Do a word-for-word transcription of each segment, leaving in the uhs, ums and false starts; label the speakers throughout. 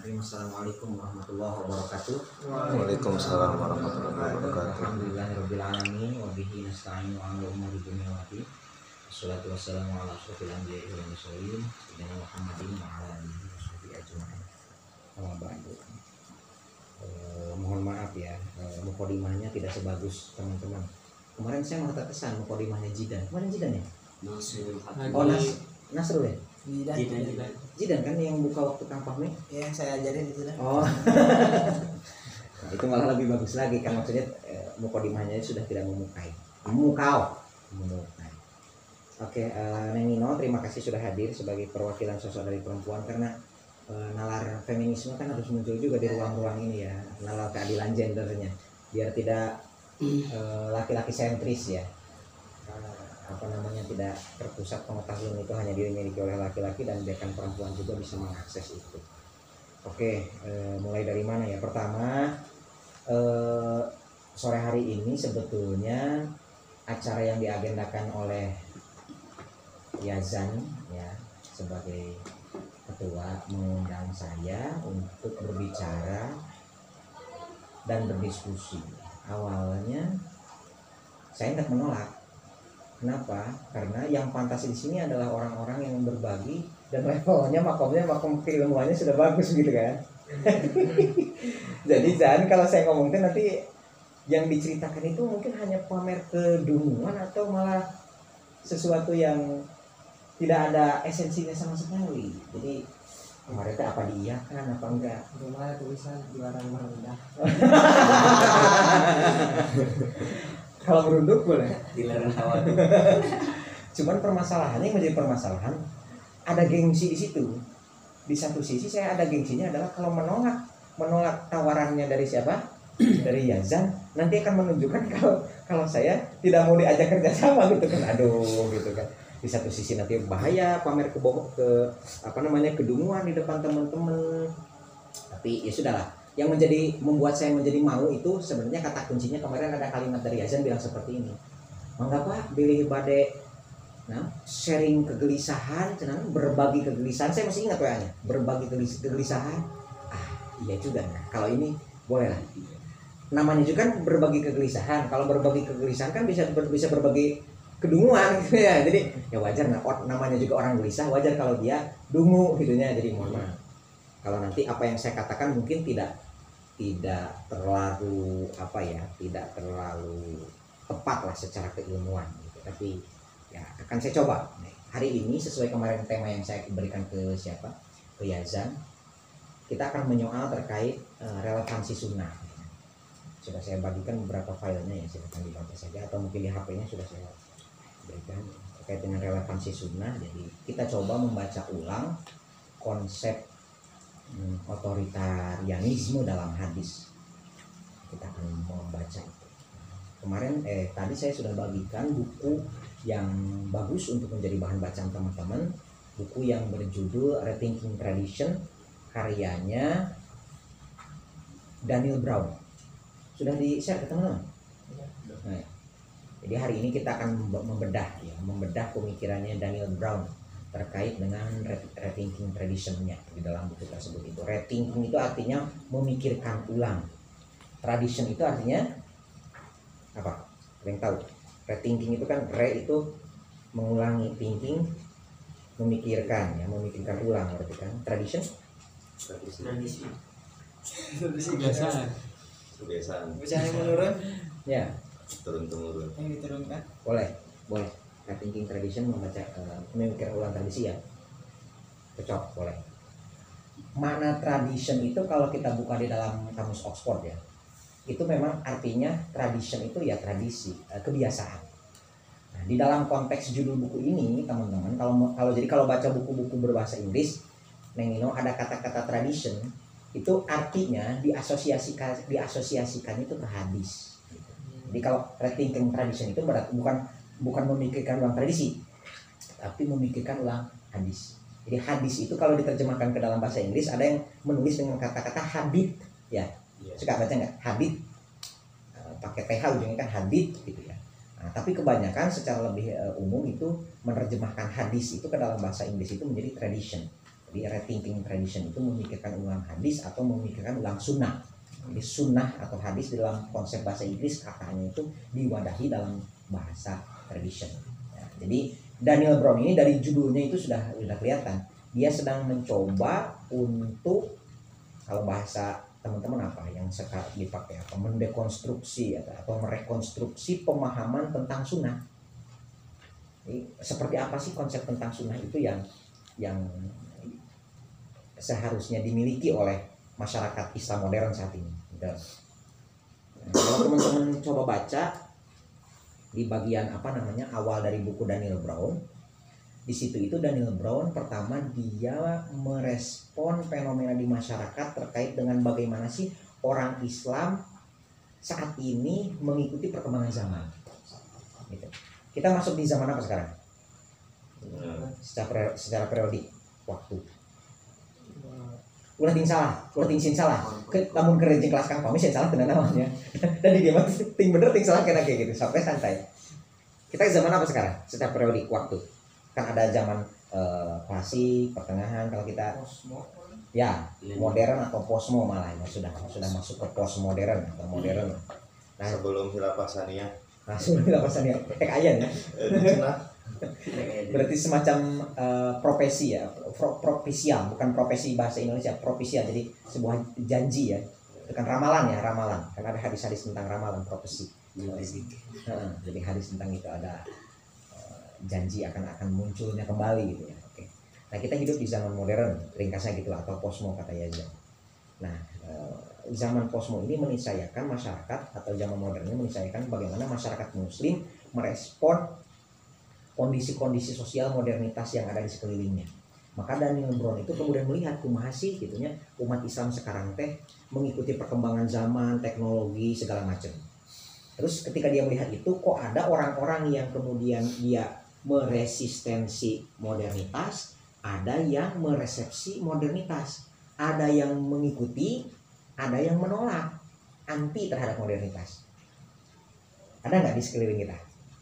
Speaker 1: Bismillahirrahmanirrahim. Assalamualaikum warahmatullahi wabarakatuh.
Speaker 2: Waalaikumsalam warahmatullahi wabarakatuh.
Speaker 1: Alhamdulillahirabbil alamin wa bihi nasta'inu 'ala umuri dunya wa din. Wassalatu wassalamu ala asyrofil anbiya'i wal mursalin sayyidina Muhammadin wa ala alihi washabihi ajmain. Amma ba'du. Eh, mohon maaf ya, eh, mukadimahnya tidak sebagus teman-teman. Kemarin saya mau terkesan mukadimahnya Jidan. Kemarin Jidan ya?
Speaker 3: Nasrul
Speaker 1: Oh, Nas Nasrul ya?
Speaker 3: Jidan, Jidan.
Speaker 1: Jidan kan yang buka waktu Kang Fahmi?
Speaker 3: Ya, saya ajarin itu dah.
Speaker 1: Oh. Nah, itu malah lebih bagus lagi kan, maksudnya eh, mukadimahnya sudah tidak memukai. Memukau, memukai. Oke, eh, Neng Nino, terima kasih sudah hadir sebagai perwakilan sosok dari perempuan, karena eh, nalar feminisme kan harus muncul juga di ruang-ruang ini ya, nalar keadilan gendernya, biar tidak eh, laki-laki sentris ya. Eh, apa namanya, tidak terpusat pengetahuan itu hanya dimiliki oleh laki-laki, dan biarkan perempuan juga bisa mengakses itu. Oke, eh, mulai dari mana ya? Pertama, eh, sore hari ini sebetulnya acara yang diagendakan oleh Yazan ya sebagai ketua mengundang saya untuk berbicara dan berdiskusi. Awalnya saya tidak menolak. Kenapa? Karena yang pantas di sini adalah orang-orang yang berbagi dan levelnya, makomnya, makom keilmuannya sudah bagus gitu kan. Jadi jangan kalau saya ngomongin nanti yang diceritakan itu mungkin hanya pamer kedunguan atau malah sesuatu yang tidak ada esensinya sama sekali. Jadi kemarin itu apa diiyakan apa enggak?
Speaker 3: Rumah tulisan dilarang merendah.
Speaker 1: Kalau merunduk boleh.
Speaker 3: Dilarang hawa.
Speaker 1: Cuman permasalahannya yang menjadi permasalahan, ada gengsi di situ. Di satu sisi saya ada gengsinya adalah kalau menolak menolak tawarannya dari siapa? Dari Yazan, nanti akan menunjukkan kalau kalau saya tidak mau diajak kerjasama gitu kan. Aduh gitu kan. Di satu sisi nanti bahaya pamer ke ke apa namanya kedunguan di depan teman-teman. Tapi ya sudahlah. Yang menjadi membuat saya menjadi mau itu sebenarnya kata kuncinya kemarin ada kalimat dari Yazan bilang seperti ini. Mangga Pak, pilih bade nah, sharing kegelisahan, cenah berbagi kegelisahan. Saya masih ingat W A-nya. Berbagi kegelisahan. Ah, iya juga nah. Kalau ini boleh lah. Namanya juga kan berbagi kegelisahan. Kalau berbagi kegelisahan kan bisa ber, bisa berbagi kedunguan gitu ya. Jadi ya wajar nah, namanya juga orang gelisah, wajar kalau dia dungu gitu ya. Jadi mohon maaf. Kalau nanti apa yang saya katakan mungkin tidak tidak terlalu apa ya, tidak terlalu tepat lah secara keilmuan gitu. Tapi ya akan saya coba. Hari ini sesuai kemarin tema yang saya berikan ke siapa? Ke Yazan. Kita akan menyoal terkait uh, relevansi sunnah. Sudah saya bagikan beberapa filenya ya, silakan dibaca saja atau mungkin di H P-nya sudah saya berikan terkait dengan relevansi sunnah. Jadi kita coba membaca ulang konsep Hmm, otoritarianisme dalam hadis. Kita akan membaca itu. Kemarin eh tadi saya sudah bagikan buku yang bagus untuk menjadi bahan bacaan teman-teman. Buku yang berjudul Rethinking Tradition, karyanya Daniel Brown. Sudah di-share ke teman-teman? Nah, ya. Jadi hari ini kita akan membedah ya, membedah pemikirannya Daniel Brown terkait dengan rethinking traditionnya di dalam buku tersebut. Itu rethinking itu artinya memikirkan ulang, tradition itu artinya apa? Ada yang tahu? Rethinking itu kan re itu mengulangi, thinking memikirkan ya, memikirkan ulang berarti kan. Tradition
Speaker 3: Tradisi.
Speaker 2: Kebiasaan. Kebiasaan.
Speaker 3: Kebiasaan yang menurun.
Speaker 1: Ya.
Speaker 2: Turun temurun.
Speaker 3: Yang diturunkan.
Speaker 1: Boleh, boleh. Rethinking tradition membaca uh, memikirkan ulang tradisi ya. Cocok, boleh. Makna tradition itu kalau kita buka di dalam kamus Oxford ya, itu memang artinya tradition itu ya tradisi, uh, kebiasaan. Nah, di dalam konteks judul buku ini teman-teman, kalau kalau jadi kalau baca buku-buku berbahasa Inggris, Neng Nino ada kata-kata tradition itu artinya diasosiasikan diasosiasikan itu ke hadis. Jadi kalau rethinking tradition itu berarti bukan bukan memikirkan ulang tradisi, tapi memikirkan ulang hadis. Jadi hadis itu kalau diterjemahkan ke dalam bahasa Inggris ada yang menulis dengan kata-kata habit ya. Yeah. Suka baca nggak? Habit e, pakai th ujungnya kan habit gitu ya. Nah, tapi kebanyakan secara lebih e, umum itu menerjemahkan hadis itu ke dalam bahasa Inggris itu menjadi tradition. Jadi rethinking tradition itu memikirkan ulang hadis hadis atau memikirkan ulang sunnah. Jadi sunnah atau hadis dalam konsep bahasa Inggris katanya itu diwadahi dalam bahasa tradition. Ya, jadi Daniel Brown ini dari judulnya itu sudah sudah kelihatan dia sedang mencoba untuk, kalau bahasa teman-teman apa yang sekarang dipakai apa, mendekonstruksi atau, atau merekonstruksi pemahaman tentang sunnah. Jadi, seperti apa sih konsep tentang sunnah itu yang yang seharusnya dimiliki oleh masyarakat Islam modern saat ini. Nah, kalau teman-teman coba baca di bagian apa namanya awal dari buku Daniel Brown, di situ itu Daniel Brown pertama dia merespon fenomena di masyarakat terkait dengan bagaimana sih orang Islam saat ini mengikuti perkembangan zaman. Gitu. Kita masuk di zaman apa sekarang? Secara secara periodik waktu. Ulah ting salah, ulah ting sin salah. Ke lamun keur jeung kelas Kang Pami sin salah tenan namanya. Dan di dia mah ting bener ting salah kena kayak gitu, sampai santai. Kita zaman apa sekarang? Secara periodik waktu. Kan ada zaman eh, klasik, pertengahan, kalau kita ya, modern atau posmo malah ya, sudah sudah masuk ke postmodern atau modern.
Speaker 2: Nah, sebelum khilafah saniyah.
Speaker 1: Nah, sebelum khilafah saniyah tek ayan ya. Berarti semacam uh, profesi ya, pro, propesial, bukan profesi bahasa Indonesia, propesial. Jadi sebuah janji ya, bukan ramalan ya, ramalan. Karena ada hadis-hadis tentang ramalan, profesi. Nah, jadi hadis tentang itu ada uh, janji akan akan munculnya kembali gitu ya. Oke. Nah, kita hidup di zaman modern, ringkasnya gitu atau posmo kata Yaza. Nah, uh, zaman posmo ini meniscayakan masyarakat atau zaman modern ini meniscayakan bagaimana masyarakat Muslim merespon kondisi-kondisi sosial modernitas yang ada di sekelilingnya. Maka Daniel Brown itu kemudian melihat kumaha sih gitunya umat Islam sekarang teh mengikuti perkembangan zaman, teknologi segala macam. Terus ketika dia melihat itu kok ada orang-orang yang kemudian dia meresistensi modernitas, ada yang meresepsi modernitas, ada yang mengikuti, ada yang menolak, anti terhadap modernitas. Ada nggak di sekeliling kita?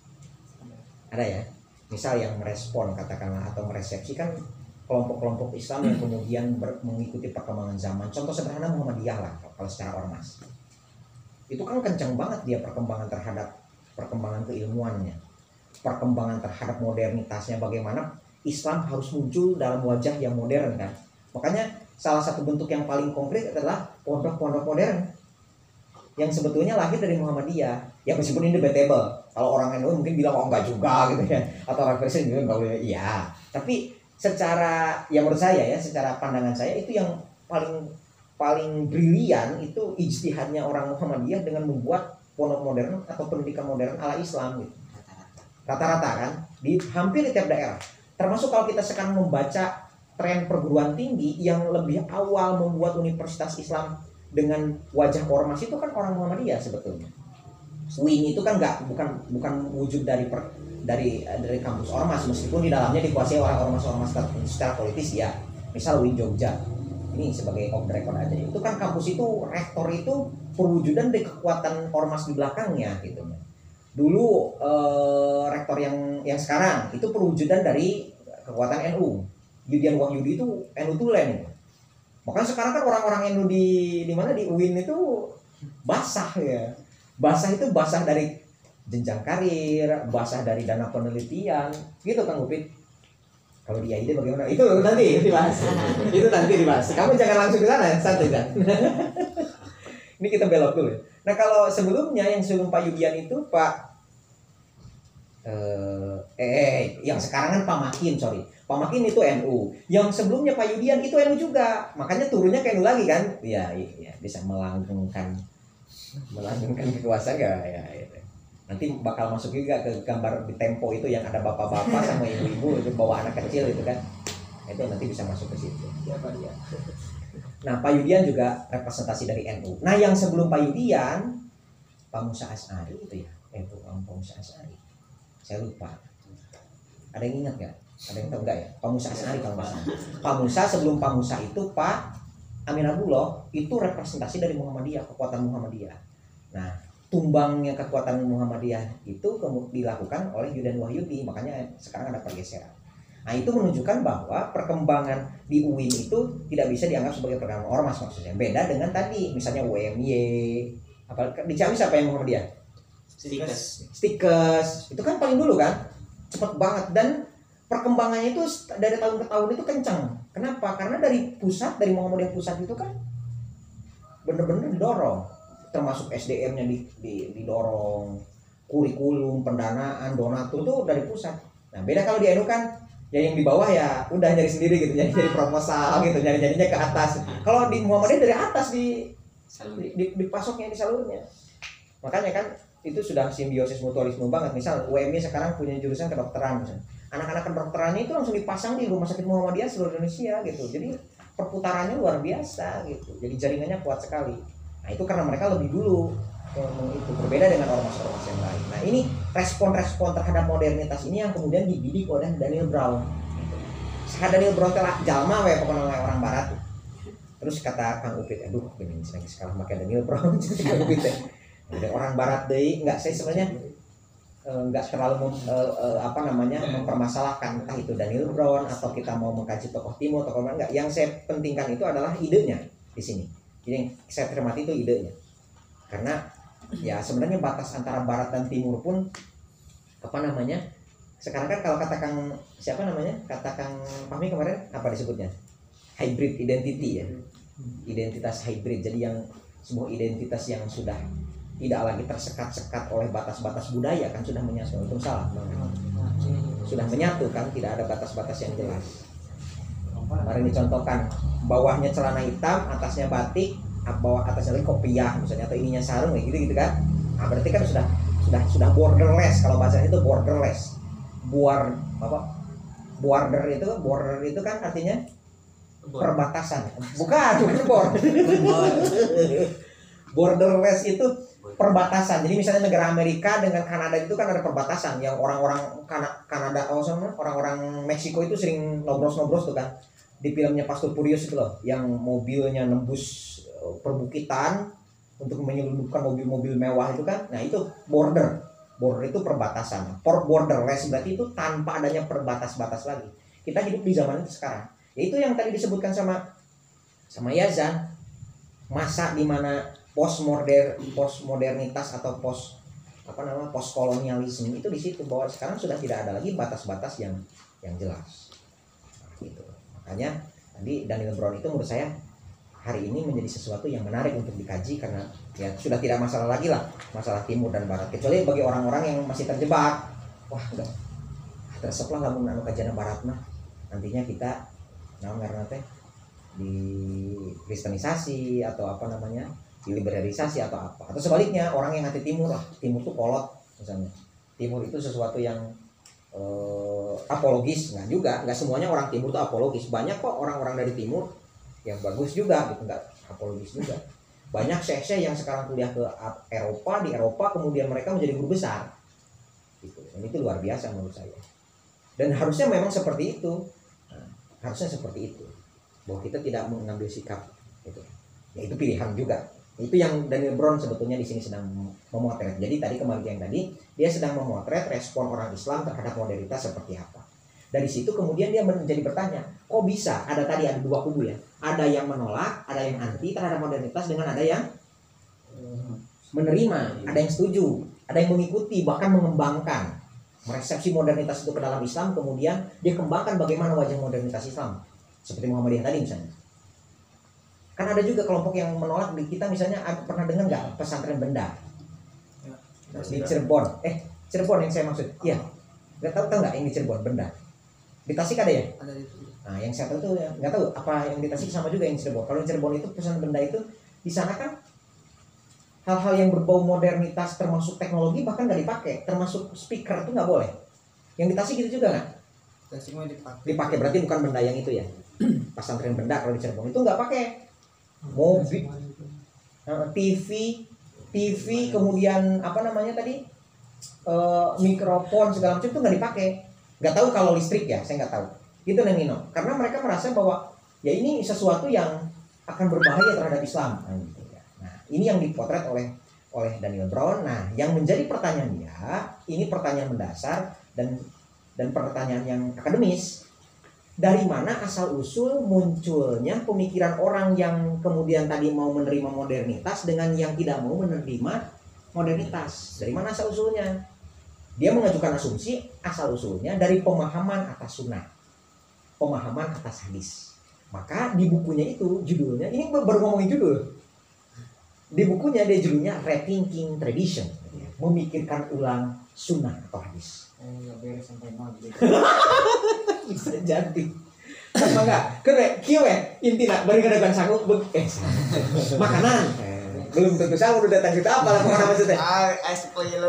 Speaker 1: Ada ya. Misal yang merespon katakanlah atau meresepsikan kelompok-kelompok Islam yang kemudian ber, mengikuti perkembangan zaman. Contoh sederhana Muhammadiyah lah kalau secara ormas. Itu kan kencang banget dia perkembangan terhadap perkembangan keilmuannya, perkembangan terhadap modernitasnya, bagaimana Islam harus muncul dalam wajah yang modern kan. Makanya salah satu bentuk yang paling konkret adalah pondok-pondok modern yang sebetulnya lahir dari Muhammadiyah. Ya meskipun ini debatable. Kalau orang N U mungkin bilang oh enggak juga gitu ya. Atau orang Kristen juga enggak boleh. Iya. Tapi secara ya menurut saya ya, secara pandangan saya itu yang paling paling brilian itu ijtihadnya orang Muhammadiyah dengan membuat pondok modern atau pendidikan modern ala Islam gitu. Rata-rata kan di hampir di tiap daerah. Termasuk kalau kita sekarang membaca tren perguruan tinggi yang lebih awal membuat universitas Islam dengan wajah ormas itu kan orang Muhammadiyah sebetulnya. U I N itu kan enggak bukan bukan wujud dari per, dari dari kampus ormas meskipun di dalamnya dikuasai orang ormas-ormas secara politis ya. Misal U I N Jogja. Ini sebagai off the record aja. Itu kan kampus itu rektor itu perwujudan dari kekuatan ormas di belakangnya gitu. Dulu eh, rektor yang yang sekarang itu perwujudan dari kekuatan N U. Yudian Wahyudi itu N U tulen. Makanya sekarang kan orang-orang N U di di mana di U I N itu basah ya. Basah itu basah dari jenjang karir, basah dari dana penelitian, gitu Kang Upit. Kalau di I D bagaimana? Itu nanti dibahas. Itu nanti dibahas. Kamu jangan langsung ke sana, santai kan. Ini kita belok dulu. Nah kalau sebelumnya yang sebelum Pak Yudian itu Pak eh, eh yang sekarang kan Pak Makin, sorry. Pak Makin itu N U. Yang sebelumnya Pak Yudian itu N U juga. Makanya turunnya ke N U lagi kan? Iya, iya bisa melanggengkan melanggengkan kekuasaan ya, ya, ya. Nanti bakal masuk juga ke gambar di Tempo itu yang ada bapak-bapak sama ibu-ibu itu bawa anak kecil itu kan. Itu nanti bisa masuk ke situ. Siapa dia? Nah, Pak Yudian juga representasi dari N U. Nah, yang sebelum Pak Yudian Pak Musa Asy'ari itu ya. Eh, Pak Musa Asy'ari. Saya lupa. Ada yang ingat nggak? Ada yang tahu nggak ya? Pak Musa Asy'ari kalau nggak salah. Pak Musa sebelum Pak Musa itu Pak Amin Abdullah itu representasi dari Muhammadiyah, kekuatan Muhammadiyah. Nah, tumbangnya kekuatan Muhammadiyah itu kemudian dilakukan oleh Yudian Wahyudi, makanya sekarang ada pergeseran. Nah itu menunjukkan bahwa perkembangan di U I N itu tidak bisa dianggap sebagai perkembangan ormas maksudnya. Beda dengan tadi misalnya U M Y, apa di Ciamis apa yang Muhammadiyah?
Speaker 3: Stikes.
Speaker 1: Stikes itu kan paling dulu kan, cepet banget dan perkembangannya itu dari tahun ke tahun itu kencang. Kenapa? Karena dari pusat, dari Muhammadiyah pusat itu kan bener-bener didorong, termasuk S D M-nya di, di, didorong, kurikulum, pendanaan, donatur itu dari pusat. Nah beda kalau di N U kan, ya yang di bawah ya udah nyari sendiri gitu, nyari dari proposal gitu, nyari nyarinya ke atas. Kalau di Muhammadiyah dari atas di, di, di dipasoknya di salurnya. Makanya kan itu sudah simbiosis mutualisme banget. Misal U M Y sekarang punya jurusan kedokteran, misalnya. Anak-anak kedokterannya itu langsung dipasang di rumah sakit Muhammadiyah seluruh Indonesia gitu. Jadi perputarannya luar biasa gitu. Jadi jaringannya kuat sekali. Nah itu karena mereka lebih dulu itu berbeda dengan ormas-ormas yang lain. Nah ini respon-respon terhadap modernitas ini yang kemudian dibidik oleh Daniel Brown. Saat Daniel Brown telah jalma we pokoknya orang barat. Terus kata Kang Upit, aduh ini lagi sekarang pakai Daniel Brown jadi Kang Upit. Udah orang barat deh, enggak saya sebenarnya enggak terlalu mem, uh, uh, apa namanya mempermasalahkan entah itu Daniel Brown atau kita mau mengkaji tokoh timur tokoh mana enggak. Yang saya pentingkan itu adalah idenya di sini. Jadi yang saya cermati itu idenya. Karena ya sebenarnya batas antara barat dan timur pun apa namanya? Sekarang kan kalau kata Kang siapa namanya? Kata Kang Fahmi kemarin apa disebutnya? Hybrid identity ya. Identitas hybrid. Jadi yang sebuah identitas yang sudah tidak lagi tersekat-sekat oleh batas-batas budaya kan sudah menyatu. Itu salah. Sudah menyatu kan, tidak ada batas-batas yang jelas. Mari dicontohkan, bawahnya celana hitam, atasnya batik, bawah atasnya lagi kopiah misalnya atau ininya sarung kayak gitu gitu kan. Nah, berarti kan sudah sudah sudah borderless kalau bahasanya itu borderless. Buar apa? Border itu border itu kan artinya perbatasan. Bukan, bukan border. Borderless itu perbatasan. Jadi misalnya negara Amerika dengan Kanada itu kan ada perbatasan yang orang-orang Kanada, oh sama orang-orang Meksiko itu sering nobros-nobros tuh kan. Di filmnya Fast and Furious itu loh, yang mobilnya nembus perbukitan untuk menyelundupkan mobil-mobil mewah itu kan. Nah, itu border. Border itu perbatasan. Borderless berarti itu tanpa adanya perbatas-batas lagi. Kita hidup di zaman itu sekarang. Yaitu yang tadi disebutkan sama sama Yazan. Masa di mana postmoder postmodernitas atau post apa namanya postkolonialisme itu di situ bahwa sekarang sudah tidak ada lagi batas-batas yang yang jelas. Nah, gitu. Makanya tadi Daniel Brown itu menurut saya hari ini menjadi sesuatu yang menarik untuk dikaji karena ya sudah tidak masalah lagi lah masalah timur dan barat, kecuali bagi orang-orang yang masih terjebak, wah enggak terseplah lamun anu kajian barat mah nantinya kita naon karena teh di kristenisasi atau apa namanya diliberalisasi atau apa, atau sebaliknya orang yang anti timur, ah timur tuh kolot misalnya, timur itu sesuatu yang eh, apologis. Nggak juga, nggak semuanya orang timur tuh apologis, banyak kok orang-orang dari timur yang bagus juga gitu, nggak apologis juga. Banyak syekh-syekh yang sekarang kuliah ke Eropa, di Eropa kemudian mereka menjadi guru besar gitu. Dan itu luar biasa menurut saya, dan harusnya memang seperti itu. Nah, harusnya seperti itu bahwa kita tidak mengambil sikap gitu. Ya itu pilihan juga. Itu yang Daniel Brown sebetulnya di sini sedang memotret. Jadi tadi kembali yang tadi, dia sedang memotret respon orang Islam terhadap modernitas seperti apa. Dari situ kemudian dia menjadi bertanya, kok bisa ada tadi ada dua kubu ya, ada yang menolak, ada yang anti terhadap modernitas, dengan ada yang menerima, ada yang setuju, ada yang mengikuti, bahkan mengembangkan meresepsi modernitas itu ke dalam Islam, kemudian dia kembangkan bagaimana wajah modernitas Islam seperti Muhammadiyah tadi misalnya. Kan ada juga kelompok yang menolak di kita, misalnya pernah dengar nggak pesantren Benda di Cirebon? Eh Cirebon yang saya maksud, iya. Nggak tahu tahu nggak yang di Cirebon Benda? Di Tasik ada ya?
Speaker 3: Ada itu.
Speaker 1: Nah yang saya tahu tuh nggak tahu apa yang di Tasik sama juga yang di Cirebon. Kalau di Cirebon itu pesantren Benda itu di sana kan hal-hal yang berbau modernitas termasuk teknologi bahkan nggak dipakai, termasuk speaker tuh nggak boleh. Yang di Tasik itu juga nggak?
Speaker 3: Tasik mah dipakai.
Speaker 1: Dipakai berarti bukan Benda yang itu ya? Pesantren Benda kalau di Cirebon itu nggak pakai. Mobil, T V, T V, kemudian apa namanya tadi, e, mikrofon segala macam itu nggak dipakai. Nggak tahu kalau listrik ya, saya nggak tahu. Gitu Nino. Karena mereka merasa bahwa ya ini sesuatu yang akan berbahaya terhadap Islam. Nah, ini yang dipotret oleh oleh Daniel Brown. Nah, yang menjadi pertanyaan dia, ini pertanyaan mendasar dan dan pertanyaan yang akademis. dari mana asal usul munculnya pemikiran orang yang kemudian tadi mau menerima modernitas dengan yang tidak mau menerima modernitas. Dari mana asal usulnya? Dia mengajukan asumsi asal usulnya dari pemahaman atas sunnah, pemahaman atas hadis. Maka di bukunya itu judulnya, ini baru ngomongin judul, di bukunya dia judulnya Rethinking Tradition, memikirkan ulang sunnah atau hadis.
Speaker 3: Oh, ya beres sampai maghrib.
Speaker 1: Bisa jadi apa enggak keren kieu intina bari gadakan sanggup eh makanan eh, belum tentu sanggup udah datang kita apa lah makanan maksudnya
Speaker 3: Ah, ice spoiler.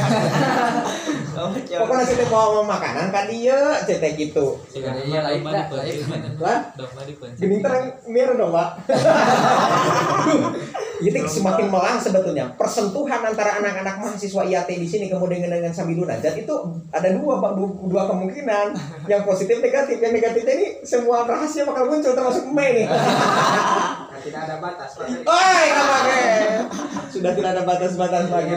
Speaker 1: pokoknya kita mau makanan kan dia cetek gitu
Speaker 4: Sebenarnya lain lah,
Speaker 1: lah gini terang mir dong pak jadi semakin melang sebetulnya persentuhan antara anak-anak mahasiswa I A T di sini kemudian dengan Sabilun Najat itu ada dua dua, dua kemungkinan yang positif negatif. Yang negatifnya ini semua rahasia bakal muncul termasuk Mei nih.
Speaker 3: Nah, tidak ada batas.
Speaker 1: Oi, kamake. Sudah tidak ada batas-batas lagi.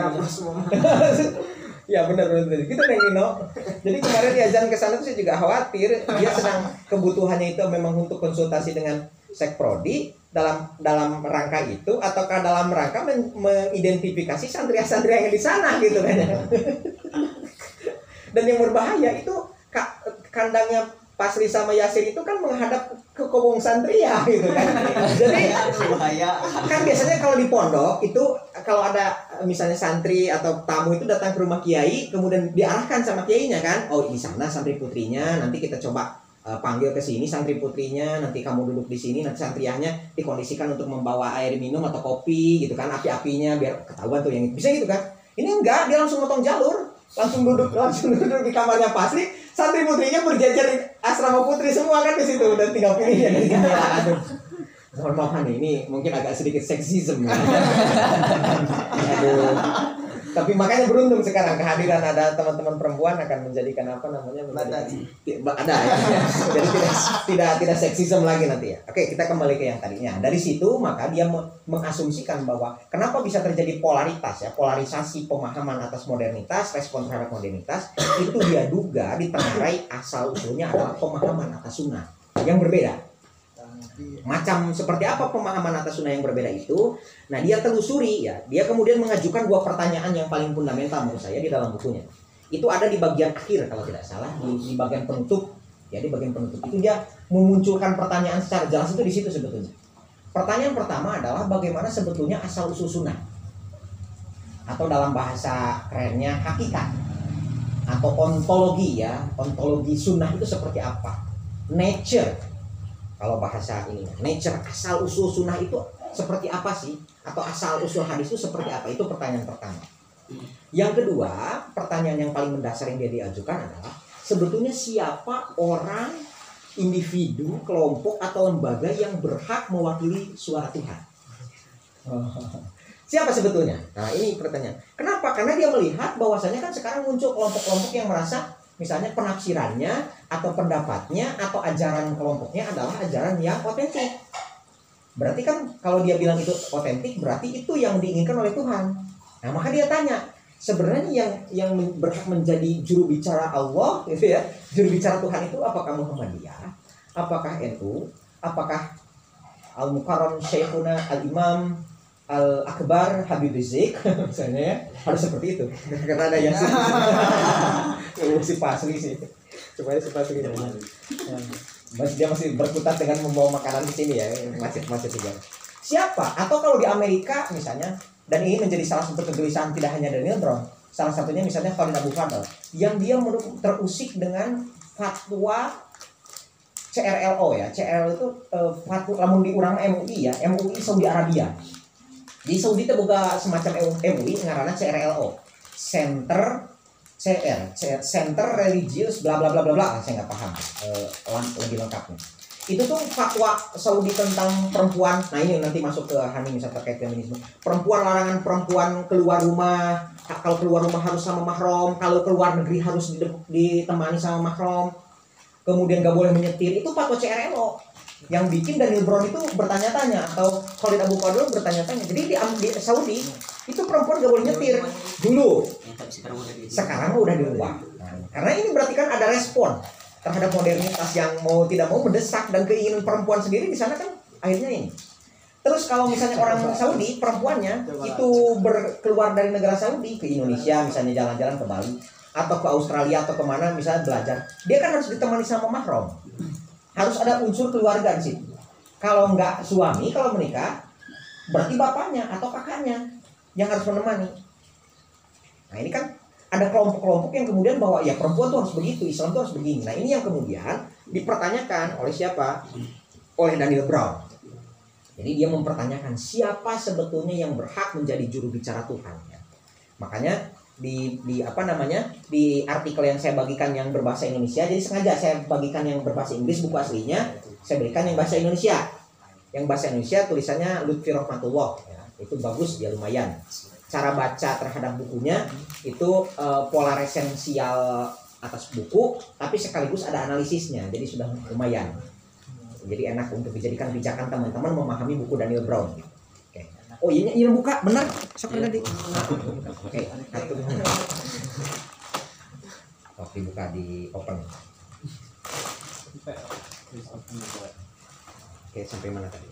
Speaker 1: Ya benar benar gitu Neng Nino. Jadi kemarin diajaran ke sana tuh saya juga khawatir dia sedang kebutuhannya itu memang untuk konsultasi dengan Sekprodi dalam dalam rangka itu ataukah dalam rangka men- mengidentifikasi santri-santri yang di sana gitu kan. Dan yang berbahaya itu ka- kandangnya Pasri sama Yasir itu kan menghadap ke Kobong Santria gitu kan. Jadi
Speaker 3: Bahaya.
Speaker 1: kan biasanya kalau di pondok itu kalau ada misalnya santri atau tamu itu datang ke rumah kiai kemudian diarahkan sama kiainya kan. Oh, di sana santri putrinya, nanti kita coba uh, panggil ke sini santri putrinya, nanti kamu duduk di sini, nanti santriahnya dikondisikan untuk membawa air minum atau kopi gitu kan, api-apinya biar ketahuan tuh yang bisa gitu kan. Ini enggak, dia langsung motong jalur, langsung duduk langsung duduk di kamarnya Pasri, santri putrinya berjajar di asrama putri semua kan di situ dan tinggal pilih ya. Aduh. Mohon maaf nih, ini mungkin agak sedikit seksisme. Aduh. Tapi makanya beruntung sekarang kehadiran ada teman-teman perempuan akan menjadikan apa namanya menjadi, ada ya. Jadi tidak tidak tidak seksisme lagi nanti ya. Oke, kita kembali ke yang tadinya. Dari situ maka dia mengasumsikan bahwa kenapa bisa terjadi polaritas ya, polarisasi pemahaman atas modernitas, respon terhadap modernitas itu dia duga ditengarai asal usulnya adalah pemahaman atas sunnah yang berbeda. Macam seperti apa pemahaman atas sunnah yang berbeda itu? Nah, dia telusuri ya. Dia kemudian mengajukan dua pertanyaan yang paling fundamental menurut saya di dalam bukunya. Itu ada di bagian akhir kalau tidak salah, di, di bagian penutup. Ya, di bagian penutup itu dia memunculkan pertanyaan secara jelas itu di situ sebetulnya. Pertanyaan pertama adalah bagaimana sebetulnya asal usul sunnah? Atau dalam bahasa kerennya hakikat atau ontologi ya. Ontologi sunnah itu seperti apa? Nature. Kalau bahasa ini, nature asal usul sunnah itu seperti apa sih? Atau asal usul hadis itu seperti apa? Itu pertanyaan pertama. Yang kedua, pertanyaan yang paling mendasar yang dia diajukan adalah sebetulnya siapa orang, individu, kelompok atau lembaga yang berhak mewakili suara Tuhan? Siapa sebetulnya? Nah, ini pertanyaan. Kenapa? Karena dia melihat bahwasanya kan sekarang muncul kelompok-kelompok yang merasa misalnya penafsirannya atau pendapatnya atau ajaran kelompoknya adalah ajaran yang otentik. Berarti kan kalau dia bilang itu otentik berarti itu yang diinginkan oleh Tuhan. Nah, maka dia tanya, sebenarnya yang yang berhak menjadi juru bicara Allah gitu ya, juru bicara Tuhan itu apakah Muhammadiyah, apakah N U, apakah Al-Mukarram Syekhuna Al-Imam Al-Akbar Habib Rizik misalnya ya, harus seperti itu. Karena ada yang si Pasli sih. Supaya si Pasli ya. Masih dia masih berkutat dengan membawa makanan ke sini ya, masih masih juga. Siapa? Atau kalau di Amerika misalnya, dan ini menjadi salah satu kegelisahan tidak hanya dari Neil Brown, salah satunya misalnya Khalid Abu Fadl yang dia terusik dengan fatwa C R L O ya. C R L itu uh, fatwa lamun diurang M U I ya, M U I Saudi Arabia. Di Saudi itu boga semacam M U I ngaranna C R L O, Center C R, Center Religious bla bla bla bla bla, saya nggak paham uh, lebih lengkapnya. Itu tuh fatwa Saudi tentang perempuan. Nah, ini nanti masuk ke Hani misalnya terkait feminisme. Perempuan, larangan perempuan keluar rumah, kalau keluar rumah harus sama mahram, kalau keluar negeri harus ditemani sama mahram. Kemudian nggak boleh menyetir, itu fatwa C R L O. Yang bikin Daniel Brown itu bertanya-tanya atau Khalid Abu Fadl bertanya-tanya. Jadi di, di Saudi itu perempuan gak boleh nyetir dulu. Sekarang udah dirubah. Nah, karena ini berarti kan ada respon. terhadap modernitas yang mau tidak mau mendesak, dan keinginan perempuan sendiri di sana kan akhirnya ini. Terus kalau misalnya orang Saudi, perempuannya itu berkeluar dari negara Saudi ke Indonesia misalnya, jalan-jalan ke Bali atau ke Australia atau kemana misalnya belajar, dia kan harus ditemani sama mahram, harus ada unsur keluarga di situ. Kalau nggak suami, kalau menikah berarti bapaknya atau kakaknya yang harus menemani. Nah ini kan ada kelompok-kelompok yang kemudian bahwa ya perempuan tuh harus begitu, Islam tuh harus begini. Nah ini yang kemudian dipertanyakan oleh siapa? Oleh Daniel Brown. Jadi dia mempertanyakan siapa sebetulnya yang berhak menjadi juru bicara Tuhan. Ya. Makanya di, di apa namanya di artikel yang saya bagikan yang berbahasa Indonesia, jadi sengaja saya bagikan yang berbahasa Inggris buku aslinya, saya berikan yang bahasa Indonesia. Yang bahasa Indonesia tulisannya Lutfi Rahmatullah. Ya. Itu bagus, ya lumayan. Cara baca terhadap bukunya itu uh, pola resensial atas buku, tapi sekaligus ada analisisnya, jadi sudah lumayan. Jadi enak untuk dijadikan pijakan teman-teman memahami buku Daniel Brown. Oke. Oh iya, iya buka, benar. Sok tadi. Oke, satu. Oh, dibuka di open. Oke, sampai mana tadi?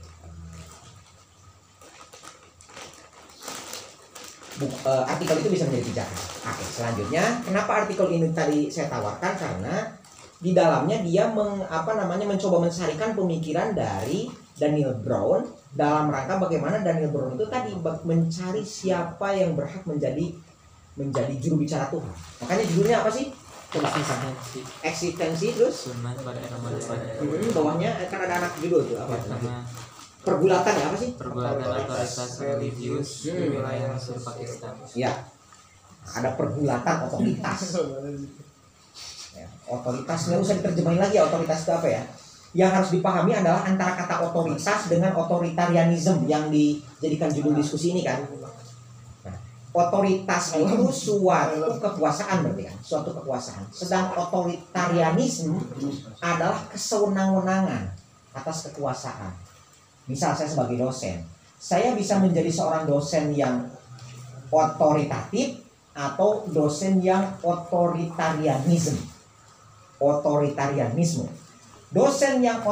Speaker 1: Buku, uh, artikel itu bisa menjadi pijakan. Oke, selanjutnya, kenapa artikel ini tadi saya tawarkan? Karena di dalamnya dia meng, apa namanya mencoba mensarikan pemikiran dari Daniel Brown dalam rangka bagaimana Daniel Brown itu tadi mencari siapa yang berhak menjadi menjadi juru bicara Tuhan. Makanya judulnya apa sih? Coba eksistensi. Eksistensi terus
Speaker 4: Sunnah pada era modern.
Speaker 1: hmm, bawahnya kan ada anak judul tuh apa?
Speaker 4: Sama
Speaker 1: Pergulatan ya apa sih?
Speaker 4: pergulatan otoritas religius di wilayah Mesir Pakistan.
Speaker 1: Ya. Ada pergulatan otoritas. Ya, otoritas nggak usah diterjemahin lagi ya, otoritas itu apa ya? Yang harus dipahami adalah antara kata otoritas dengan otoritarianisme yang dijadikan judul diskusi ini kan. Nah, otoritas itu suatu kekuasaan berarti kan, suatu kekuasaan. Sedang otoritarianisme adalah kesewenang-wenangan atas kekuasaan. Misal saya sebagai dosen, saya bisa menjadi seorang dosen yang otoritatif atau dosen yang otoritarianisme. Otoritarianisme. Dosen yang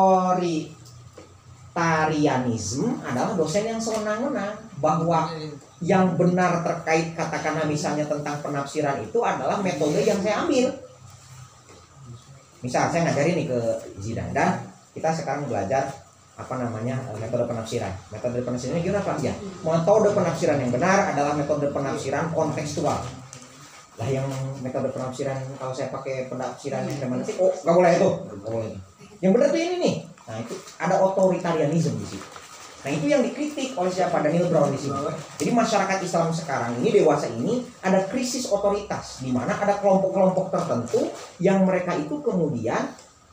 Speaker 1: otoritarianisme adalah dosen yang sewenang-wenang, bahwa yang benar terkait katakanlah misalnya tentang penafsiran itu adalah metode yang saya ambil. Misal saya ngajarin nih ke Zidanda, kita sekarang belajar apa namanya metode penafsiran. Metode penafsiran ini gimana Pak? Ya, metode penafsiran yang benar adalah metode penafsiran kontekstual. Lah yang metode penafsiran kalau saya pakai penafsiran yang gimana sih? Oh, nggak boleh itu. Nggak boleh. Yang benar tuh ini nih. Nah, itu ada otoritarianisme di situ. Nah, itu yang dikritik oleh siapa? Daniel Brown di sini. Jadi masyarakat Islam sekarang ini, dewasa ini, ada krisis otoritas di mana ada kelompok-kelompok tertentu yang mereka itu kemudian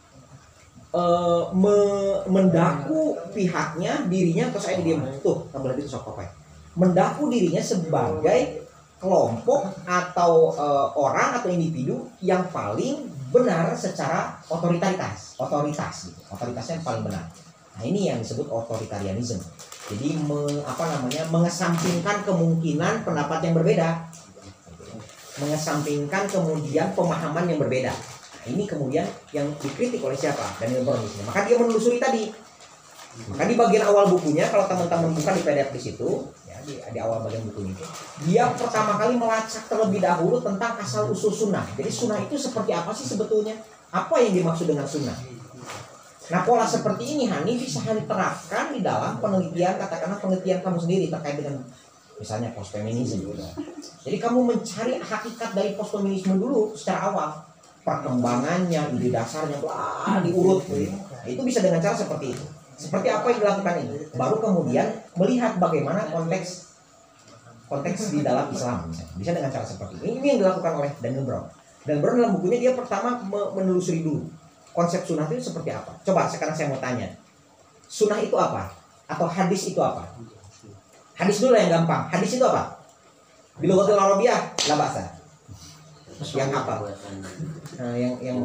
Speaker 1: uh, me mendaku pihaknya, dirinya, atau saya diam tuh, nggak boleh itu sok apa ya? Mendaku dirinya sebagai kelompok atau e, orang atau individu yang paling benar secara otoritas, otoritas, gitu. Otoritasnya paling benar. Nah ini yang disebut otoritarianisme. Jadi me, apa namanya mengesampingkan kemungkinan pendapat yang berbeda, mengesampingkan kemudian pemahaman yang berbeda. Nah ini kemudian yang dikritik oleh siapa? Daniel Brown. Maka dia menelusuri tadi. Maka di bagian awal bukunya, kalau teman-teman buka di P D F di situ. Di, di awal bagian bukunya itu, dia pertama kali melacak terlebih dahulu tentang asal usul sunnah. Jadi sunnah itu seperti apa sih sebetulnya? Apa yang dimaksud dengan sunnah? Nah pola seperti ini Hani bisa Hani terapkan di dalam penelitian, katakanlah penelitian kamu sendiri terkait dengan misalnya postfeminisme. Jadi kamu mencari hakikat dari postfeminisme dulu secara awal, perkembangannya, ide dasarnya, bla diurut. Nah, itu bisa dengan cara seperti itu. Seperti apa yang dilakukan ini, baru kemudian melihat bagaimana konteks konteks di dalam Islam misalnya. Bisa dengan cara seperti ini. Ini yang dilakukan oleh Daniel Brown. Dan Brown dalam bukunya dia pertama menelusuri dulu konsep sunnah itu seperti apa. Coba sekarang saya mau tanya, sunnah itu apa? Atau hadis itu apa? Hadis dulu yang gampang. Hadis itu apa? Di lughatul Arabiyah la ba'sa. Yang apa? Nah, yang yang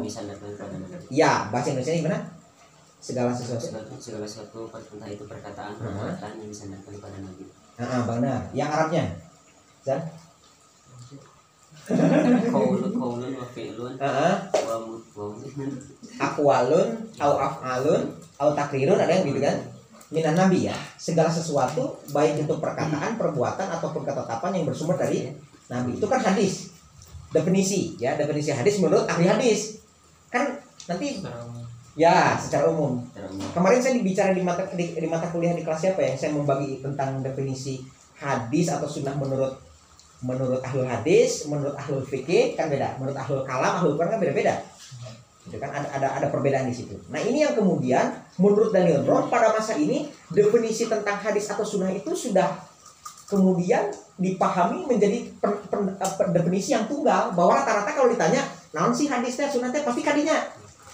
Speaker 1: ya bahasa Indonesia gimana? Segala sesuatu
Speaker 5: segala sesuatu entah itu perkataan perbuatan yang disandarkan pada Nabi.
Speaker 1: Ah, benar. Yang Arabnya, Zan?
Speaker 5: Qaulun qaulun wa fi'lun
Speaker 1: Heeh.
Speaker 5: wa mutawwilun.
Speaker 1: Aqwalun au af'alun au takrirun, ada yang gitu kan? Minan nabi ya. Segala sesuatu baik itu perkataan, perbuatan ataupun ketetapan yang bersumber dari nabi. Itu kan hadis. Definisi ya, definisi hadis menurut ahli hadis. Kan nanti ya secara umum. Kemarin saya bicara di mata di, di mata kuliah di kelas siapa ya? Saya membagi tentang definisi hadis atau sunnah menurut menurut ahlul hadis, menurut ahlul fikih kan beda, menurut ahlul kalam, ahlul Quran kan beda-beda. Itu kan ada ada ada perbedaan di situ. Nah, ini yang kemudian menurut Daniel Brown pada masa ini definisi tentang hadis atau sunnah itu sudah kemudian dipahami menjadi per, per, per, definisi yang tunggal, bahwa rata-rata kalau ditanya naon sih hadisnya sunnahnya pasti kadinya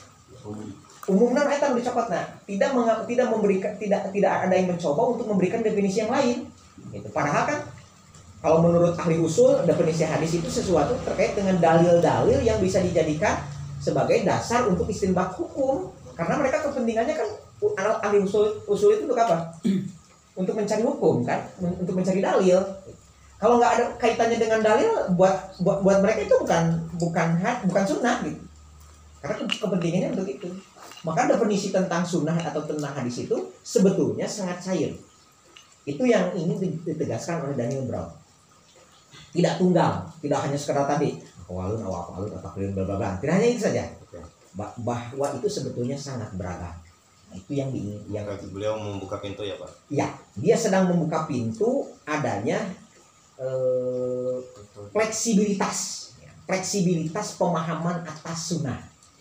Speaker 1: umumnya eta nu dicokotna, tidak meng, tidak memberikan tidak tidak ada yang mencoba untuk memberikan definisi yang lain. Gitu. Padahal kan kalau menurut ahli usul, definisi hadis itu sesuatu terkait dengan dalil-dalil yang bisa dijadikan sebagai dasar untuk istinbat hukum. Karena mereka kepentingannya kan ahli usul usul itu untuk apa? Untuk mencari hukum kan, untuk mencari dalil. Kalau nggak ada kaitannya dengan dalil, buat buat, buat mereka itu bukan bukan had, bukan sunnah gitu. Karena kepentingannya untuk itu. Maka definisi tentang sunnah atau tentang hadis itu sebetulnya sangat cair. Itu yang ingin ditegaskan oleh Daniel Brown. Tidak tunggal, tidak hanya sekedar tadi awalun awal awalun atau kalian berbagai. Tidak hanya itu saja. Bah- bahwa itu sebetulnya sangat beragam. Nah, itu yang di yang
Speaker 2: Beliau membuka pintu ya Pak.
Speaker 1: ya, dia sedang membuka pintu adanya eh, fleksibilitas, fleksibilitas pemahaman atas sunnah.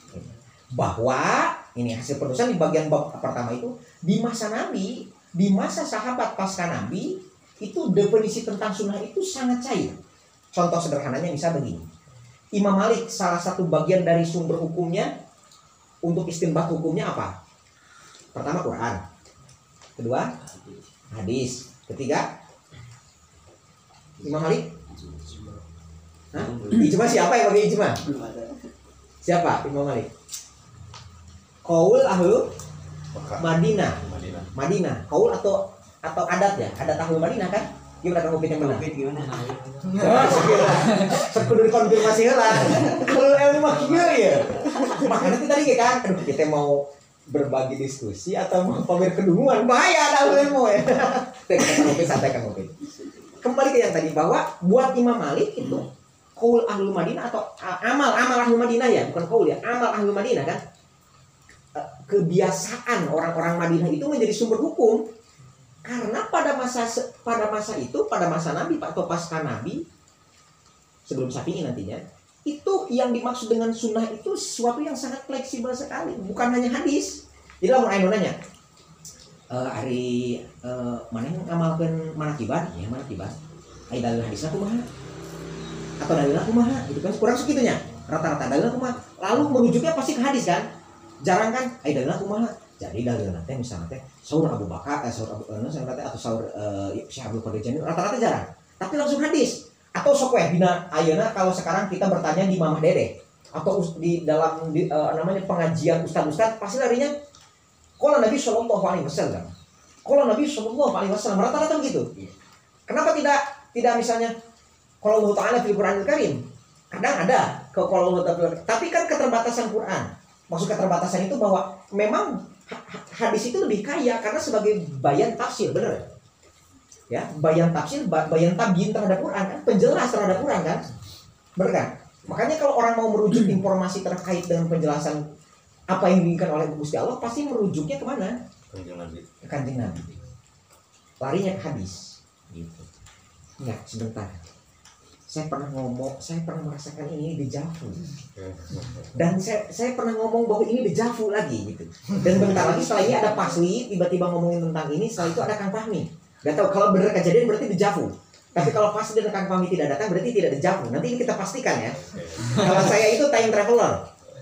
Speaker 1: Bahwa ini hasil penulisan di bagian bab pertama itu di masa Nabi, di masa sahabat pasca Nabi itu definisi tentang sunnah itu sangat cair. Contoh sederhananya misal begini. Imam Malik salah satu bagian dari sumber hukumnya untuk istinbat hukumnya apa? Pertama Quran. Kedua hadis. Ketiga Imam Malik. Hah? Ijma siapa yang bagi ijma? Siapa Imam Malik? Qaul ahlu Madinah.
Speaker 2: Madinah.
Speaker 1: Madinah. Qaul atau atau adat ya, adat ahlu Madinah kan? Gimana kamu yang benar?
Speaker 3: Gimana?
Speaker 1: Oh, sekira. Sekudu dikonfirmasi heula. Kalau ilmu mah kieu ya. Makanya nanti tadi kan, aduh kita mau berbagi diskusi atau mau pamer kedunguan, bahaya ada ilmu ya. Kita ngopi santai kan ngopi. Kembali ke yang tadi bahwa buat Imam Malik itu qaul ahlu Madinah atau amal amal ahlu Madinah ya, bukan qaul ya, amal ahlu Madinah kan. Kebiasaan orang-orang Madinah itu menjadi sumber hukum. Karena pada masa pada masa itu, pada masa Nabi atau pasca Nabi, sebelum Syafi'i nantinya, itu yang dimaksud dengan sunnah itu sesuatu yang sangat fleksibel sekali, bukan hanya hadis. Jadi lamun aya nanya, e, hari e, mana yang ngamalkeun manakiban? Ya manakiban. Ai dalil hadisna kumaha? Atau dalilna kumaha? Gitu kan kurang segitunya. Rata-rata dalilna kumaha? Lalu merujuknya pasti ke hadis kan? Jarang kan? Ai dalilna kumaha? Jadi dalil nanti misalnya teh saur Abu Bakar, eh, saur Abu Bakar, atau saur uh, Syekh Abdul Qadir Jailani rata-rata jarang. Tapi langsung hadis. Atau sok we dina ayeuna kalau sekarang kita bertanya di Mamah Dede atau di dalam di, uh, namanya pengajian ustaz-ustaz pasti larinya qala Nabi sallallahu alaihi wasallam. Qala Nabi sallallahu alaihi wasallam rata-rata begitu. Kenapa tidak tidak misalnya qala Allah Ta'ala fil Qur'anil Karim? Kadang ada ke qala Allah Ta'ala, tapi kan keterbatasan Quran. Maksud keterbatasan itu bahwa memang hadis itu lebih kaya karena sebagai bayan tafsir, benar ya? Bayan tafsir, bayan tabyin terhadap Quran kan, penjelas terhadap Quran kan, benar kan? Makanya kalau orang mau merujuk informasi terkait dengan penjelasan apa yang diinginkan oleh Gusti Allah, pasti merujuknya kemana?
Speaker 2: Kanjeng Nabi.
Speaker 1: Ke Kanjeng Nabi. Larinya ke hadis. Gitu. Ya, sebentar. Saya pernah ngomong, saya pernah merasakan ini dejavu. Dan saya, saya pernah ngomong bahwa ini dejavu lagi gitu. Dan bentar lagi setelah ini ada Pasli tiba-tiba ngomongin tentang ini, setelah itu ada Kang Fahmi. Gak tahu kalau benar kejadian berarti dejavu. Tapi kalau Pasli dan Kang Fahmi tidak datang berarti tidak dejavu. Nanti ini kita pastikan ya. Kalau saya itu time traveler.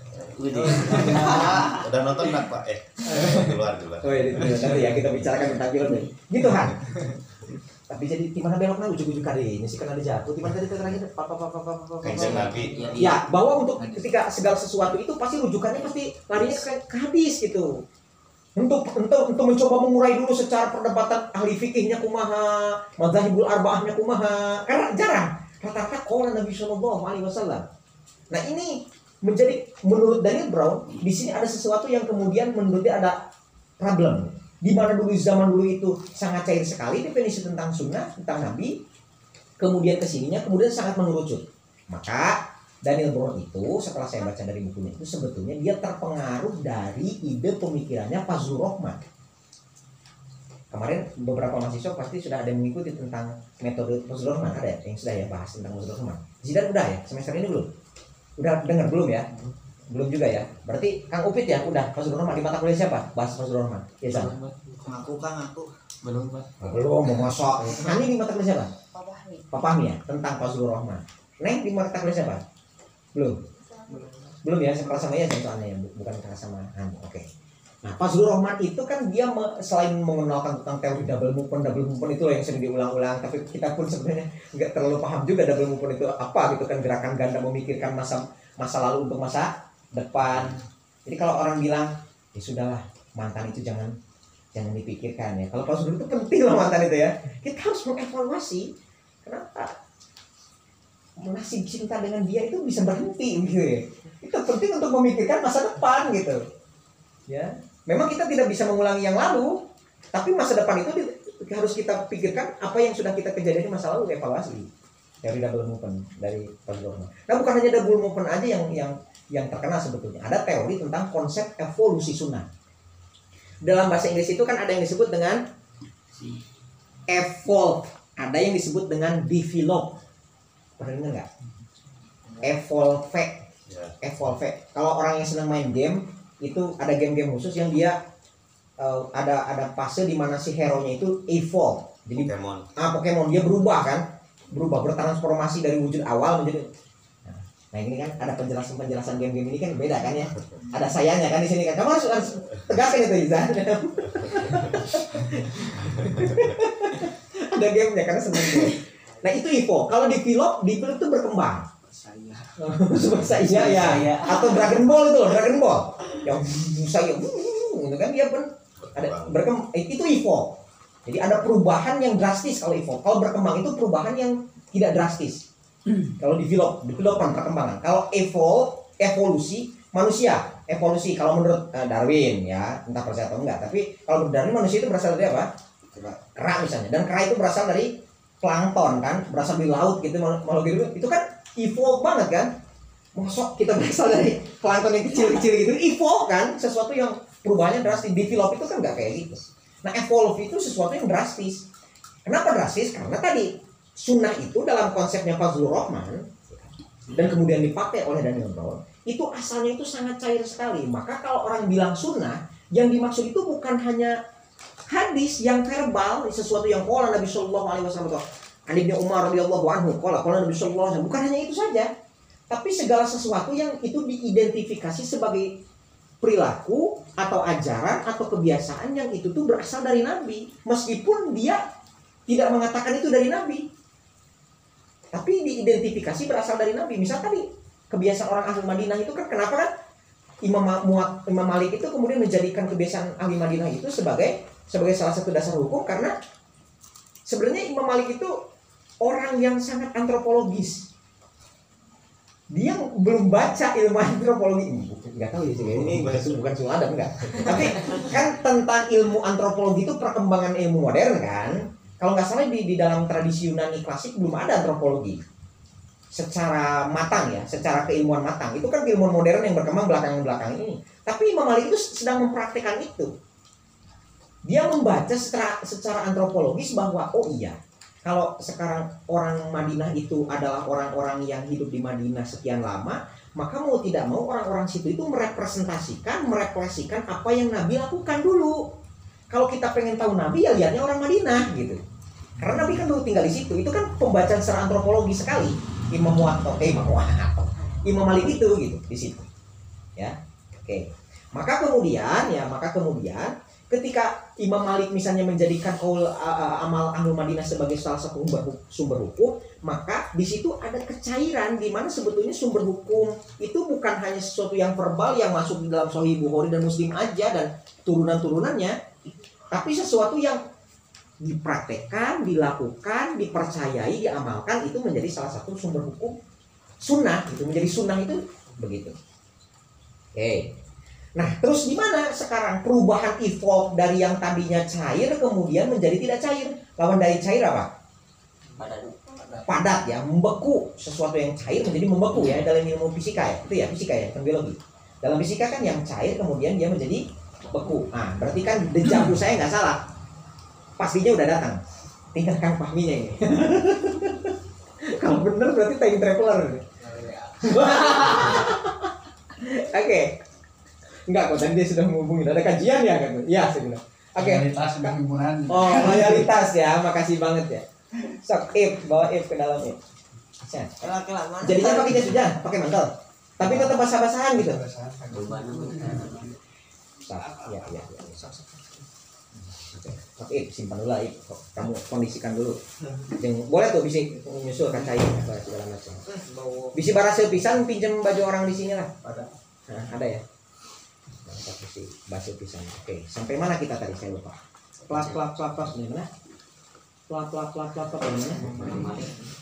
Speaker 2: Udah nonton enggak Pak? Eh, di luar di luar.
Speaker 1: Oh iya, nanti ya kita bicarakan tentang film ini. Gitu Han. Tapi jadi gimana beloknya ujung-ujung kali ini sih karena dia jatuh. Gimana tadi terakhir papa papa papa papa.
Speaker 2: Kanjeng Nabi.
Speaker 1: Ya, bahwa untuk ketika segala sesuatu itu pasti rujukannya pasti larinya ke, ke hadis gitu. Untuk untuk untuk mencoba mengurai dulu secara perdebatan ahli fikihnya kumaha, mazhabul arbaahnya kumaha. Karena jarang Rata-rata qala Nabi Shallallahu Alaihi Wasallam. Nah ini menjadi menurut Daniel Brown di sini ada sesuatu yang kemudian menurut dia ada problem. Di mana dulu zaman dulu itu sangat cair sekali definisi tentang sunnah, tentang Nabi, kemudian kesininya kemudian sangat mengerucut. Maka Daniel Brown itu setelah saya baca dari bukunya itu sebetulnya dia terpengaruh dari ide pemikirannya Fazlur Rahman. Kemarin beberapa mahasiswa pasti sudah ada yang mengikuti tentang metode Fazlur Rahman, ada ya yang sudah ya bahas tentang Fazlur Rahman. Zidan udah ya semester ini belum? Udah dengar belum ya? Belum juga ya. Berarti Kang Upit ya udah Fazlur Rahman di mata kuliah siapa? Bahas Fazlur Rahman. Ya sama.
Speaker 3: Ngaku Kang aku.
Speaker 4: Belum, Pak.
Speaker 1: Belum mau masuk. Ini di mata kuliah siapa?
Speaker 6: Pak Fahmi.
Speaker 1: Pak Fahmi ya tentang Fazlur Rahman. Neng di mata kuliah siapa? Belum. Belum ya, saya kelas sama ya soalnya ya, bukan kelas sama Anu. Oke. Nah, Fazlur Rahman itu kan dia me, selain mengenalkan tentang teori double movement, double movement itu loh yang sering diulang-ulang, tapi kita pun sebenarnya nggak terlalu paham juga double movement itu apa gitu kan, gerakan ganda memikirkan masa masa lalu untuk masa depan. Jadi kalau orang bilang, ya sudahlah, mantan itu jangan jangan dipikirkan ya. Kalau Fazlur itu penting loh mantan itu ya. Kita harus mengevaluasi kenapa nasib cinta dengan dia itu bisa berhenti gitu ya. Itu penting untuk memikirkan masa depan gitu. Ya. Memang kita tidak bisa mengulangi yang lalu, tapi masa depan itu di, harus kita pikirkan apa yang sudah kita kejadian di masa lalu, evaluasi dari double movement dari Fazlur Rahman. Nah, bukan hanya double movement aja yang yang yang terkenal sebetulnya. Ada teori tentang konsep evolusi sunnah. Dalam bahasa Inggris itu kan ada yang disebut dengan evolve, ada yang disebut dengan develop. Pernah dengar nggak? Evolve,
Speaker 2: Ya.
Speaker 1: evolve. Kalau orang yang senang main game itu ada game-game khusus yang dia uh, ada ada fase di mana si hero-nya itu evolve. Jadi
Speaker 2: Pokemon.
Speaker 1: ah Pokemon dia berubah kan? Berubah, bertransformasi dari wujud awal menjadi. Nah, nah ini kan ada penjelasan-penjelasan game-game ini kan beda kan ya? Ada sayanya kan di sini kan. Kamu harus, harus tegasin itu Izan. Ada gamenya karena senang game. Nah itu evolve. Kalau develop, develop itu berkembang.
Speaker 3: Saya.
Speaker 1: Super saya ya, atau Dragon Ball itu loh, Dragon Ball yang saya gitu kan dia pun ada berkembang, itu evolve. Jadi ada perubahan yang drastis kalau evolve. Kalau berkembang itu perubahan yang tidak drastis. Kalau develop, development perkembangan. Kalau evolve, evolusi manusia, evolusi kalau menurut uh, Darwin ya, entah percaya atau enggak, tapi kalau menurut Darwin manusia itu berasal dari apa? Kera misalnya, dan kera itu berasal dari plankton kan, berasal dari laut gitu, makhluk hidup itu kan evolve banget kan. Masuk kita berasal dari plankton yang kecil-kecil gitu, evolve kan, sesuatu yang perubahannya drastis. Develop itu kan nggak kayak gitu. Nah evolve itu sesuatu yang drastis. Kenapa drastis? Karena tadi sunnah itu dalam konsepnya Fazlur Rahman dan kemudian dipakai oleh Daniel Brown itu asalnya itu sangat cair sekali. Maka kalau orang bilang sunnah, yang dimaksud itu bukan hanya hadis yang verbal, sesuatu yang qala Nabi Shallallahu Alaihi Wasallam, Ani bin Umar radhiyallahu anhu qala qala Nabi Shallallahu Alaihi Wasallam, bukan hanya itu saja, tapi segala sesuatu yang itu diidentifikasi sebagai perilaku atau ajaran atau kebiasaan yang itu tuh berasal dari Nabi, meskipun dia tidak mengatakan itu dari Nabi, tapi diidentifikasi berasal dari Nabi. Misal tadi kebiasaan orang ahli Madinah itu kan kenapa kan Imam Muat, Imam Malik itu kemudian menjadikan kebiasaan ahli Madinah itu sebagai sebagai salah satu dasar hukum, karena sebenarnya Imam Malik itu orang yang sangat antropologis. Dia belum baca ilmu antropologi, nggak tahu ya sih ini bukan bukan suladap enggak. Tapi kan tentang ilmu antropologi itu perkembangan ilmu modern kan. Kalau nggak salah di di dalam tradisi Yunani klasik belum ada antropologi secara matang ya, secara keilmuan matang. Itu kan keilmuan modern yang berkembang belakangan-belakangan ini. Tapi Imam Malik itu sedang mempraktikkan itu. Dia membaca secara secara antropologis bahwa oh iya, kalau sekarang orang Madinah itu adalah orang-orang yang hidup di Madinah sekian lama, maka mau tidak mau orang-orang situ itu merepresentasikan, merefleksikan apa yang Nabi lakukan dulu. Kalau kita pengen tahu Nabi ya lihatnya orang Madinah gitu. Karena Nabi kan dulu tinggal di situ. Itu kan pembacaan secara antropologi sekali. Imam Muwatta, eh Imam Muwatta, Imam Malik itu gitu di situ. Ya. Oke. Maka kemudian ya, maka kemudian ketika Imam Malik misalnya menjadikan qaul uh, amal Ahlul Madinah sebagai salah satu sumber, sumber hukum, maka di situ ada kecairan di mana sebetulnya sumber hukum itu bukan hanya sesuatu yang verbal yang masuk di dalam Sahih Bukhari dan Muslim aja dan turunan-turunannya, tapi sesuatu yang dipraktekkan, dilakukan, dipercayai, diamalkan, itu menjadi salah satu sumber hukum sunnah. Itu menjadi sunnah itu begitu. Oke. Nah, terus gimana sekarang perubahan evolve dari yang tadinya cair kemudian menjadi tidak cair? Lawan dari cair apa?
Speaker 5: Padat.
Speaker 1: Padat ya, membeku. Sesuatu yang cair menjadi membeku ya dalam ilmu fisika ya. Itu ya fisika ya, bukan biologi. Dalam fisika kan yang cair kemudian dia menjadi beku. Nah, berarti kan dejavu saya nggak salah. Pastinya udah datang. Tinggal Kang Fahminya ini. Kalau bener berarti time traveler. Oke. Enggak kok, tadi dia sudah menghubungi. Ada kajian ya kan? Iya, saya bilang. Oke.
Speaker 6: Loyalitas dan hiburan.
Speaker 1: Oh, loyalitas ya. Makasih banget ya. Sok if, bawa if ke dalam if.
Speaker 3: Kelamaan.
Speaker 1: Jadinya pakai jas hujan, pakai mantel. Tapi tetap basah-basahan gitu.
Speaker 5: Beban
Speaker 1: Ya, ya, ya. Oke, simpan dulu lah, if. Kamu kondisikan dulu. Yang boleh tuh bisa nyusul kacai apa segala macam. Bisa barase pisan pinjam baju orang di sini lah.
Speaker 3: Ada.
Speaker 1: Nah, ada ya. Mantap sih, basuh pisan. Oke, sampai mana kita tadi saya lupa. Plat plat plat plat di mana? Plat plat plat plat plat di mana?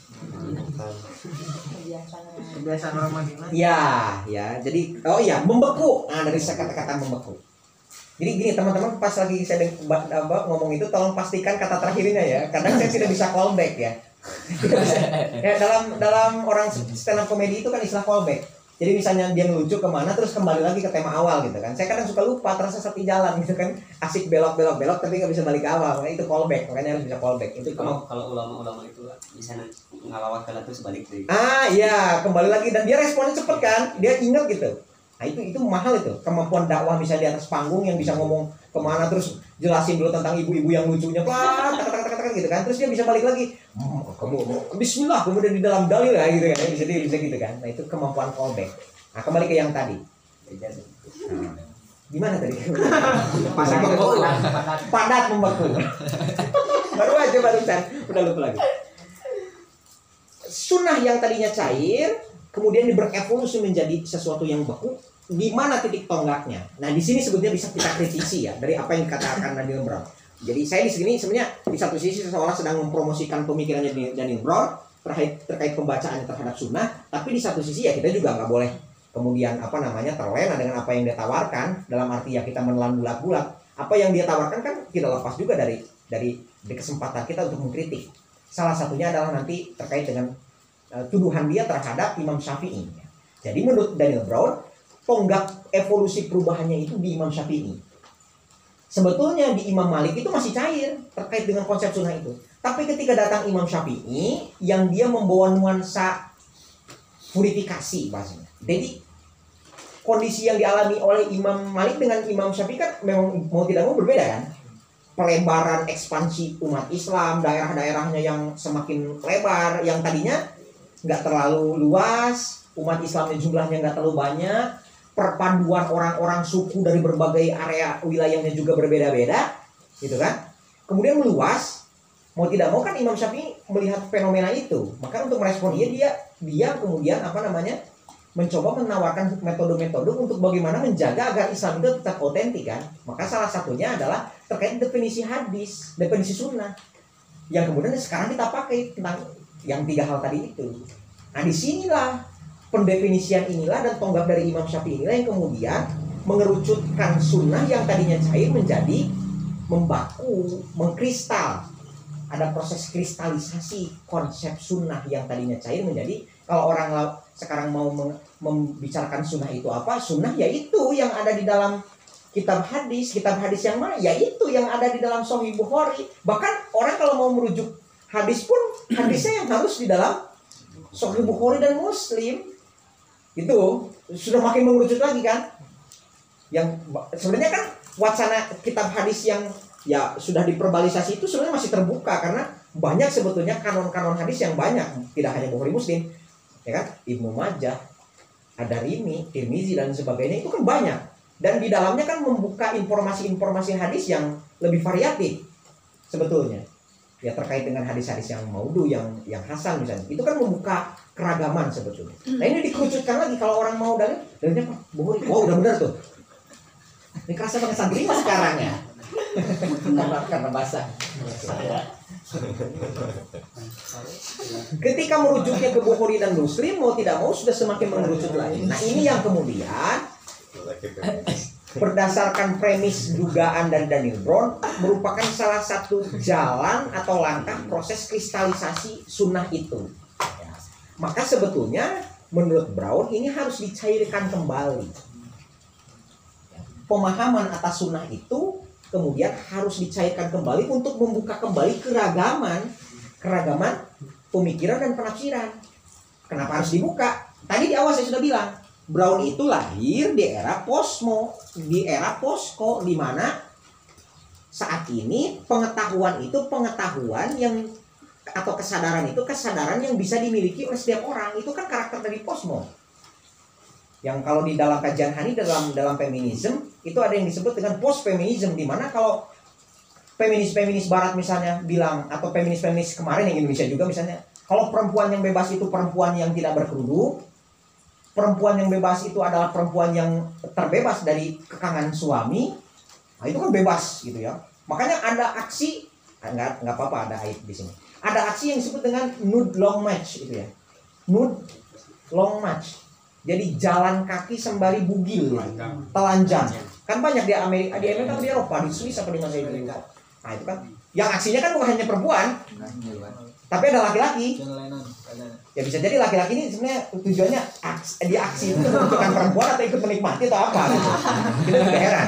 Speaker 3: Kebiasaan orang Madinah.
Speaker 1: Ya, ya. Jadi oh iya, membeku. Nah, dari kata-kata membeku. Jadi gini teman-teman, pas lagi saya deng- ba- ba- ngomong itu tolong pastikan kata terakhirnya ya. Kadang saya tidak bisa callback ya. Tidak bisa. Ya dalam dalam orang stand up comedy itu kan istilah callback. Jadi misalnya dia ngelucu kemana terus kembali lagi ke tema awal gitu kan. Saya kadang suka lupa terasa seperti jalan gitu kan. Asik belok belok belok tapi nggak bisa balik ke awal. Makanya itu callback. Makanya harus bisa callback. Itu
Speaker 5: Kalau
Speaker 1: kemamp-
Speaker 5: kalau ulama-ulama itu bisa ngalawat kalau itu sebalik deh.
Speaker 1: Ah iya, kembali lagi dan dia responnya cepet kan. Dia ingat gitu. Nah itu itu mahal itu kemampuan dakwah misalnya di atas panggung yang bisa ngomong kemana terus jelasin dulu tentang ibu-ibu yang lucunya plat tak tak tak tak gitu kan terus dia bisa balik lagi hmm, kamu Bismillah kemudian di dalam dalil ya gitu kan bisa dia bisa gitu kan. Nah itu kemampuan callback. Nah kembali ke yang tadi. Nah, gimana tadi?
Speaker 3: Padat membeku.
Speaker 1: Padat membeku. Baru aja barusan udah lupa lagi. Sunnah yang tadinya cair kemudian berevolusi menjadi sesuatu yang beku. Di mana titik tonggaknya? Nah, di sini sebetulnya bisa kita kritisi ya dari apa yang dikatakan Daniel Brown. Jadi saya di sini sebenarnya di satu sisi seseorang sedang mempromosikan pemikirannya Daniel Brown terkait terkait pembacaannya terhadap sunnah, tapi di satu sisi ya kita juga nggak boleh kemudian apa namanya terlena dengan apa yang dia tawarkan dalam arti ya kita menelan bulat-bulat. Apa yang dia tawarkan kan tidak lepas juga dari dari, dari kesempatan kita untuk mengkritik. Salah satunya adalah nanti terkait dengan uh, tuduhan dia terhadap Imam Syafi'i. Jadi menurut Daniel Brown tonggak evolusi perubahannya itu di Imam Syafi'i. Sebetulnya di Imam Malik itu masih cair terkait dengan konsep sunnah itu. Tapi ketika datang Imam Syafi'i yang dia membawa nuansa purifikasi bahasanya. Jadi kondisi yang dialami oleh Imam Malik dengan Imam Syafi'i kan memang mau tidak mau berbeda kan. Pelebaran ekspansi umat Islam, daerah-daerahnya yang semakin lebar, yang tadinya nggak terlalu luas, umat Islamnya jumlahnya nggak terlalu banyak. Perpaduan orang-orang suku dari berbagai area wilayahnya juga berbeda-beda, gitu kan? Kemudian meluas, mau tidak mau kan Imam Syafi'i melihat fenomena itu, maka untuk merespon dia dia dia kemudian apa namanya mencoba menawarkan metode-metode untuk bagaimana menjaga agar Islam itu tetap otentik kan? Maka salah satunya adalah terkait definisi hadis, definisi sunnah, yang kemudian sekarang kita pakai tentang yang tiga hal tadi itu. Nah disinilah pendefinisian inilah dan tonggak dari Imam Syafi'i inilah yang kemudian mengerucutkan sunnah yang tadinya cair menjadi membaku, mengkristal. Ada proses kristalisasi konsep sunnah yang tadinya cair menjadi kalau orang sekarang mau membicarakan sunnah itu apa? Sunnah yaitu yang ada di dalam kitab hadis. Kitab hadis yang mana? Yaitu yang ada di dalam Sahih Bukhari. Bahkan orang kalau mau merujuk hadis pun hadisnya yang harus di dalam Sahih Bukhari dan Muslim. Itu sudah makin mengerucut lagi kan, yang sebenarnya kan wacana kitab hadis yang ya sudah diperbalisasi itu sebenarnya masih terbuka karena banyak sebetulnya kanon-kanon hadis yang banyak, tidak hanya Bukhari Muslim ya kan, Ibnu Majah, Ad-Darimi, Tirmizi dan sebagainya itu kan banyak dan di dalamnya kan membuka informasi-informasi hadis yang lebih variatif sebetulnya ya terkait dengan hadis-hadis yang maudhu, yang yang hasan misalnya, itu kan membuka keragaman sebetulnya. Nah ini dikerucutkan lagi kalau orang mau dalil, dalilnya apa? Bukhari. Wow udah benar tuh. Ini kerasa pakai santri mas sekarang ya. karena karena basah. Ketika merujuknya ke Bukhari dan Muslim, mau tidak mau sudah semakin mengerucut lagi. Nah ini yang kemudian berdasarkan premis dugaan dari Daniel Brown merupakan salah satu jalan atau langkah proses kristalisasi sunnah itu. Maka sebetulnya menurut Brown ini harus dicairkan kembali. Pemahaman atas sunnah itu kemudian harus dicairkan kembali untuk membuka kembali keragaman keragaman pemikiran dan penafsiran. Kenapa harus dibuka? Tadi di awal saya sudah bilang, Brown itu lahir di era posmo, di era posko, di mana saat ini pengetahuan itu pengetahuan yang atau kesadaran itu kesadaran yang bisa dimiliki oleh setiap orang. Itu kan karakter dari posmo. Yang kalau di dalam kajian Hani dalam dalam feminisme itu ada yang disebut dengan post feminism, di mana kalau feminis-feminis barat misalnya bilang, atau feminis-feminis kemarin yang Indonesia juga misalnya, kalau perempuan yang bebas itu perempuan yang tidak berkerudung, perempuan yang bebas itu adalah perempuan yang terbebas dari kekangan suami, nah itu kan bebas gitu ya. Makanya ada aksi, enggak enggak apa-apa ada aib di sini. Ada aksi yang disebut dengan nude long march itu ya. Nude long march. Jadi jalan kaki sembari bugil, telanjang. Kan banyak di Amerika, di Amerika atau di Eropa, di Swiss apa di mana itu. Nah itu kan, yang aksinya kan bukan hanya perempuan, tapi ada laki-laki. Ya bisa jadi laki-laki ini sebenarnya tujuannya aksi, dia aksi itu menentukan perempuan atau ikut menikmati atau apa. Gitu. Kita juga heran.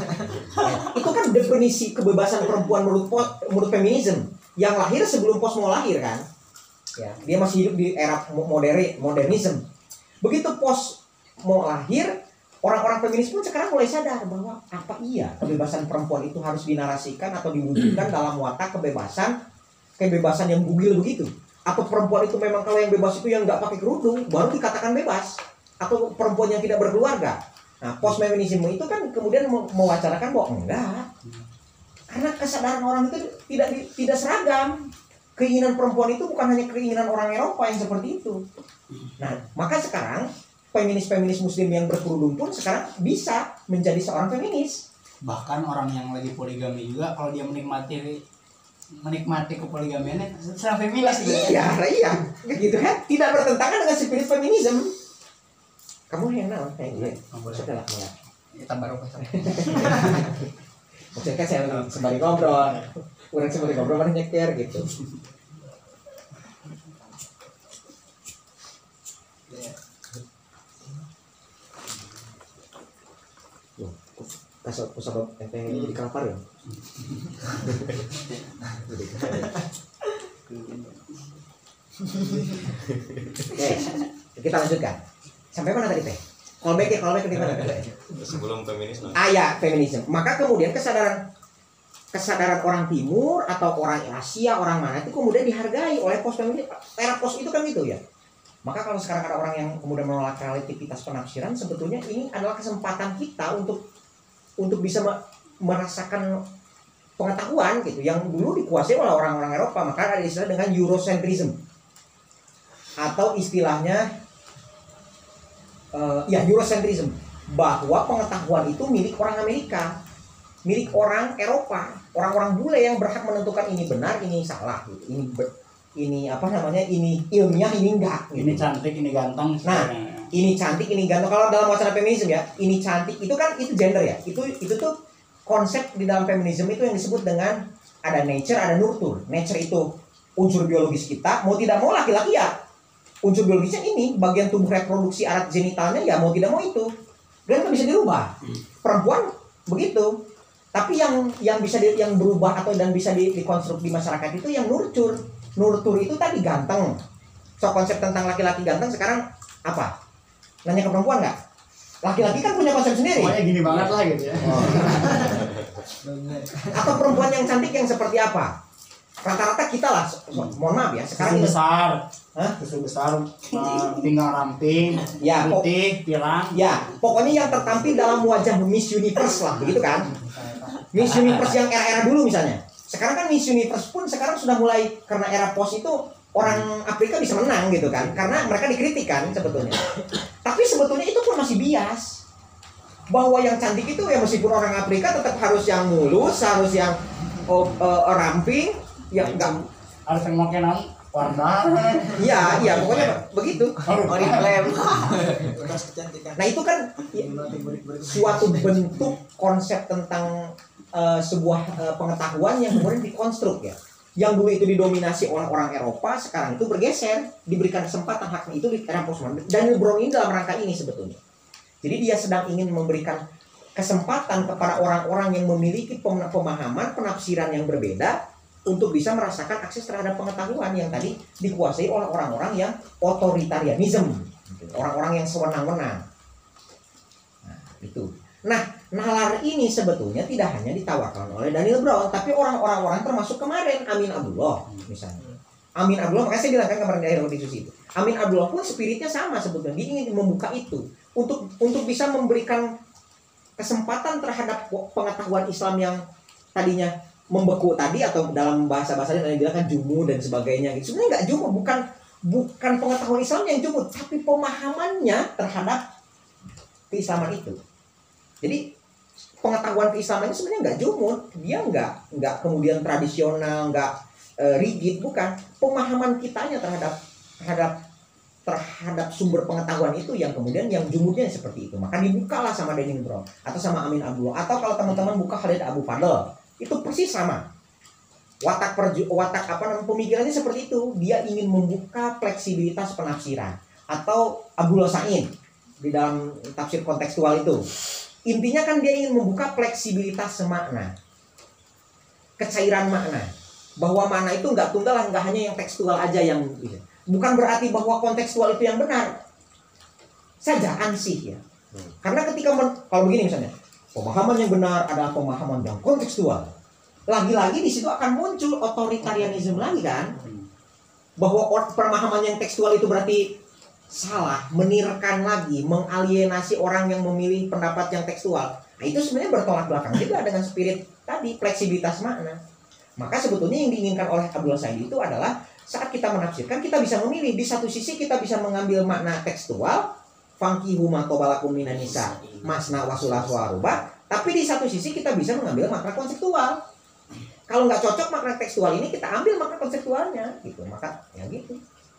Speaker 1: Itu kan definisi kebebasan perempuan menurut menurut feminisme yang lahir sebelum post mau lahir kan. Ya, dia masih hidup di era modern modernisme. Begitu pos mau lahir, orang-orang feminis pun sekarang mulai sadar bahwa apa iya kebebasan perempuan itu harus dinarasikan atau diwujudkan dalam watak kebebasan kebebasan yang bugil begitu. Atau perempuan itu memang kalau yang bebas itu yang nggak pakai kerudung baru dikatakan bebas, atau perempuan yang tidak berkeluarga. Nah, post feminisme itu kan kemudian mewacanakan bahwa enggak, karena kesadaran orang itu tidak tidak seragam. Keinginan perempuan itu bukan hanya keinginan orang Eropa yang seperti itu. Nah, maka sekarang feminis-feminis muslim yang berkerudung pun sekarang bisa menjadi seorang feminis.
Speaker 6: Bahkan orang yang lagi poligami juga kalau dia menikmati menikmati kepoligamiannya serang feminis gitu.
Speaker 1: Iya, iya. Gitu kan? Tidak bertentangan dengan spirit feminisme. Kamu enak kayak gitu. Setelah melihat.
Speaker 6: Kita baru pasang.
Speaker 1: Maksudnya saya lagi sembari ngobrol. Orang sembari ngobrol mana nyeker gitu. Kasih pusat enteng ini jadi kalapar ya. Oke, kita lanjutkan. Sampai mana tadi teh? Callback ya, callback ke mana?
Speaker 2: Sebelum feminis. Nah.
Speaker 1: Ah ya, feminisme. Maka kemudian kesadaran kesadaran orang timur atau orang Asia, orang mana itu kemudian dihargai oleh post feminis. Era post itu kan gitu ya. Maka kalau sekarang ada orang yang kemudian menolak relativitas penafsiran, sebetulnya ini adalah kesempatan kita untuk untuk bisa merasakan pengetahuan gitu yang dulu dikuasai oleh orang-orang Eropa. Maka ada istilah dengan Eurocentrism atau istilahnya uh, ya Eurocentrism, bahwa pengetahuan itu milik orang Amerika, milik orang Eropa, orang-orang bule yang berhak menentukan ini benar, ini salah gitu. Ini ber- ini apa namanya, ini ilmiah, ini enggak gitu.
Speaker 6: Ini cantik, ini ganteng.
Speaker 1: Nah, ini cantik, ini ganteng. Kalau dalam wacana feminisme ya, ini cantik itu kan itu gender ya. Itu itu tuh konsep di dalam feminisme itu yang disebut dengan ada nature, ada nurture. Nature itu unsur biologis kita, mau tidak mau laki-laki ya. Unsur biologisnya ini, bagian tubuh reproduksi alat genitalnya ya mau tidak mau itu. Dan itu bisa dirubah. Perempuan begitu. Tapi yang yang bisa di, yang berubah atau dan bisa di, dikonstruk di masyarakat itu yang nurture. Nurture itu tadi ganteng. So konsep tentang laki-laki ganteng sekarang apa? Nanya ke perempuan nggak? Laki-laki kan punya konsep sendiri.
Speaker 6: Pokoknya gini banget lah gitu ya.
Speaker 1: Oh. Atau perempuan yang cantik yang seperti apa? Rata-rata kita lah, so, mohon maaf ya. Sekarang
Speaker 6: Susu besar,
Speaker 1: Hah?
Speaker 6: susu besar, uh, pinggang ramping,
Speaker 1: Ya,
Speaker 6: putih, pirang.
Speaker 1: Ya, pokoknya yang tertampil dalam wajah Miss Universe lah, begitu kan? Miss Universe yang era-era dulu misalnya. Sekarang kan Miss Universe pun sekarang sudah mulai, karena era pos itu orang Afrika bisa menang gitu kan, karena mereka dikritik kan sebetulnya. Tapi sebetulnya itu pun masih bias. bahwa yang cantik itu ya meskipun orang Afrika tetap harus yang mulus, harus yang oh, uh, ramping, yang enggak
Speaker 6: harus yang makin warna.
Speaker 1: Iya, iya pokoknya begitu.
Speaker 3: Oriflame. Bekas kecantikan.
Speaker 1: Nah itu kan ya, suatu bentuk konsep tentang uh, sebuah uh, pengetahuan yang kemudian dikonstruk ya. Yang dulu itu didominasi oleh orang Eropa, sekarang itu bergeser, diberikan kesempatan haknya itu di era postmodern. Daniel Brown ini dalam rangka ini sebetulnya. Jadi dia sedang ingin memberikan kesempatan kepada orang-orang yang memiliki pemahaman, penafsiran yang berbeda untuk bisa merasakan akses terhadap pengetahuan yang tadi dikuasai oleh orang-orang yang otoritarianisme, orang-orang yang sewenang-wenang. Nah, itu. Nah, nalar ini sebetulnya tidak hanya ditawarkan oleh Daniel Brown, tapi orang-orang termasuk kemarin Amin Abdullah misalnya. Amin Abdullah, makanya saya bilang kan kemarin di akhir diskusi itu. Amin Abdullah pun spiritnya sama sebetulnya. Dia ingin membuka itu untuk untuk bisa memberikan kesempatan terhadap pengetahuan Islam yang tadinya membeku tadi, atau dalam bahasa-bahasa yang bilang kan jumu dan sebagainya gitu. Sebenarnya nggak jumu, bukan bukan pengetahuan Islam yang jumu, tapi pemahamannya terhadap keislaman itu. Jadi pengetahuan keislaman itu sebenarnya nggak jumu, dia nggak nggak kemudian tradisional, nggak e, rigid, bukan. Pemahaman kitanya terhadap terhadap terhadap sumber pengetahuan itu yang kemudian yang jumudnya seperti itu. Maka dibukalah sama Daniel Brown atau sama Amin Abdullah, atau kalau teman-teman buka Khalid Abu Fadl, itu persis sama. Watak perju, watak apa namanya pemikirannya seperti itu. Dia ingin membuka fleksibilitas penafsiran. Atau Abdullah Sa'id di dalam tafsir kontekstual itu. Intinya kan dia ingin membuka fleksibilitas semakna, kecairan makna. Bahwa makna itu nggak tunggal, nggak hanya yang tekstual aja yang bukan berarti bahwa kontekstual itu yang benar. Saja ansih ya. Karena ketika men, kalau begini misalnya, pemahaman yang benar adalah pemahaman yang kontekstual. Lagi-lagi di situ akan muncul otoritarianisme lagi kan? Bahwa pemahaman yang tekstual itu berarti salah, menirkan lagi, mengalienasi orang yang memilih pendapat yang tekstual. Nah itu sebenarnya bertolak belakang juga dengan spirit tadi, fleksibilitas makna. Maka sebetulnya yang diinginkan oleh Abdullah Sa'id itu adalah saat kita menafsirkan, kita bisa memilih. Di satu sisi kita bisa mengambil makna tekstual, fankihu ma qabalakum minan nisa masna wasulah suaruba, tapi di satu sisi kita bisa mengambil makna konseptual. Kalau nggak cocok makna tekstual ini, kita ambil makna konseptualnya gitu. Maka ya gitu.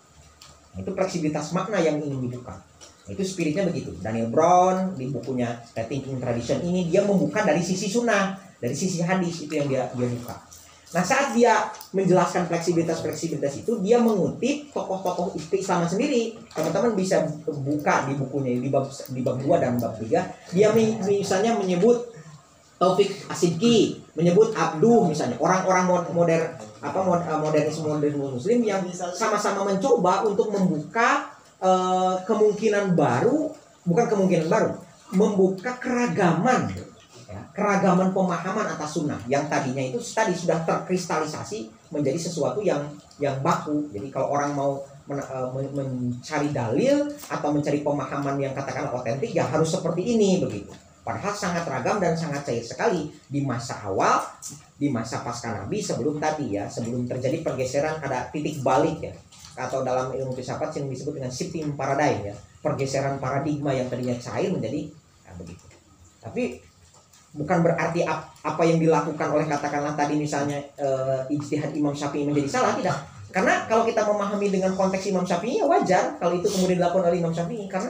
Speaker 1: Nah, itu fleksibilitas makna yang ingin dibuka. Nah, itu spiritnya begitu. Daniel Brown di bukunya The Thinking Tradition ini dia membuka dari sisi sunnah, dari sisi hadis, itu yang dia dia buka. Nah, saat dia menjelaskan fleksibilitas-fleksibilitas itu, dia mengutip tokoh-tokoh Islam sendiri. Teman-teman bisa buka di bukunya di bab di bab dua dan bab tiga. Dia misalnya menyebut Taufik As-Sidki, menyebut Abduh misalnya, orang-orang modern apa modernisme modernisme muslim yang sama-sama mencoba untuk membuka uh, kemungkinan baru, bukan kemungkinan baru, membuka keragaman ya, keragaman pemahaman atas sunnah yang tadinya itu tadi sudah terkristalisasi menjadi sesuatu yang yang baku. Jadi kalau orang mau men, uh, men, mencari dalil atau mencari pemahaman yang katakanlah otentik, ya harus seperti ini begitu. Padahal sangat ragam dan sangat cair sekali di masa awal, di masa pasca Nabi, sebelum tadi ya, sebelum terjadi pergeseran, ada titik balik ya, atau dalam ilmu filsafat yang disebut dengan shifting paradigm ya, pergeseran paradigma yang tadinya cair menjadi ya, begitu. Tapi bukan berarti ap, apa yang dilakukan oleh katakanlah tadi misalnya uh, ijtihad Imam Syafi'i menjadi salah, tidak. Karena kalau kita memahami dengan konteks Imam Syafi'i ya wajar kalau itu kemudian dilakukan oleh Imam Syafi'i, karena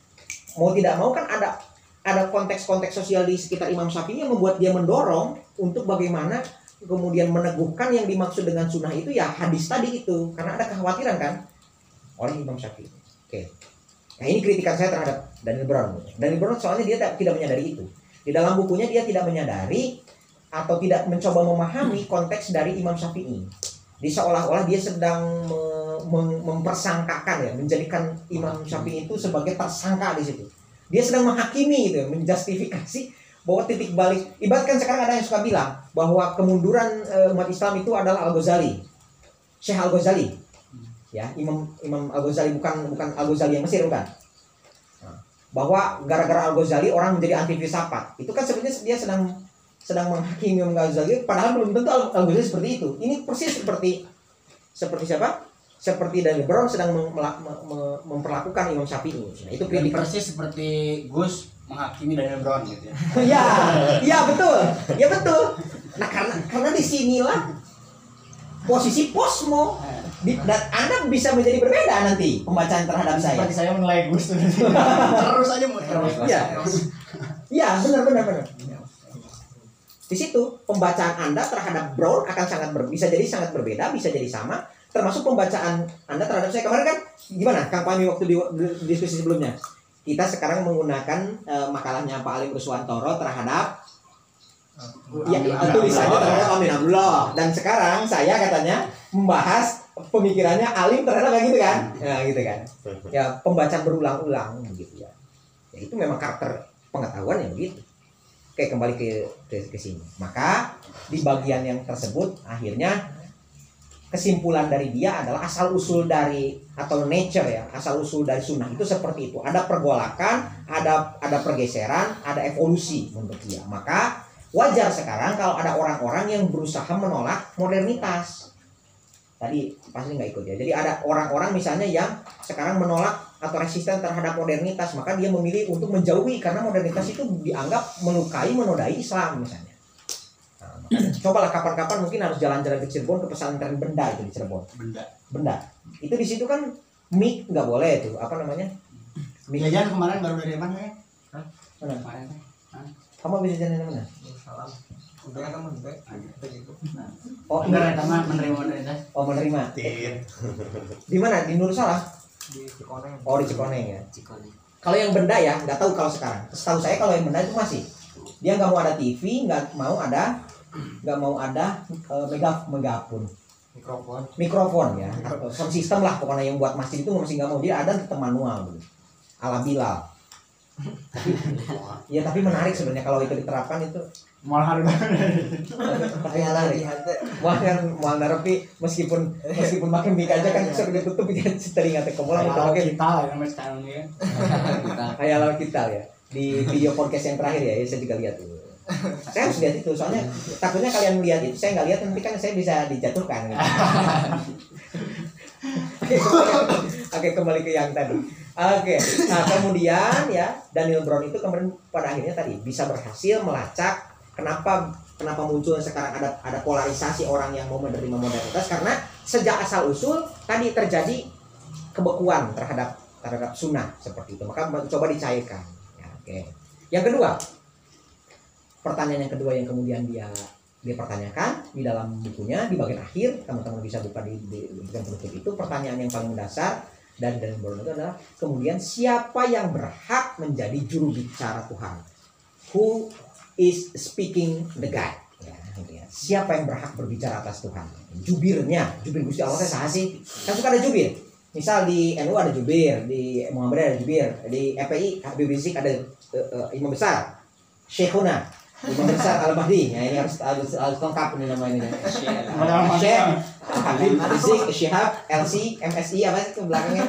Speaker 1: mau tidak mau kan ada ada konteks-konteks sosial di sekitar Imam Syafi'i yang membuat dia mendorong untuk bagaimana kemudian meneguhkan yang dimaksud dengan sunnah itu ya hadis tadi itu, karena ada kekhawatiran kan oleh Imam Syafi'i. Oke. Nah ini kritikan saya terhadap Daniel Brown. Daniel Brown soalnya dia tidak menyadari itu. Di dalam bukunya dia tidak menyadari atau tidak mencoba memahami konteks dari Imam Syafi'i. Di seolah-olah dia sedang me- mem- mempersangkakan ya, menjadikan Imam Syafi'i itu sebagai tersangka di situ. Dia sedang menghakimi gitu, menjustifikasi bahwa titik balik. Ibaratkan sekarang ada yang suka bilang bahwa kemunduran uh, umat Islam itu adalah Al-Ghazali, Syekh Al-Ghazali, ya Imam Imam Al-Ghazali, bukan bukan Al-Ghazali yang Mesir bukan. Nah, bahwa gara-gara Al-Ghazali orang menjadi anti filsafat. Itu kan sebenarnya dia sedang sedang menghakimi Imam Al-Ghazali, padahal belum tentu Al-Ghazali seperti itu. Ini persis seperti seperti siapa? Seperti Daniel Brown sedang mem- mem- mem- memperlakukan Imam Syafi'i. Nah, itu kritik
Speaker 6: persis seperti Gus menghakimi Daniel Brown gitu ya.
Speaker 1: Ya, ya betul, ya betul. Nah karena karena di sinilah posisi posmo di, dan Anda bisa menjadi berbeda nanti pembacaan terhadap saya.
Speaker 6: Seperti saya menilai Gus terus aja mau terus.
Speaker 1: Iya, iya benar benar benar. Di situ pembacaan Anda terhadap Brown akan sangat ber, bisa jadi sangat berbeda, bisa jadi sama. Termasuk pembacaan Anda terhadap saya kemarin kan gimana Kang Pami waktu di, di diskusi sebelumnya. Kita sekarang menggunakan uh, makalahnya Pak Alim Ruswantoro terhadap ya, tulisannya terhadap Amin Abdullah. Dan sekarang saya katanya membahas pemikirannya Alim terhadap yang gitu kan, ya gitu kan. Ya pembacaan berulang-ulang gitu ya. Ya itu memang karakter pengetahuan yang begitu. Oke kembali ke, ke ke sini. Maka di bagian yang tersebut akhirnya kesimpulan dari dia adalah asal usul dari atau nature ya, asal usul dari sunnah itu seperti itu. Ada pergolakan, ada ada pergeseran, ada evolusi menurut dia. Maka wajar sekarang kalau ada orang-orang yang berusaha menolak modernitas. Tadi pasti nggak ikut ya. Jadi ada orang-orang misalnya yang sekarang menolak atau resisten terhadap modernitas, maka dia memilih untuk menjauhi karena modernitas itu dianggap melukai, menodai Islam misalnya. Cobalah kapan-kapan mungkin harus jalan-jalan ke Cirebon ke pesantren Benda itu di Cirebon.
Speaker 6: Benda.
Speaker 1: Benda. Itu di situ kan mik nggak boleh itu apa namanya? Mik.
Speaker 6: Jajan kemarin baru dari mana ya?
Speaker 1: Hah? Mana?
Speaker 6: Kemarin.
Speaker 1: Kamu bisa jalan mana?
Speaker 3: Salam. Udah kan teman gue. Begitu.
Speaker 1: Oh,
Speaker 6: enggak ada teman menerima modernitas.
Speaker 1: Oh, menerima.
Speaker 2: Tin.
Speaker 1: Di mana? Di Nur Salah?
Speaker 3: Di Cikoneng.
Speaker 1: Oh, di Cikoneng ya.
Speaker 5: Cikoneng.
Speaker 1: Kalau yang Benda ya, nggak tahu kalau sekarang. Setahu saya kalau yang Benda itu masih. Dia nggak mau ada T V, nggak mau ada nggak mau ada uh, mega megapun
Speaker 3: Mikrofon.
Speaker 1: mikrofon ya sound system lah pokoknya yang buat masjid itu masih nggak mau, dia ada tetap manual gitu. Ala Bilal. Tapi ya tapi menarik sebenarnya kalau itu diterapkan itu
Speaker 6: Malah harga.
Speaker 1: tapi menarik wah kan mau narepi meskipun meskipun pakai mic aja kan bisa ditutup ya telinga teh kemulan itu
Speaker 6: Kalau
Speaker 1: pakai
Speaker 6: kita lah yang namanya sekarang ya.
Speaker 1: khayal kita ya di video podcast yang terakhir ya, ya saya juga lihat tuh. Saya harus lihat itu soalnya takutnya kalian lihat itu saya nggak lihat nanti kan saya bisa dijatuhkan gitu. Oke, kembali, oke kembali ke yang tadi. Oke, nah kemudian ya Daniel Brown itu kemudian pada akhirnya tadi bisa berhasil melacak kenapa kenapa muncul sekarang ada ada polarisasi orang yang mau menerima modernitas karena sejak asal usul tadi terjadi kebekuan terhadap terhadap sunnah seperti itu, maka coba dicairkan. Ya, oke. Yang kedua. Pertanyaan yang kedua yang kemudian dia dia pertanyakan di dalam bukunya di bagian akhir, teman-teman bisa buka di, di, di bagian penutup itu, pertanyaan yang paling mendasar dan dan Brown itu adalah kemudian siapa yang berhak menjadi juru bicara Tuhan? Who is speaking the God? Ya, gitu ya. Siapa yang berhak berbicara atas Tuhan? Jubirnya, jubir Gusti Allah saya sih. Kan suka ada jubir. Misal di N U ada jubir, di Muhammadiyah ada jubir, di F P I Habib Rizik ada uh, uh, imam besar, Syekhuna. Imam besar Al-Mahdi, ya ini harus harus, harus lengkap ini namanya. Syekh Habib Rizik Syihab L C M S I apa sih ke belakangnya?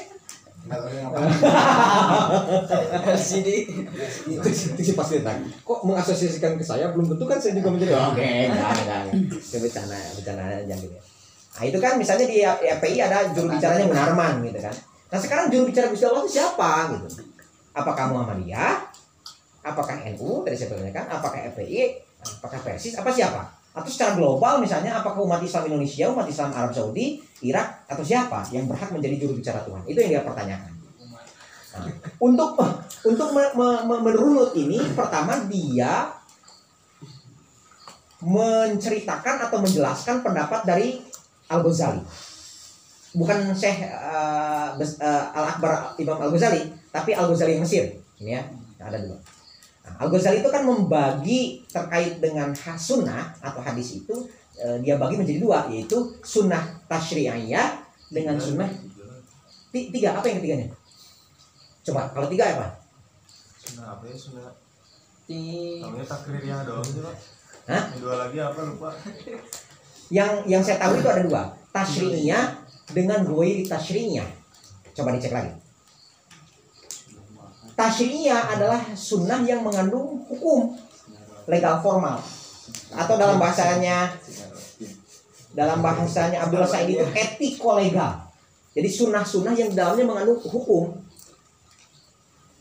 Speaker 3: L C D.
Speaker 1: Itu sih pasti tadi. Kok mengasosiasikan ke saya belum tentu kan saya juga menjadi. Oke, enggak enggak. Itu bercanda bercanda aja gitu ya. Nah, itu kan misalnya di F P I ada juru bicaranya Munarman gitu kan. Nah, sekarang juru bicara Gusti Allah itu siapa gitu? Apakah Muhammadiyah? Apakah N U tadi saya tanyakan, apakah F P I, apakah Persis, apa siapa? Atau secara global misalnya apakah umat Islam Indonesia, umat Islam Arab Saudi, Irak atau siapa yang berhak menjadi juru bicara Tuhan? Itu yang dia pertanyakan. Nah, untuk untuk me, me, me, menurut ini pertama dia menceritakan atau menjelaskan pendapat dari Al-Ghazali. Bukan Syekh uh, uh, Al-Akbar Imam Al-Ghazali, tapi Al-Ghazali Mesir. Ini ya, ada dua. Nah, Al-Ghazali itu kan membagi terkait dengan sunnah atau hadis itu eh, dia bagi menjadi dua, yaitu sunnah tasyri'iyah dengan sunnah tiga. Apa yang ketiganya? Coba kalau tiga apa?
Speaker 2: Sunnah apa ya? Sunnah
Speaker 3: Di
Speaker 2: namanya takririyah doang sih Pak.
Speaker 1: Hah?
Speaker 2: Yang dua lagi apa lupa?
Speaker 1: Yang yang saya tahu itu ada dua, tasyri'iyah dengan ghairi tasyri'iyah. Coba dicek lagi. Tasyri'iyah adalah sunnah yang mengandung hukum legal formal, atau dalam bahasanya dalam bahasanya Abdullah Said itu etiko legal. Jadi sunnah-sunnah yang dalamnya mengandung hukum.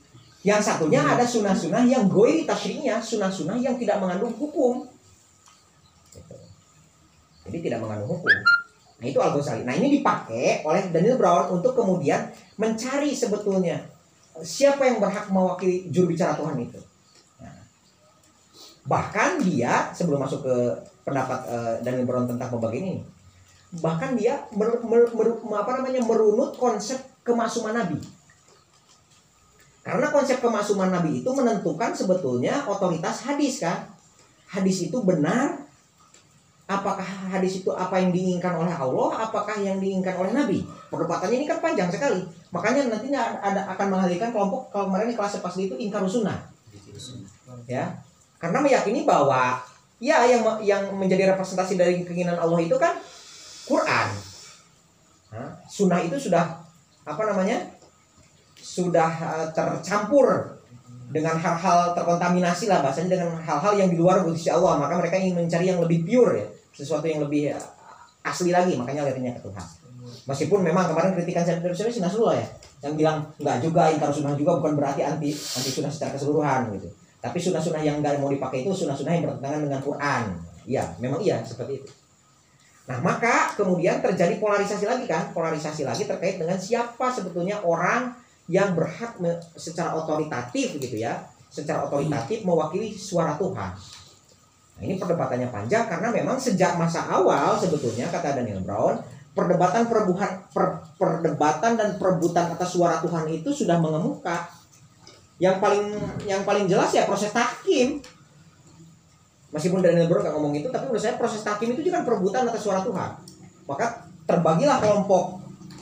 Speaker 1: Yang satunya ada sunnah-sunnah yang goiri tasyri'nya, sunnah-sunnah yang tidak mengandung hukum. Gitu. Jadi tidak mengandung hukum. Nah itu Al-Ghazali. Nah ini dipakai oleh Daniel Brown untuk kemudian mencari sebetulnya siapa yang berhak mewakili juru bicara Tuhan itu. Nah, bahkan dia sebelum masuk ke pendapat uh, Daniel Brown tentang pembagian ini, bahkan dia mer, mer, mer, apa namanya merunut konsep kemasuman Nabi. Karena konsep kemasuman Nabi itu menentukan sebetulnya otoritas hadis kan. Hadis itu benar. Apakah hadis itu apa yang diinginkan oleh Allah, apakah yang diinginkan oleh Nabi? Perdebatannya ini kan panjang sekali. Makanya nantinya ada akan menghadirkan kelompok kalau kemarin di kelas pas itu ingkar sunnah. Ya. Karena meyakini bahwa ya yang yang menjadi representasi dari keinginan Allah itu kan Quran. Nah, sunnah itu sudah apa namanya? Sudah uh, tercampur dengan hal-hal terkontaminasi lah bahasanya, dengan hal-hal yang di luar Gusti Allah. Maka mereka ingin mencari yang lebih pure ya, sesuatu yang lebih uh, asli lagi, makanya larinya ke Tuhan. Meskipun memang kemarin kritikan saya dari si Nasrullah ya, yang bilang enggak juga ingkar sunnah juga bukan berarti anti anti sunnah secara keseluruhan gitu. Tapi sunnah-sunnah yang enggak mau dipakai itu sunnah-sunnah yang bertentangan dengan Quran. Iya, memang iya seperti itu. Nah, maka kemudian terjadi polarisasi lagi kan, polarisasi lagi terkait dengan siapa sebetulnya orang yang berhak me, secara otoritatif gitu ya, secara otoritatif mewakili suara Tuhan. Nah, ini perdebatannya panjang karena memang sejak masa awal sebetulnya kata Daniel Brown, perdebatan perebuhan per, perdebatan dan perebutan atas suara Tuhan itu sudah mengemuka. Yang paling yang paling jelas ya proses tahkim. Meskipun Daniel Brown nggak ngomong itu, tapi menurut saya proses tahkim itu juga kan perebutan atas suara Tuhan. Maka terbagilah kelompok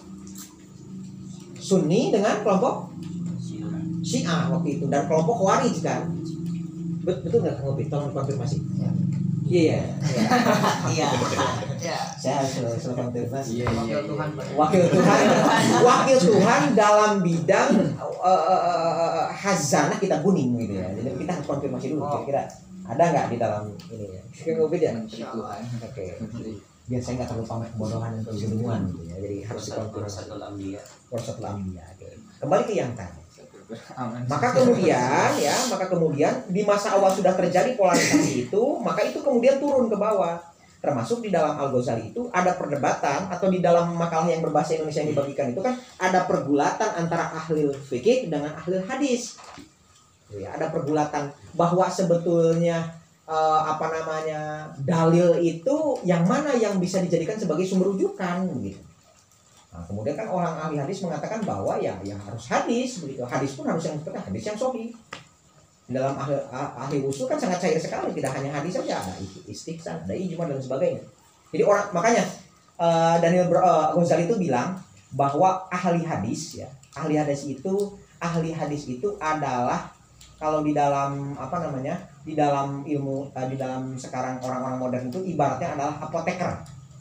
Speaker 1: Sunni dengan kelompok Syiah waktu itu dan kelompok Khawarij kan. Betul nggak Kang Obi? Tolong konfirmasi. Iya.
Speaker 5: Iya.
Speaker 3: Ya.
Speaker 1: Saya harus selalu konfirmasi.
Speaker 3: Wakil Tuhan.
Speaker 1: Wakil Tuhan, wakil Tuhan dalam bidang uh, uh, uh, hazanah kitab kuning gitu ya. Jadi kita harus konfirmasi dulu kira-kira ada nggak di dalam ini ya. Kang Obi ya. Oke. Biar saya nggak terlalu pamer kebodohan dan kegedungan gitu ya. Jadi harus dikonfirmasi. Warsatul Anbiya. Kembali ke yang tadi. Maka kemudian ya, maka kemudian di masa awal sudah terjadi polarisasi itu, maka itu kemudian turun ke bawah. Termasuk di dalam Al-Ghazali itu ada perdebatan atau di dalam makalah yang berbahasa Indonesia yang dibagikan itu kan ada pergulatan antara ahli fikih dengan ahli hadis. Ya, ada pergulatan bahwa sebetulnya eh, apa namanya dalil itu yang mana yang bisa dijadikan sebagai sumber rujukan gitu. Nah, kemudian kan orang ahli hadis mengatakan bahwa ya yang harus hadis begitu. Hadis pun harus yang seperti hadis yang sahih. Dalam ahli, ahli usul kan sangat cair sekali, tidak hanya hadis saja, ada istihsan, ada ijma dan sebagainya. Jadi orang makanya uh, Daniel uh, Ghazali itu bilang bahwa ahli hadis ya, ahli hadis itu ahli hadis itu adalah kalau di dalam apa namanya? Di dalam ilmu uh, di dalam sekarang orang-orang modern itu ibaratnya adalah apoteker.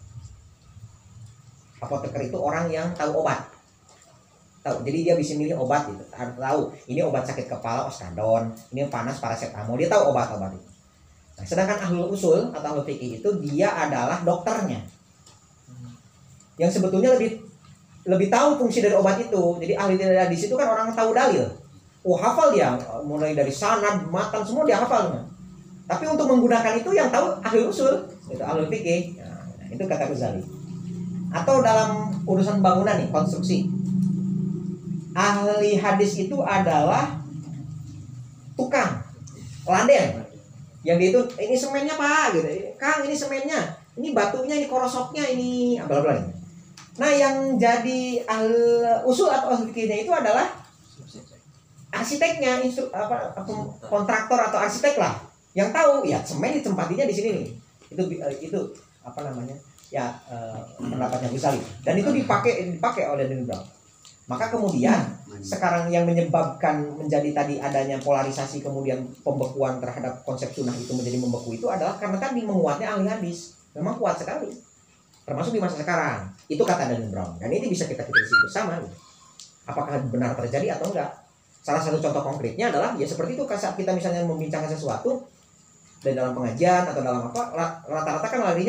Speaker 1: Apoteker itu orang yang tahu obat, tahu. Jadi dia bisa milih obat gitu, tahu ini obat sakit kepala oskadon, ini panas paracetamol, dia tahu obat-obat itu. Nah, sedangkan ahlul usul atau ahlul fikih itu dia adalah dokternya, yang sebetulnya lebih lebih tahu fungsi dari obat itu. Jadi ahli hadis itu kan orang tahu dalil, oh hafal dia mulai dari sanad, matan semua dia hafalnya. Tapi untuk menggunakan itu yang tahu ahli usul, itu ahlul fikih. Nah, itu kata Ghazali. Atau dalam urusan bangunan nih, konstruksi, ahli hadis itu adalah tukang landen yang dia itu ini semennya pak gitu, Kang ini semennya, ini batunya, ini korosoknya, ini bla bla. Nah yang jadi ahli usul atau ahli fikihnya itu adalah arsiteknya, instru, apa, kontraktor atau arsitek lah, yang tahu ya semen ditempatinya di sini nih. Itu itu apa namanya? Ya eh, pendapatnya Ghazali, dan itu dipakai dipakai oleh Daniel Brown. Maka kemudian sekarang yang menyebabkan menjadi tadi adanya polarisasi kemudian pembekuan terhadap konsep sunnah itu menjadi membeku itu adalah karena tadi menguatnya ahli hadis. Memang kuat sekali, termasuk di masa sekarang. Itu kata Daniel Brown, dan ini bisa kita kritisi bersama. Apakah benar terjadi atau enggak? Salah satu contoh konkretnya adalah ya seperti itu, saat kita misalnya membincangkan sesuatu dari dalam pengajian atau dalam apa, rata-rata kan larinya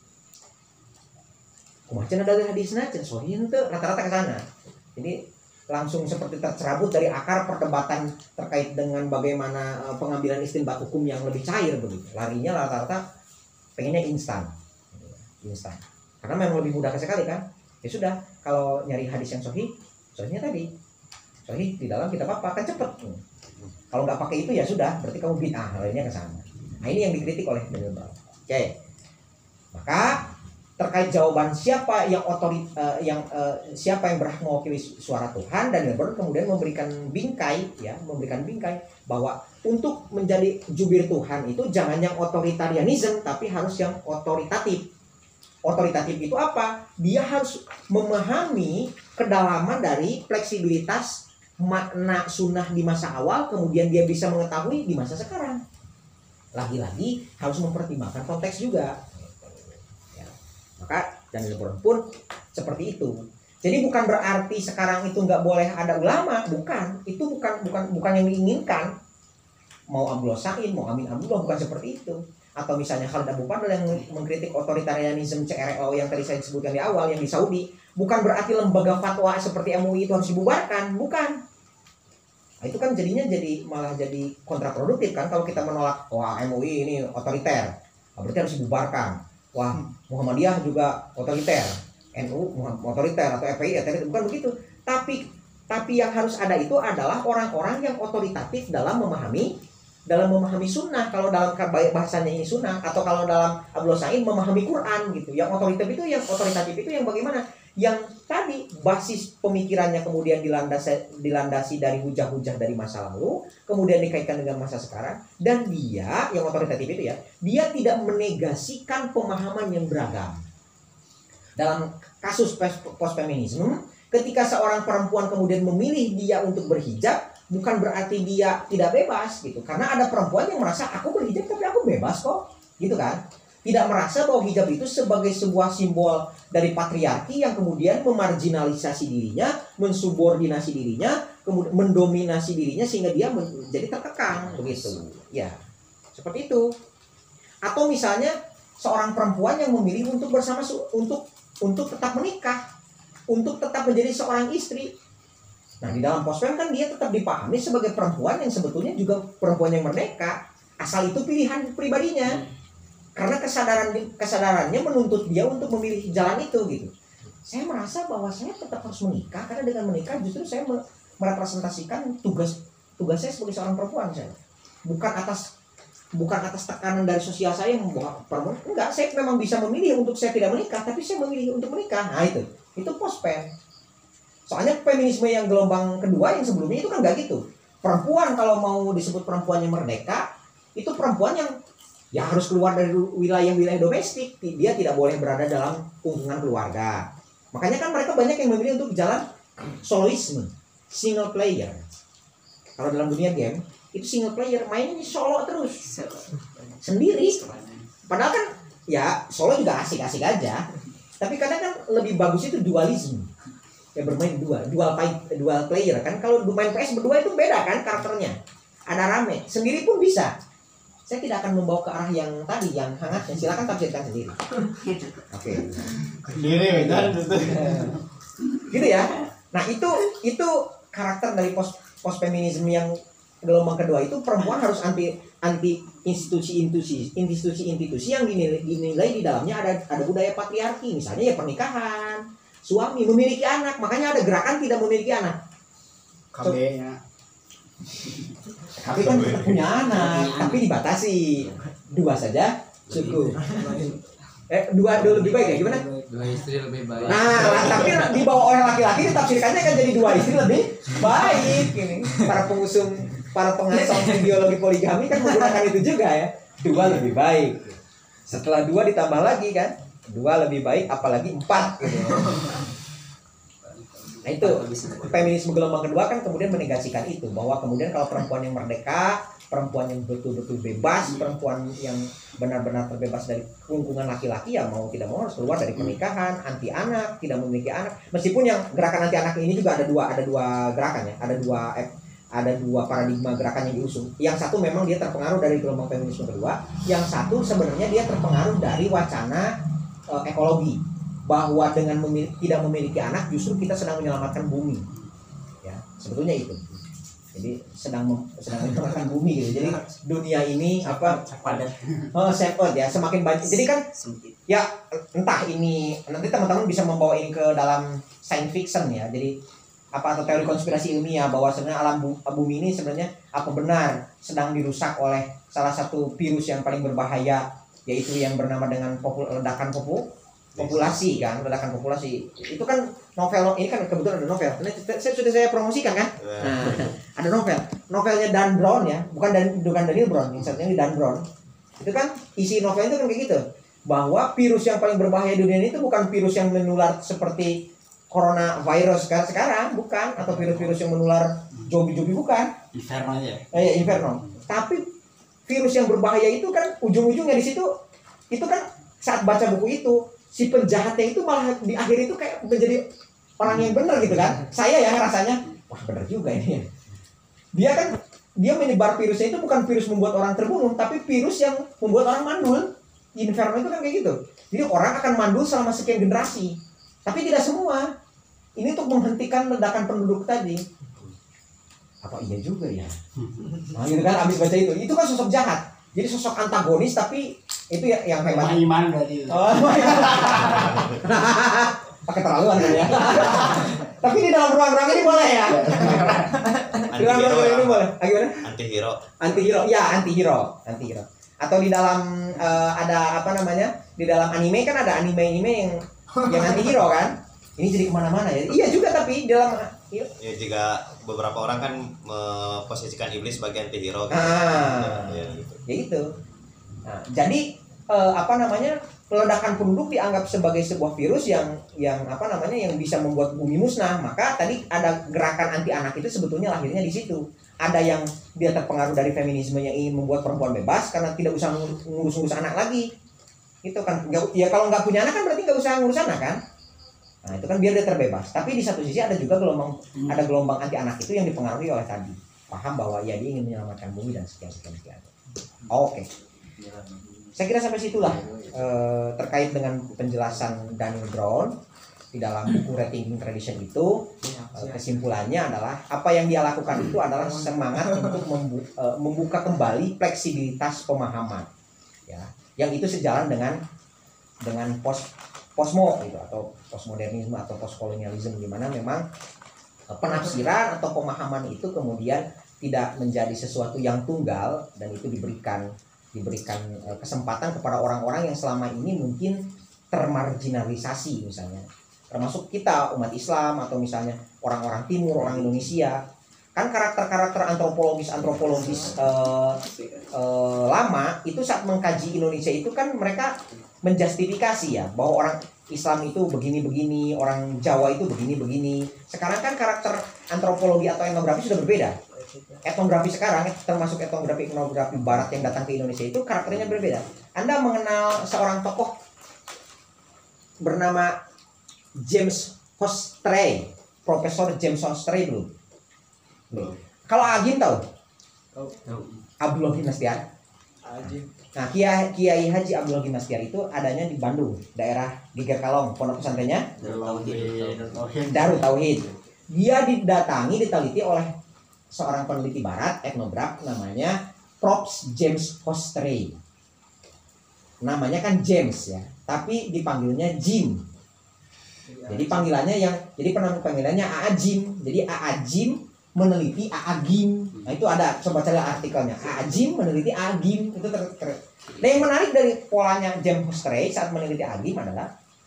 Speaker 1: kumaha cenah dalil hadisna cenah sahih teu, rata-rata ke sana. Jadi langsung seperti tercerabut dari akar perdebatan terkait dengan bagaimana uh, pengambilan istinbat hukum yang lebih cair begitu. Larinya rata-rata pengennya instan, instan. Karena memang lebih mudah sekali kan. Ya sudah, kalau nyari hadis yang sahih, sahihnya tadi, sahih di dalam kitab apa kan cepet. Kalau nggak pakai itu ya sudah, berarti kamu bid'ah, lainnya ke sana. Nah ini yang dikritik oleh Daniel Brown. Oke, maka terkait jawaban siapa yang otori, uh, yang uh, siapa yang berhak mewakili suara Tuhan, Daniel Brown kemudian memberikan bingkai, ya, memberikan bingkai bahwa untuk menjadi jubir Tuhan itu jangan yang otoritarianisme, tapi harus yang otoritatif. Otoritatif itu apa? Dia harus memahami kedalaman dari fleksibilitas makna sunnah di masa awal, kemudian dia bisa mengetahui di masa sekarang. Lagi-lagi harus mempertimbangkan konteks juga. Ya. Maka Daniel Brown pun seperti itu. Jadi bukan berarti sekarang itu nggak boleh ada ulama, bukan. Itu bukan bukan bukan yang diinginkan. Mau Abdullah Said, mau Amin Abdullah, bukan seperti itu. Atau misalnya Khalid Abu Fadl yang mengkritik otoritarianisme C R O yang tadi saya sebutkan di awal yang di Saudi, bukan berarti lembaga fatwa seperti M U I itu harus dibubarkan, bukan. Nah, itu kan jadinya jadi malah jadi kontraproduktif kan kalau kita menolak, wah M U I ini otoriter, nah, berarti harus dibubarkan. Wah Muhammadiyah juga otoriter, N U otoriter atau F P I otoriter, bukan begitu. Tapi tapi yang harus ada itu adalah orang-orang yang otoritatif dalam memahami dalam memahami sunnah. Kalau dalam bahasanya ini sunnah, atau kalau dalam Abdullah Said memahami Quran gitu. Yang otoritatif itu yang otoritatif itu yang bagaimana? Yang tadi basis pemikirannya kemudian dilandasi, dilandasi dari hujah-hujah dari masa lalu, kemudian dikaitkan dengan masa sekarang, dan dia yang otoritatif itu ya, dia tidak menegasikan pemahaman yang beragam. Dalam kasus post-feminisme, ketika seorang perempuan kemudian memilih dia untuk berhijab, bukan berarti dia tidak bebas gitu, karena ada perempuan yang merasa aku berhijab tapi aku bebas kok, gitu kan? Tidak merasa bahwa hijab itu sebagai sebuah simbol dari patriarki yang kemudian memarginalisasi dirinya, mensubordinasi dirinya, kemudian mendominasi dirinya sehingga dia menjadi terkekang begitu. Ya, seperti itu. Atau misalnya seorang perempuan yang memilih untuk bersama untuk untuk tetap menikah, untuk tetap menjadi seorang istri. Nah, di dalam posfem kan dia tetap dipahami sebagai perempuan yang sebetulnya juga perempuan yang merdeka, asal itu pilihan pribadinya. Karena kesadaran kesadarannya menuntut dia untuk memilih jalan itu gitu. Saya merasa bahwa saya tetap harus menikah karena dengan menikah justru saya merepresentasikan tugas tugas saya sebagai seorang perempuan saya. Bukan atas bukan atas tekanan dari sosial saya yang membawa perempuan. Enggak, saya memang bisa memilih untuk saya tidak menikah, tapi saya memilih untuk menikah. Nah, itu. Itu posfem. Soalnya feminisme yang gelombang kedua yang sebelumnya itu kan enggak gitu. Perempuan kalau mau disebut perempuan yang merdeka, itu perempuan yang ya harus keluar dari wilayah-wilayah domestik. Dia tidak boleh berada dalam lingkungan keluarga. Makanya kan mereka banyak yang memilih untuk jalan soloisme, single player. Kalau dalam dunia game, itu single player, mainnya solo terus. Sendiri. Padahal kan ya solo juga asik-asik aja. Tapi kadang kan lebih bagus itu dualisme. Ya bermain dua, dual play, dual player kan. Kalau main P S berdua itu beda kan karakternya. Ada rame, sendiri pun bisa. Saya tidak akan membawa ke arah yang tadi, yang hangatnya. Silakan tafsirkan sendiri. Oke. Okay.
Speaker 6: Sendiri, betul.
Speaker 1: Gitu ya. Nah itu itu karakter dari post post feminisme yang gelombang kedua itu. Perempuan harus anti anti institusi-institusi institusi-institusi yang dinilai, dinilai di dalamnya ada ada budaya patriarki. Misalnya ya pernikahan, suami memiliki anak, makanya ada gerakan tidak memiliki anak.
Speaker 6: K B-nya.
Speaker 1: Tapi kan tetap punya anak, tapi dibatasi dua saja cukup. Eh dua dua lebih baik ya gimana?
Speaker 3: Dua istri lebih baik.
Speaker 1: Nah, tapi dibawa oleh laki-laki ditafsirkannya kan jadi dua istri lebih baik ini. Para pengusung, para pengasong ideologi poligami kan menggunakan itu juga ya. Dua lebih baik. Setelah dua ditambah lagi kan, dua lebih baik, apalagi empat gitu. Nah itu feminisme gelombang kedua kan kemudian menegasikan itu, bahwa kemudian kalau perempuan yang merdeka, perempuan yang betul-betul bebas, perempuan yang benar-benar terbebas dari lingkungan laki-laki, ya mau tidak mau harus keluar dari pernikahan, anti anak, tidak memiliki anak. Meskipun yang gerakan anti anak ini juga ada dua ada dua gerakan ya, ada dua eh, ada dua paradigma gerakan yang diusung. Yang satu memang dia terpengaruh dari gelombang feminisme kedua, yang satu sebenarnya dia terpengaruh dari wacana eh, ekologi. Bahwa dengan memiliki, tidak memiliki anak justru kita sedang menyelamatkan bumi. ya sebetulnya itu. Jadi sedang mem, sedang menyelamatkan bumi gitu. Jadi dunia ini apa
Speaker 5: padat
Speaker 1: oh sepot ya semakin banyak. Jadi kan
Speaker 5: sempit.
Speaker 1: ya entah ini nanti teman-teman bisa membawa ini ke dalam science fiction ya. Jadi apa atau teori konspirasi ilmiah bahwa sebenarnya alam bu, bumi ini sebenarnya apa benar sedang dirusak oleh salah satu virus yang paling berbahaya, yaitu yang bernama dengan popul, ledakan popu, populasi kan, ledakan populasi. Itu kan novel, ini kan kebetulan ada novel. Ini saya sudah saya promosikan kan. Nah, ada novel. Novelnya Dan Brown ya, bukan Dan bukan Daniel Brown, yang satunya Dan Brown. Itu kan isi novel itu kan kayak gitu. Bahwa virus yang paling berbahaya di dunia ini itu bukan virus yang menular seperti coronavirus sekarang, sekarang bukan, atau virus-virus yang menular zombie-zombie bukan.
Speaker 6: Inferno aja.
Speaker 1: Eh, Inferno. Tapi virus yang berbahaya itu kan ujung-ujungnya di situ itu kan saat baca buku itu si penjahatnya itu malah di akhir itu kayak menjadi orang yang benar gitu kan. Saya ya rasanya wah benar juga ini. Dia kan dia menyebar virusnya itu bukan virus membuat orang terbunuh, tapi virus yang membuat orang mandul. Inferno itu kan kayak gitu. Jadi orang akan mandul selama sekian generasi. Tapi tidak semua. Ini untuk menghentikan ledakan penduduk tadi. Apa iya juga ya? Nah, gitu kan abis baca itu. Itu kan sosok jahat. Jadi sosok antagonis tapi itu ya yang hebat.
Speaker 6: Iman berarti.
Speaker 1: Oh, pakai terlaluan kan ya. Tapi di dalam ruang-ruang ini boleh ya. Di dalam ruang ini boleh. Ah, gimana?
Speaker 7: Anti hero.
Speaker 1: Anti hero. Ya, anti hero. Anti hero. Atau di dalam uh, ada apa namanya? Di dalam anime kan ada anime-anime yang yang anti hero kan? Ini jadi kemana-mana ya? Iya juga tapi dalam
Speaker 7: ya jika beberapa orang kan memposisikan iblis sebagai anti hero kan?
Speaker 1: Ah,
Speaker 7: ya, gitu.
Speaker 1: ya itu. Nah, jadi eh, apa namanya ledakan penduduk dianggap sebagai sebuah virus yang yang apa namanya yang bisa membuat bumi musnah. Maka tadi ada gerakan anti anak itu sebetulnya lahirnya di situ. Ada yang dia terpengaruh dari feminisme yang ingin membuat perempuan bebas karena tidak usah ngurus-ngurus anak lagi. Itu kan ya kalau nggak punya anak kan berarti nggak usah ngurus anak kan. Nah itu kan biar dia terbebas. Tapi di satu sisi ada juga gelombang hmm. ada gelombang anti anak itu yang dipengaruhi oleh tadi paham bahwa ya dia ingin menyelamatkan bumi dan sekian sekian sekian. Oke. Okay. Saya kira sampai situlah e, terkait dengan penjelasan Daniel Brown di dalam buku Rethinking Tradition itu. E, kesimpulannya adalah apa yang dia lakukan itu adalah semangat untuk membu, e, membuka kembali fleksibilitas pemahaman. Ya, yang itu sejalan dengan dengan post posmo gitu atau postmodernisme atau postkolonialisme, di mana memang penafsiran atau pemahaman itu kemudian tidak menjadi sesuatu yang tunggal dan itu diberikan diberikan kesempatan kepada orang-orang yang selama ini mungkin termarginalisasi, misalnya termasuk kita umat Islam atau misalnya orang-orang timur, orang Indonesia. Kan karakter-karakter antropologis antropologis eh, eh, lama itu saat mengkaji Indonesia itu kan mereka menjustifikasi ya bahwa orang Islam itu begini-begini, orang Jawa itu begini-begini. Sekarang kan karakter antropologi atau etnografi sudah berbeda. Etnografi sekarang termasuk etnografi etnografi barat yang datang ke Indonesia itu karakternya berbeda. Anda mengenal seorang tokoh bernama James Hostray, Profesor James Hostray belum? Belum. Kalau Agim tahu? Tahu. Abdullah bin Mastiar. Agim. Nah, Kiai Kiai Haji Abdullah bin Mastiar itu adanya di Bandung, daerah Geger Kalong, pondok pesantrennya Darut Tauhid. Dia didatangi, diteliti oleh seorang peneliti barat, etnograf namanya Profesor James Hostray. Namanya kan James ya, tapi dipanggilnya Jim. Jadi panggilannya yang jadi panggilannya A A Jim. Jadi A A Jim meneliti A A Gim. Nah itu ada, coba cari artikelnya. A A Jim meneliti A A Gim. Itu ter, ter. Nah yang menarik dari polanya James Hostray saat meneliti A A Gim adalah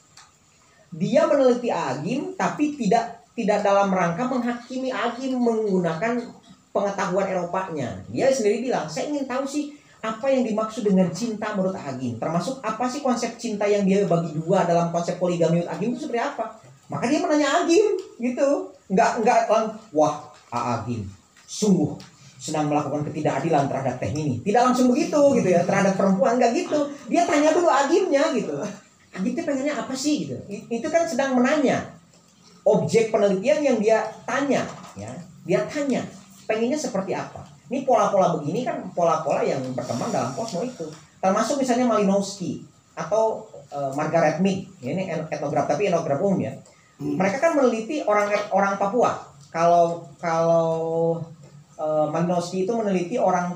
Speaker 1: dia meneliti A A Gim tapi tidak tidak dalam rangka menghakimi A A Gim menggunakan pengetahuan Eropanya. Dia sendiri bilang, saya ingin tahu sih apa yang dimaksud dengan cinta menurut A A Gim. Termasuk apa sih konsep cinta yang dia bagi dua dalam konsep poligami menurut A A Gim itu seperti apa. Maka dia menanya A A Gim gitu. Enggak enggak wah A A Gim sungguh sedang melakukan ketidakadilan terhadap teh ini. Tidak langsung begitu gitu ya terhadap perempuan, enggak gitu. Dia tanya dulu A A Gimnya gitu. A A Gim itu pengennya apa sih gitu. Itu kan sedang menanya. Objek penelitian yang dia tanya ya. Dia tanya pengennya seperti apa. Ini pola-pola begini kan pola-pola yang berkembang dalam kosmo itu. Termasuk misalnya Malinowski atau uh, Margaret Mead. Ini etnograf tapi etnograf umum ya. Mereka kan meneliti orang orang Papua. kalau kalau uh, Malinowski itu meneliti orang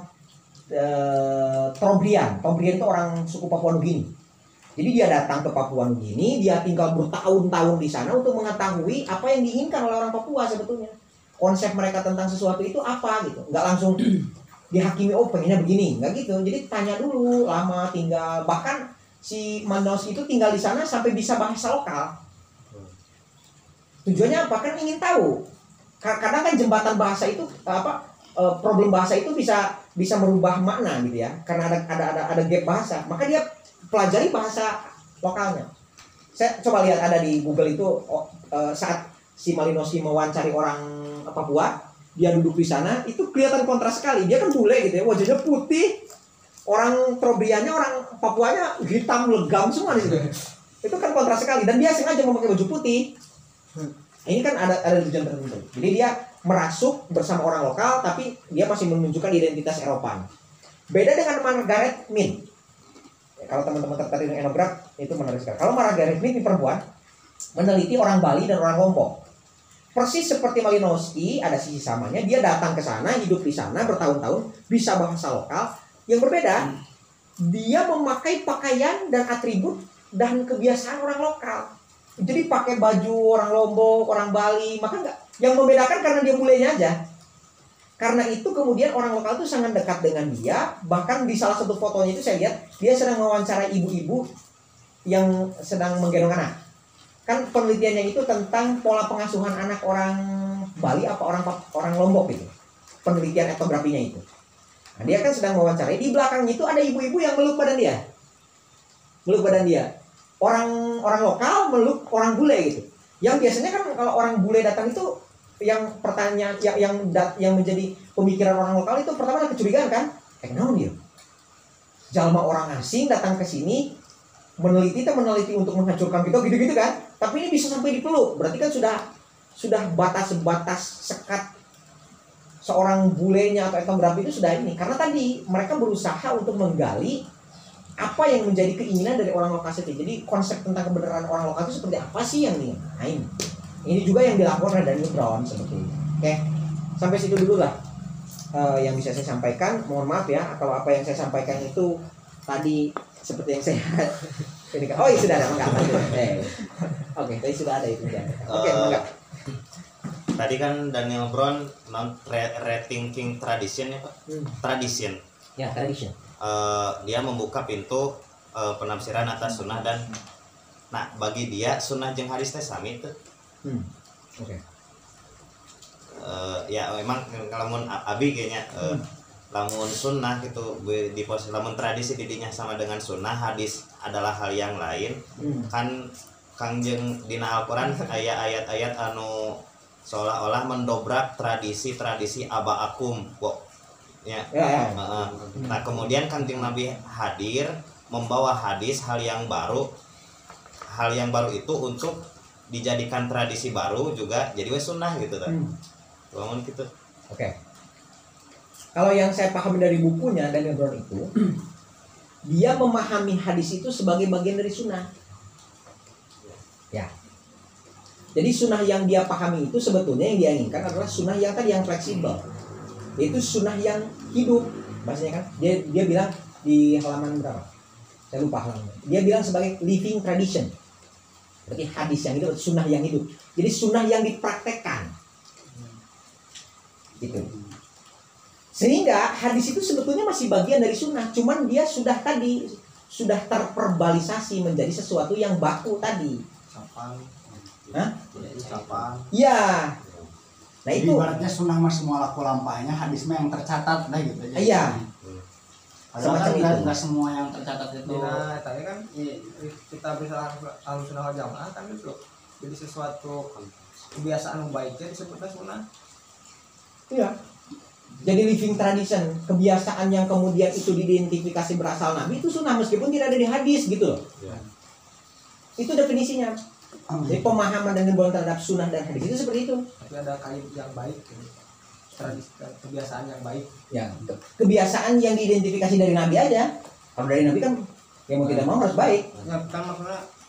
Speaker 1: uh, Trobriand. Trobriand itu orang suku Papua Nugini. Jadi dia datang ke Papua Nugini, dia tinggal bertahun-tahun di sana untuk mengetahui apa yang diinginkan oleh orang Papua sebetulnya. Konsep mereka tentang sesuatu itu apa gitu. Nggak langsung dihakimi, oh pengennya begini, nggak gitu. Jadi tanya dulu, lama tinggal. Bahkan si Malinowski itu tinggal di sana sampai bisa bahasa lokal. Tujuannya apa? Kan ingin tahu. Kadang kan jembatan bahasa itu apa? Problem bahasa itu bisa bisa merubah makna gitu ya. Karena ada ada ada ada gap bahasa. Maka dia pelajari bahasa lokalnya. Saya coba lihat ada di Google itu saat si Malinowski mewawancari orang Papua, dia duduk di sana, itu kelihatan kontras sekali. Dia kan bule gitu ya, wajahnya putih. Orang Trobriandnya, orang Papuanya hitam legam semua di situ. Itu kan kontras sekali dan dia sengaja memakai baju putih. Ini kan ada ada tujuan tertentu. Jadi dia merasuk bersama orang lokal tapi dia masih menunjukkan identitas Eropa. Beda dengan Margaret Mead. Ya, kalau teman-teman tertarik dengan etnograf itu menarik sekali. Kalau Margaret Mead ini perempuan meneliti orang Bali dan orang Lombok. Persis seperti Malinowski, ada sisi samanya. Dia datang ke sana, hidup di sana bertahun-tahun, bisa bahasa lokal. Yang berbeda, dia memakai pakaian dan atribut dan kebiasaan orang lokal. Jadi pakai baju orang Lombok, orang Bali, maka enggak. Yang membedakan karena dia bulenya aja. Karena itu kemudian orang lokal itu sangat dekat dengan dia. Bahkan di salah satu fotonya itu saya lihat, dia sedang mewawancarai ibu-ibu yang sedang menggendong anak. Kan penelitiannya itu tentang pola pengasuhan anak orang Bali apa orang orang Lombok gitu. Penelitian etnografinya itu. Nah, dia kan sedang mewawancarai, di belakangnya itu ada ibu-ibu yang meluk badan dia. Meluk badan dia. Orang orang lokal meluk orang bule gitu. Yang biasanya kan kalau orang bule datang itu yang pertanyaan yang yang, yang menjadi pemikiran orang lokal itu pertama ada kecurigaan kan? Eh naon dia? Jalma orang asing datang ke sini meneliti itu meneliti untuk menghancurkan kita gitu-gitu kan? Tapi ini bisa sampai dipeluk. Berarti kan sudah sudah batas-batas sekat seorang bulenya atau etnografi itu sudah ini. Karena tadi mereka berusaha untuk menggali apa yang menjadi keinginan dari orang lokal itu. Jadi konsep tentang kebenaran orang lokal itu seperti apa sih yang ini? Nah ini. Ini juga yang dilakukan oleh Daniel Brown seperti ini. Oke, sampai situ dulu lah uh, yang bisa saya sampaikan. Mohon maaf ya kalau apa yang saya sampaikan itu tadi seperti yang saya ini kan. Oh iya sudah ada enggak? Eh. Oke, tadi sudah ada itu ya. Oke, enggak.
Speaker 7: Tadi kan Daniel Brown non rethinking tradition ya Pak. Hmm. Tradition.
Speaker 1: Ya, tradition.
Speaker 7: Uh, dia membuka pintu uh, penafsiran atas sunnah dan nah bagi dia sunnah jeung hadis teh sami teh. Hmm. Oke. Okay. Uh, ya memang kalau mun abi kayaknya uh, hmm. lamun sunnah gitu di posisi lamun tradisi didinya sama dengan sunnah, hadis adalah hal yang lain. Hmm. Kan Kangjeng dina Al-Qur'an aya ayat-ayat anu seolah-olah mendobrak tradisi-tradisi aba akum kok. Ya. Ya, ya. Nah, kemudian Kanjeng Nabi hadir membawa hadis hal yang baru. Hal yang baru itu untuk dijadikan tradisi baru juga jadi we sunnah gitu kan. Hmm. Bangun gitu.
Speaker 1: Oke. Okay. Kalau yang saya pahami dari bukunya Daniel Brown itu dia memahami hadis itu sebagai bagian dari sunnah. Ya. Jadi sunnah yang dia pahami itu sebetulnya yang dia inginkan adalah sunnah yang tadi yang fleksibel. Itu sunnah yang hidup, bahasanya kan. Dia dia bilang di halaman berapa? Saya lupa halamannya. Dia bilang sebagai living tradition. Berarti hadis yang hidup, sunnah yang hidup. Jadi sunnah yang dipraktekkan. Gitu. Sehingga hadis itu sebetulnya masih bagian dari sunnah, cuman dia sudah tadi sudah terperbalisasi menjadi sesuatu yang baku tadi.
Speaker 3: Sapang.
Speaker 1: Hah?
Speaker 3: Sapang.
Speaker 1: Iya. Nah
Speaker 6: jadi
Speaker 1: itu
Speaker 6: ibaratnya sunnah mah semua laku lampahnya, hadis mah yang tercatat dah gitu aja.
Speaker 1: Iya.
Speaker 6: Padahal kan enggak, enggak semua yang tercatat itu.
Speaker 3: Nah, tadi kan kita bisa harus sunnah jamaah kan itu. Jadi sesuatu kebiasaan baiknya disebutnya sunnah.
Speaker 1: Iya. Jadi living tradition, kebiasaan yang kemudian itu diidentifikasi berasal Nabi itu sunnah meskipun tidak ada di hadis gitu loh. Ya. Itu definisinya. Jadi pemahaman dan himbawan terhadap sunnah dan hadis itu seperti itu.
Speaker 3: Tapi ada kait yang baik, tradisi, kebiasaan yang baik.
Speaker 1: Ya, kebiasaan yang diidentifikasi dari Nabi aja. Kalau dari Nabi kan yang mau tidak mau harus baik.
Speaker 3: Ya kan maksudnya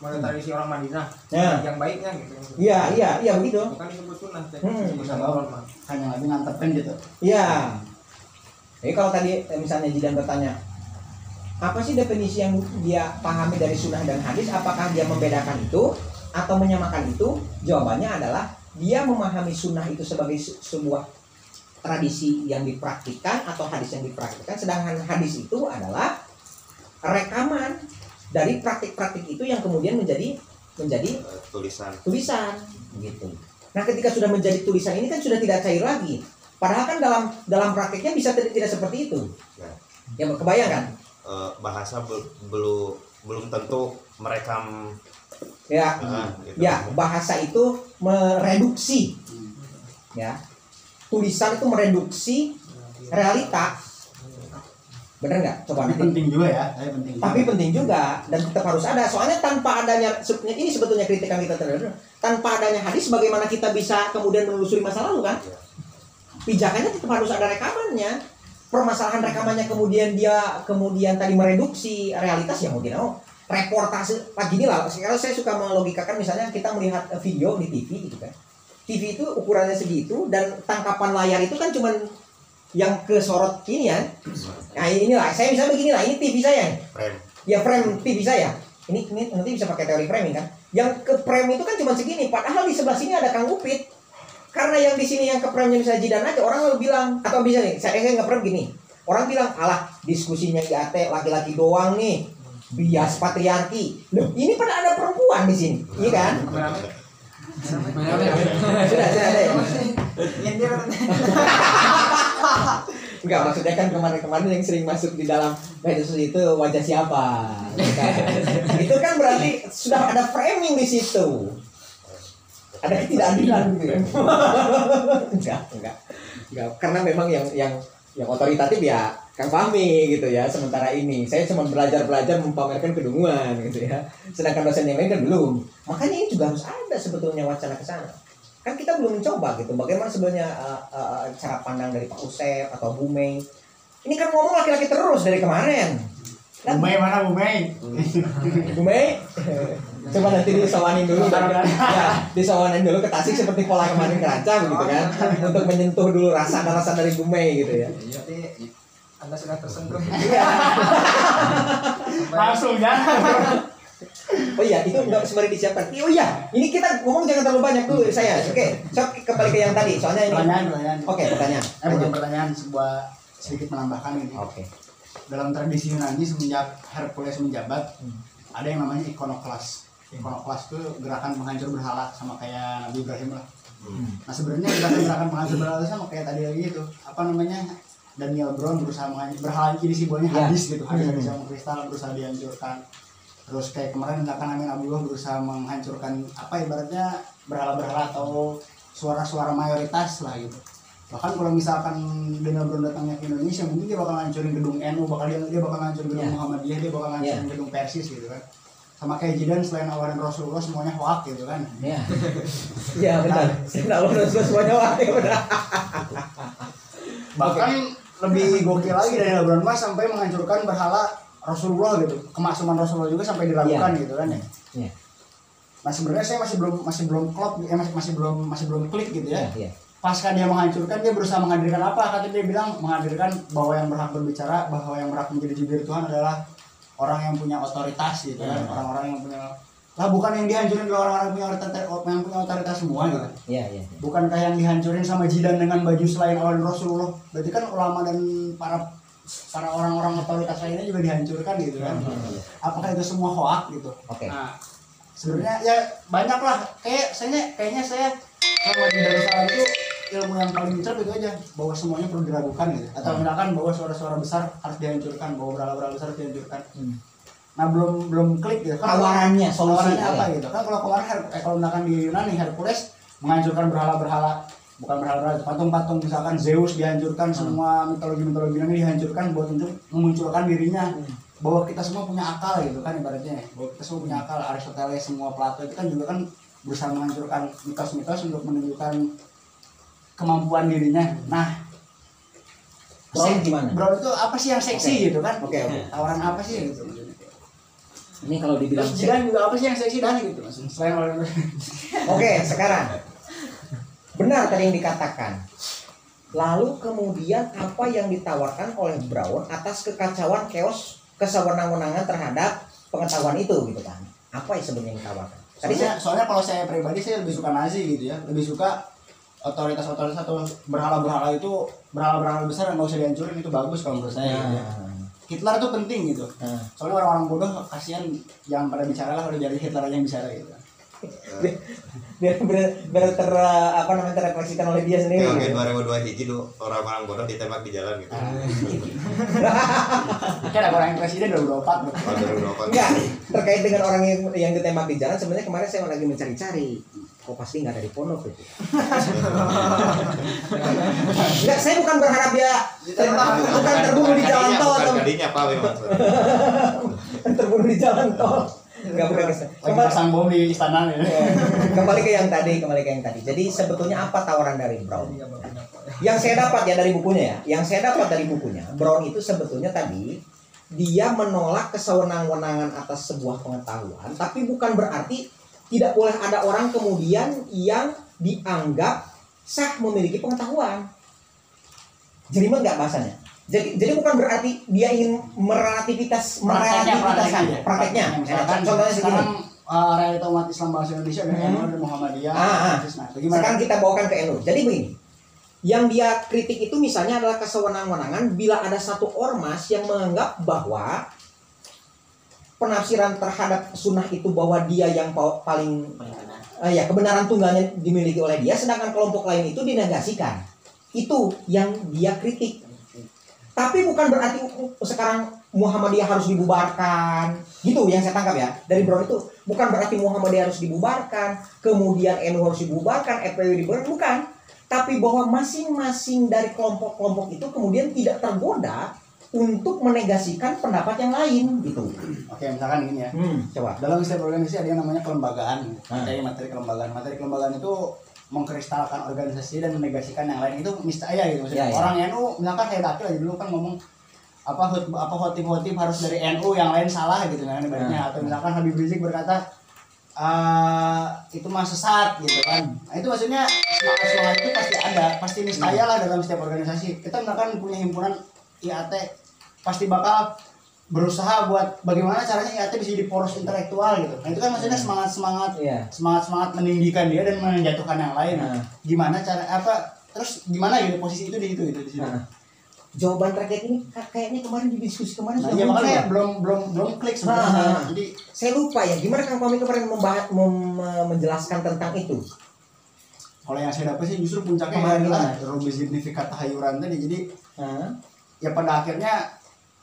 Speaker 3: Mana tradisi orang Madinah
Speaker 1: Ya.
Speaker 3: yang baiknya gitu.
Speaker 1: Iya, iya, iya begitu.
Speaker 3: Bukan disebut sunnah, teh.
Speaker 1: Hmm.
Speaker 3: Bisa bawa mah.
Speaker 6: hanya lagi ngantepin gitu.
Speaker 1: Iya. Jadi kalau tadi eh, misalnya Jidan bertanya, apa sih definisi yang dia pahami dari sunnah dan hadis? Apakah dia membedakan itu atau menyamakan itu? Jawabannya adalah dia memahami sunnah itu sebagai se- sebuah tradisi yang dipraktikkan atau hadis yang dipraktikkan, sedangkan hadis itu adalah rekaman dari praktik-praktik itu yang kemudian menjadi menjadi
Speaker 7: Eh, tulisan
Speaker 1: tulisan gitu. Nah, ketika sudah menjadi tulisan ini kan sudah tidak cair lagi. Padahal kan dalam dalam praktiknya bisa tidak, tidak seperti itu.
Speaker 7: Ya.
Speaker 1: Ya kebayang kan?
Speaker 7: eh, bahasa be- belum belum tentu merekam
Speaker 1: Ya.
Speaker 7: eh, gitu.
Speaker 1: Ya, bahasa itu mereduksi. Ya. Tulisan itu mereduksi realita. Bener nggak? Coba
Speaker 6: Tapi
Speaker 1: nanti.
Speaker 6: penting juga ya, tapi penting.
Speaker 1: Tapi
Speaker 6: juga.
Speaker 1: penting juga dan tetap harus ada. Soalnya tanpa adanya sebenarnya ini sebetulnya kritikan kita terhadap tanpa adanya hadis bagaimana kita bisa kemudian menelusuri masa lalu kan? Pijakannya tetap harus ada rekamannya. Permasalahan rekamannya kemudian dia kemudian tadi mereduksi realitas ya mau tidak mau. Reportase pagi ini lah. Kalau saya suka melogikakan misalnya kita melihat video di T V gitu kan. T V itu ukurannya segitu dan tangkapan layar itu kan cuman yang kesorot gini ya. Nah inilah saya misalnya begini lah, ini T V saya.
Speaker 7: frame
Speaker 1: Ya frame T V saya. Ini, ini nanti bisa pakai teori framing kan. Yang ke frame itu kan cuma segini, padahal di sebelah sini ada Kang Upit. Karena yang di sini yang ke frame-nya bisa Jidan aja, orang lalu bilang atau bisa nih, saya saya nge-frame gini. Orang bilang, "Alah, diskusinya I A T laki-laki doang nih. Bias patriarki." Loh, ini pada ada perempuan di sini. Iya kan? Sudah, sudah ada ya.
Speaker 3: Yang dia
Speaker 1: Enggak, maksudnya kan kemarin-kemarin yang sering masuk di dalam medsos itu wajah siapa? Itu kan berarti sudah ada framing di situ. Ada ketidakadilan gitu ya. enggak, enggak. Enggak, karena memang yang yang yang otoritatif ya Kang Fahmi gitu ya. Sementara ini saya cuma belajar-belajar mempamerkan kedunguan gitu ya. Sedangkan dosen yang lain kan belum. Makanya ini juga harus ada sebetulnya wacana ke sana. Kan kita belum mencoba gitu bagaimana sebenarnya uh, uh, cara pandang dari Pak Usep atau Bu Mei. Ini kan ngomong laki-laki terus dari kemarin.
Speaker 6: Bu Mei mana Bu Mei?
Speaker 1: Bu Mei, coba nanti disawanin dulu kan? Ya, disawanin dulu ke Tasik seperti pola kemarin ke Ranca begitu kan, untuk menyentuh dulu rasa-rasa dari Bu Mei gitu ya.
Speaker 3: Berarti Anda sudah tersentuh.
Speaker 6: Langsung ya.
Speaker 1: Oh iya, itu nggak sebenarnya disiapkan. Oh iya, ini kita ngomong jangan terlalu banyak dulu saya. Oke, so kembali ke yang tadi. Soalnya ini.
Speaker 6: Pertanyaan, pertanyaan.
Speaker 1: Oke, pertanyaan.
Speaker 6: Eh bukan pertanyaan, sebuah sedikit menambahkan ini.
Speaker 1: Oke.
Speaker 6: Dalam tradisi Yunani semenjak Hercules menjabat, ada yang namanya ikonoklas. Ikonoklas itu gerakan penghancur berhala sama kayak Nabi Ibrahim lah. Nah sebenarnya gerakan-gerakan penghancur berhala itu sama kayak tadi lagi itu. Apa namanya? Daniel Brown berusaha menghancur berhala ini simbolnya
Speaker 1: Ya.
Speaker 6: hadis gitu. Hadis
Speaker 1: Hmm.
Speaker 6: sama kristal berusaha dihancurkan. Terus kayak kemarin misalkan Amin Abdullah berusaha menghancurkan apa ibaratnya berhala-berhala atau suara-suara mayoritas lah gitu. Bahkan kalau misalkan Daniel Brown datangnya ke Indonesia mungkin dia bakal ngancurin gedung N U, bakal dia, dia bakal ngancurin gedung
Speaker 1: Yeah.
Speaker 6: Muhammadiyah, dia bakal ngancurin
Speaker 1: Yeah.
Speaker 6: gedung Persis gitu kan. Sama kayak Jidan selain Allah dan Rasulullah semuanya hoak gitu kan.
Speaker 1: Ya. Iya benar. Saya tahu terus semuanya waktu benar.
Speaker 6: Bahkan lebih gokil lagi Daniel Brown mas sampai menghancurkan berhala Rasulullah gitu. Kemaksuman Rasulullah juga sampai diragukan
Speaker 1: Yeah.
Speaker 6: gitu kan ya.
Speaker 1: Iya.
Speaker 6: Nah sebenarnya saya masih belum masih belum klop, eh, masih masih belum masih belum klik gitu ya.
Speaker 1: Iya.
Speaker 6: Pasca dia menghancurkan, dia berusaha menghadirkan apa? Kata dia bilang menghadirkan bahwa yang berhak berbicara, bahwa yang berhak menjadi jubir Tuhan adalah orang yang punya otoritas gitu kan, orang-orang yang punya lah bukan yang dihancurin oleh orang-orang yang punya otoritas, yang punya otoritas semua gitu.
Speaker 1: Iya, iya.
Speaker 6: Bukankah yang dihancurin sama Jidan dengan baju selain Allah dan Rasulullah? Berarti kan ulama dan para para orang-orang otoritas lainnya juga dihancurkan gitu kan. Apakah itu semua hoak gitu?
Speaker 1: Oke.
Speaker 6: Nah, sebenarnya ya banyak lah. Kayak saya kayaknya saya sama di Darussalam itu ilmu yang paling cerp itu aja bahwa semuanya perlu diragukan gitu. Atau misalkan bahwa suara-suara besar harus dihancurkan, bahwa berhala-berhala besar harus dihancurkan.
Speaker 1: Hmm.
Speaker 6: Nah belum belum klik gitu. Kan
Speaker 1: Tawarannya, solusi
Speaker 6: tawarannya apa gitu? Kan kalau kemarin Her- eh, kalau misalkan di Yunani Hercules menghancurkan berhala-berhala, bukan berhala-berhala, patung-patung misalkan Zeus dihancurkan, semua mitologi-mitologi Yunani dihancurkan buat untuk memunculkan dirinya. Bahwa kita semua punya akal gitu kan ibaratnya. Bahwa kita semua punya akal. Aristoteles, semua Plato itu kan juga kan berusaha menghancurkan mitos-mitos untuk menunjukkan kemampuan dirinya. Nah,
Speaker 1: Brown
Speaker 6: sek-
Speaker 1: gimana?
Speaker 6: Brown itu apa sih yang seksi
Speaker 1: Oke.
Speaker 6: gitu kan?
Speaker 1: Oke, oke.
Speaker 6: Tawaran apa sih gitu?
Speaker 1: Ini kalau dibilang
Speaker 6: Terus Zidane juga apa sih yang seksi dan gitu mas? Selain oleh
Speaker 1: Oke, sekarang benar tadi yang dikatakan. Lalu kemudian apa yang ditawarkan oleh Brown atas kekacauan, chaos, kesewenang-wenangan terhadap pengetahuan itu gitu kan? Apa yang sebenarnya yang ditawarkan? Tadi
Speaker 6: soalnya,
Speaker 1: saya,
Speaker 6: soalnya kalau saya pribadi saya lebih suka Nazi gitu ya, lebih suka otoritas-otoritas atau berhala-berhala itu berhala-berhala besar yang nggak usah dihancurin, itu bagus kalau menurut saya. Gitu ya.
Speaker 1: nah,
Speaker 6: Hitler tuh penting gitu.
Speaker 1: nah.
Speaker 6: Soalnya orang-orang bodoh kasihan yang pada bicara lah, udah jadi Hitler aja yang bicara gitu.
Speaker 1: biar biar, biar ter apa namanya terrefleksikan oleh dia sendiri.
Speaker 7: Oke,
Speaker 1: Gitu.
Speaker 7: dua ribu dua hiji tuh orang-orang bodoh ditembak di jalan gitu.
Speaker 6: Kan ada orang yang presiden dua ribu dua puluh empat bro.
Speaker 7: Oh, dua ribu dua puluh empat.
Speaker 1: Enggak, terkait dengan orang yang yang ditembak di jalan, sebenarnya kemarin saya lagi mencari-cari. Kok pasti nggak ada di pondok itu. Enggak, saya bukan berharap dia ditembak, bukan terbunuh di jalan tol
Speaker 7: Bukan
Speaker 1: atau
Speaker 7: kalinya apa memang.
Speaker 1: terbunuh di jalan tol. Enggak bukan kesana.
Speaker 6: Lagi
Speaker 1: Kembali,
Speaker 6: pasang bom di istana ya.
Speaker 1: kembali ke yang tadi, kembali ke yang tadi. Jadi sebetulnya apa tawaran dari Brown? Yang saya dapat ya dari bukunya ya, yang saya dapat dari bukunya, Brown itu sebetulnya tadi dia menolak kesewenang-wenangan atas sebuah pengetahuan, tapi bukan berarti tidak boleh ada orang kemudian yang dianggap sah memiliki pengetahuan. Jadi enggak bahasanya. Jadi, jadi bukan berarti dia ingin merelativitas merelativitaskan prakteknya.
Speaker 6: Misalkan
Speaker 1: Contohnya
Speaker 6: sekarang
Speaker 1: segini.
Speaker 6: uh, realita umat Islam bangsa Indonesia ada
Speaker 1: Hmm.
Speaker 6: N U dan Muhammadiyah.
Speaker 1: Ah, ah.
Speaker 6: Nah, bagaimana?
Speaker 1: Sekarang kita bawakan ke N U. Jadi begini. Yang dia kritik itu misalnya adalah kesewenang-wenangan bila ada satu ormas yang menganggap bahwa penafsiran terhadap sunnah itu bahwa dia yang pa- paling uh, ya kebenaran tunggalnya dimiliki oleh dia, sedangkan kelompok lain itu dinegasikan. Itu yang dia kritik. Tapi bukan berarti sekarang Muhammadiyah harus dibubarkan. Gitu yang saya tangkap ya. Dari Brown itu bukan berarti Muhammadiyah harus dibubarkan, kemudian N U harus dibubarkan, F P W dibubarkan, bukan. Tapi bahwa masing-masing dari kelompok-kelompok itu kemudian tidak tergoda untuk menegasikan pendapat yang lain gitu.
Speaker 6: Oke, misalkan gini ya.
Speaker 1: Hmm, coba.
Speaker 6: Dalam setiap organisasi ada yang namanya kelembagaan.
Speaker 1: Ah.
Speaker 6: Materi materi kelembagaan. Materi kelembagaan itu mengkristalkan organisasi dan menegasikan yang lain itu niscaya gitu maksudnya.
Speaker 1: Ya, ya.
Speaker 6: Orang N U misalkan kayak Dakil aja dulu kan ngomong apa hot, apa khotib-khotib harus dari N U, yang lain salah gitu kan ibaratnya.
Speaker 1: Ah.
Speaker 6: Atau misalkan Habib Rizik berkata uh, itu mah sesat gitu kan. Nah, itu maksudnya semangat-semangat itu pasti ada, pasti niscaya lah dalam setiap organisasi. Kita misalkan punya himpunan I A T pasti bakal berusaha buat bagaimana caranya I A T bisa jadi poros intelektual gitu. Nah, itu kan maksudnya semangat-semangat
Speaker 1: Iya.
Speaker 6: semangat-semangat meninggikan dia dan menjatuhkan yang lain.
Speaker 1: Nah.
Speaker 6: Gimana cara apa terus gimana gitu posisi itu di situ gitu di situ.
Speaker 1: Nah, jawaban terkait ini kayaknya kemarin di diskusi kemarin
Speaker 6: Nah,
Speaker 1: sudah
Speaker 6: ya
Speaker 1: muncul,
Speaker 6: makanya
Speaker 1: ya.
Speaker 6: belum belum belum klik sebenarnya.
Speaker 1: Ah, ah, ah.
Speaker 6: Jadi
Speaker 1: Saya lupa ya, gimana Kang Pami kemarin membahas, mem- menjelaskan tentang itu.
Speaker 6: kalau yang saya dapat sih justru puncaknya
Speaker 1: Kemarin
Speaker 6: adalah
Speaker 1: gimana?
Speaker 6: Robi signifikat tahayuran tadi. Jadi
Speaker 1: Hah?
Speaker 6: ya pada akhirnya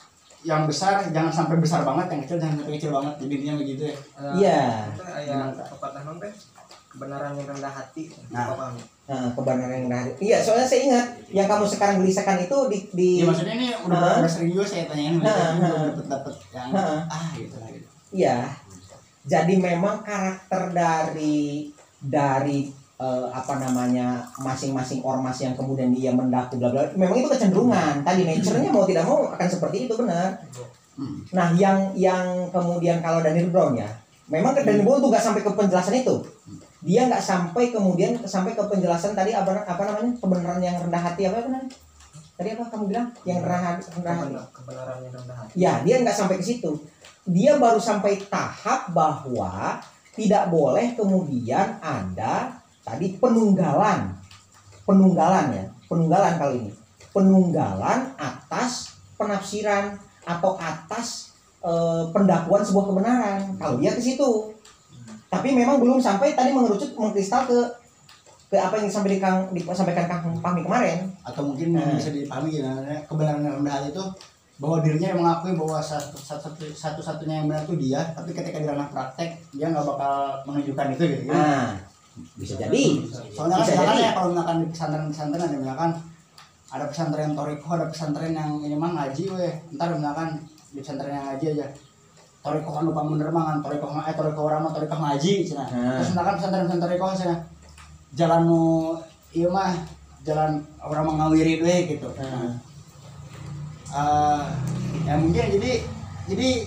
Speaker 6: yang besar jangan sampai besar banget, yang kecil jangan sampai kecil banget. Jadi intinya begitu ya.
Speaker 1: Iya.
Speaker 3: Itu ayat pepatah non teh kebenaran yang rendah hati.
Speaker 6: Nah.
Speaker 3: Apa paham?
Speaker 1: Nah, kebenaran yang ada. Iya, soalnya saya ingat yang kamu sekarang gelisahkan itu di di
Speaker 6: Ya maksudnya ini udah
Speaker 1: Ah.
Speaker 6: udah sering juga saya tanyain,
Speaker 1: Ah, ah.
Speaker 6: dapat dapat yang
Speaker 1: Ah.
Speaker 6: ah gitu lah gitu.
Speaker 1: Iya. Jadi memang karakter dari dari eh, apa namanya masing-masing ormas yang kemudian dia mendaku bla bla, memang itu kecenderungan. Tadi nature-nya mau tidak mau akan seperti itu, benar.
Speaker 6: Hmm.
Speaker 1: Nah, yang yang kemudian kalau Daniel Brown ya, memang ke Daniel Brown tuh nggak sampai ke penjelasan itu. Dia nggak sampai kemudian sampai ke penjelasan tadi apa apa namanya kebenaran yang rendah hati apa apa namanya? Tadi apa kamu bilang? Yang rendah hati, rendah hati.
Speaker 3: Kebenar- Kebenaran yang rendah hati.
Speaker 1: Ya, dia nggak sampai ke situ. Dia baru sampai tahap bahwa tidak boleh kemudian ada tadi penunggalan, penunggalan ya, penunggalan kali ini, penunggalan atas penafsiran atau atas eh, pendakwaan sebuah kebenaran. Kalau dia ke situ, tapi memang belum sampai tadi mengerucut mengkristal ke ke apa yang disampaikan Kang disampaikan Kang Pami kemarin.
Speaker 6: Atau mungkin yang
Speaker 1: Hmm.
Speaker 6: bisa dipahami gitu, namanya kebenaran yang rendah hati itu bahwa dirinya mengakui bahwa satu, satu, satu satunya yang benar itu dia, tapi ketika di ranah praktek dia nggak bakal menunjukkan itu gitu.
Speaker 1: Nah, bisa jadi.
Speaker 6: Soalnya kan
Speaker 1: Bisa
Speaker 6: misalkan
Speaker 1: jadi.
Speaker 6: ya kalau misalkan di pesantren-pesantren ada misalkan ada pesantren toriko, ada pesantren yang ini mah ngaji weh. Ntar misalkan di pesantren yang ngaji aja. Toriko kan lupa bener mah kan toriko eh toriko orang mah toriko ngaji cenah.
Speaker 1: Hmm.
Speaker 6: Terus misalkan pesantren-pesantren toriko cenah. Jalan nu ieu mah jalan orang mengawiri we gitu.
Speaker 1: Hmm.
Speaker 6: Uh, ya mungkin jadi jadi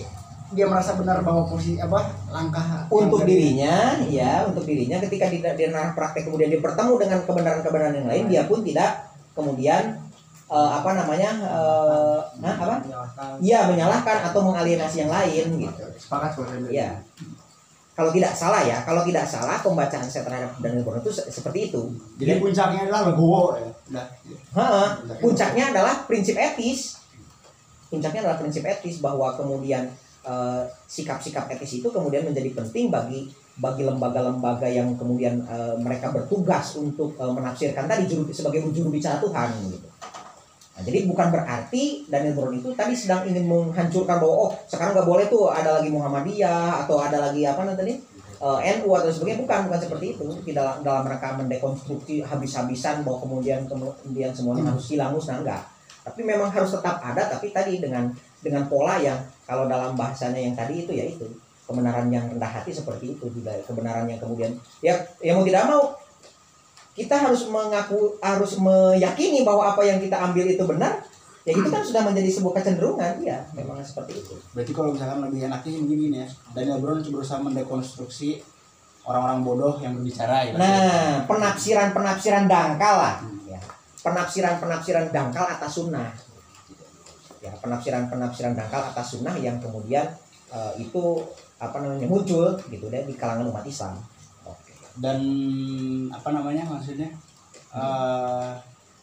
Speaker 6: dia merasa benar bahwa posisi apa langkah
Speaker 1: Untuk
Speaker 6: yang dari-
Speaker 1: dirinya, ya, untuk dirinya ketika dia dia naruh praktek kemudian dia bertemu dengan kebenaran-kebenaran yang lain, dia pun tidak kemudian eh, apa namanya eh, nah, apa?
Speaker 3: Menyalahkan.
Speaker 1: Iya, menyalahkan atau mengalienasi yang lain gitu.
Speaker 6: sepakat kalau saya bilang.
Speaker 1: Iya. Kalau tidak salah ya, kalau tidak salah pembacaan saya terhadap Daniel Brown itu se- seperti itu.
Speaker 6: Jadi puncaknya adalah legowo ya. Udah.
Speaker 1: Ha-ha. Puncaknya adalah prinsip etis. Puncaknya adalah prinsip etis bahwa kemudian eh, sikap-sikap etis itu kemudian menjadi penting bagi bagi lembaga-lembaga yang kemudian eh, mereka bertugas untuk eh, menafsirkan tadi juru, sebagai juru bicara Tuhan gitu. Nah, jadi bukan berarti Daniel Brown itu tadi sedang ingin menghancurkan bahwa oh sekarang nggak boleh tuh ada lagi Muhammadiyah atau ada lagi apa namanya tadi eh, N U atau sebagainya, bukan bukan seperti itu. Tidak dalam rangka mendekonstruksi habis-habisan bahwa kemudian kemudian semuanya harus hilang musnah, enggak. Tapi memang harus tetap ada, tapi tadi dengan dengan pola yang kalau dalam bahasanya yang tadi itu ya itu kebenaran yang rendah hati seperti itu juga, kebenaran yang kemudian ya yang mau tidak mau kita harus mengaku, harus meyakini bahwa apa yang kita ambil itu benar, ya itu kan sudah menjadi sebuah kecenderungan, ya memang seperti itu.
Speaker 6: Berarti kalau misalkan lebih enaknya begini ya, Daniel Brown berusaha mendekonstruksi orang-orang bodoh yang berbicara ya.
Speaker 1: Nah, penafsiran-penafsiran dangkal lah, ya. Penafsiran-penafsiran dangkal atas sunnah, ya penafsiran-penafsiran dangkal atas sunnah yang kemudian eh, itu apa namanya muncul gitu deh di kalangan umat Islam. Oke.
Speaker 6: Dan apa namanya maksudnya eh,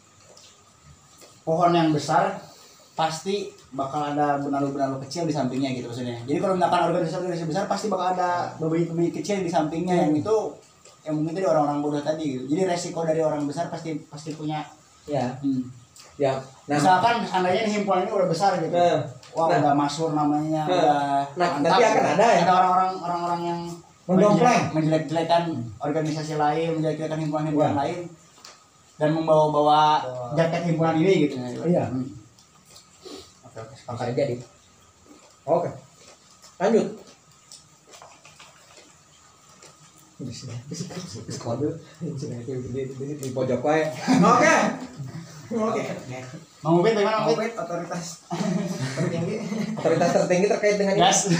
Speaker 6: pohon yang besar pasti bakal ada benalu-benalu kecil di sampingnya gitu maksudnya. Jadi kalau misalkan organisasi-organisasi besar pasti bakal ada benih-benih kecil di sampingnya yang itu yang mungkin tadi orang-orang bodoh tadi gitu. Jadi resiko dari orang besar pasti pasti punya.
Speaker 1: Ya,
Speaker 6: Hmm.
Speaker 1: ya. Nah,
Speaker 6: Misalkan seandainya nih himpunan ini udah besar gitu.
Speaker 1: Nah,
Speaker 6: Wah
Speaker 1: nah.
Speaker 6: udah masyhur namanya,
Speaker 1: Nah.
Speaker 6: udah
Speaker 1: Nah,
Speaker 6: mantap.
Speaker 1: tapi akan ada ya.
Speaker 6: Ada orang-orang orang-orang yang
Speaker 1: Mendompleng.
Speaker 6: menjelek-jelekan organisasi lain, menjelek-jelekan himpunan-himpunan
Speaker 1: Ya.
Speaker 6: lain dan membawa-bawa jaket himpunan ini gitu.
Speaker 1: Iya.
Speaker 6: Hmm. Oke oke.
Speaker 1: akan jadi. Oke. Lanjut. Di pojok wae. Oke. Oke.
Speaker 6: Mang Ubed bagaimana Mang Ubed?
Speaker 3: Ubed otoritas tertinggi.
Speaker 1: Otoritas tertinggi terkait dengan ini.
Speaker 6: Gas.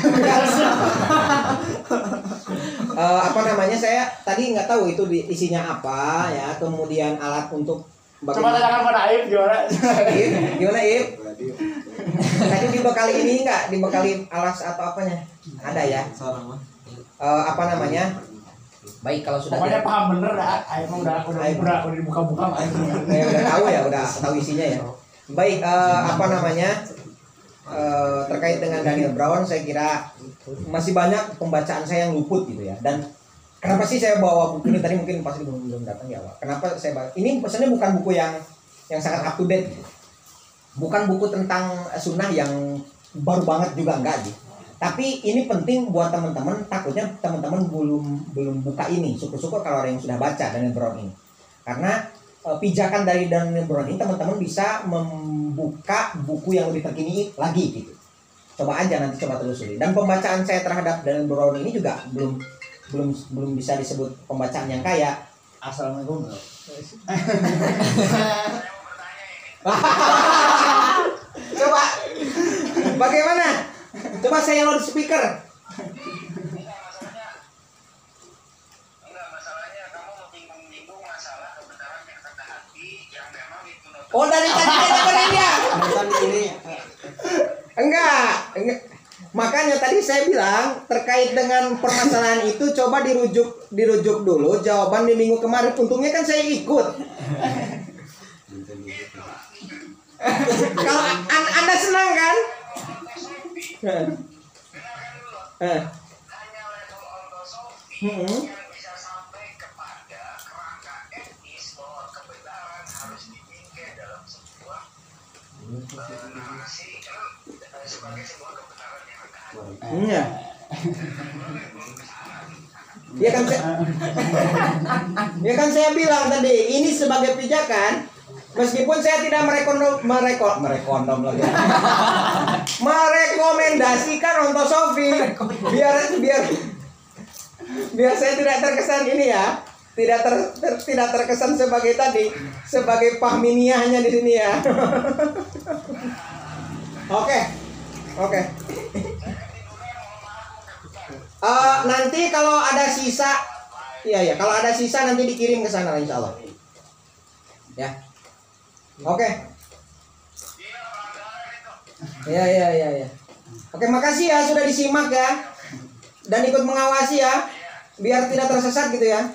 Speaker 1: Eh, apa namanya, saya tadi nggak tahu itu di, isinya apa ya, kemudian alat untuk
Speaker 6: Coba tanyakan pada Aib gimana?
Speaker 1: Ip, gimana Ip? Tadi dibekali ini nggak, dibekali alas atau apanya? Ada ya.
Speaker 4: Seorang mah.
Speaker 1: Eh, apa namanya? Baik, kalau sudah
Speaker 6: Pokoknya paham bener dah. Aib mah udah udah
Speaker 1: Aib.
Speaker 6: udah udah dibuka-buka Aib.
Speaker 1: ya, udah tahu ya, udah tahu isinya ya. Baik, eh, apa namanya? Eh, terkait dengan Daniel Brown, saya kira masih banyak pembacaan saya yang luput gitu ya. Dan kenapa sih saya bawa buku ini tadi, mungkin pasti belum belum datang ya, Pak. Kenapa saya bawa? Ini pesannya bukan buku yang yang sangat up to date. Bukan buku tentang sunnah yang baru banget juga, enggak gitu. Tapi ini penting buat teman-teman, takutnya teman-teman belum belum buka ini. Syukur-syukur kalau ada yang sudah baca Daniel Brown ini. Karena e, pijakan dari Daniel Brown ini teman-teman bisa membuka buku yang lebih terkini lagi gitu. Coba aja nanti coba telusuri. Dan pembacaan saya terhadap Daniel Brown ini juga belum belum belum bisa disebut pembacaan yang kaya.
Speaker 6: Assalamualaikum.
Speaker 1: Coba bagaimana? Coba saya loudspeaker. Oh, dari tadi kita dengerin ya?
Speaker 4: Bukan ini.
Speaker 1: Enggak, enggak. Makanya tadi saya bilang terkait dengan permasalahan itu coba dirujuk dirujuk dulu jawaban di minggu kemarin. Untungnya kan saya ikut. Kalau an- Anda senang kan? Eh. Eh. Hmm. Iya. Ya kan saya, ya kan saya bilang tadi ini sebagai pijakan, meskipun saya tidak merekondom merekon merekondom lagi merekomendasikan Ontosofi biar biar biar saya tidak terkesan ini ya, tidak ter, ter, tidak terkesan sebagai tadi sebagai pahminiahnya di sini ya. Oke. Oke. Uh, nanti kalau ada sisa, iya ya, kalau ada sisa nanti dikirim ke sana insya Allah. Ya, oke. Okay. Ya ya ya ya. Oke, makasih ya sudah disimak ya dan ikut mengawasi ya, biar tidak tersesat gitu ya.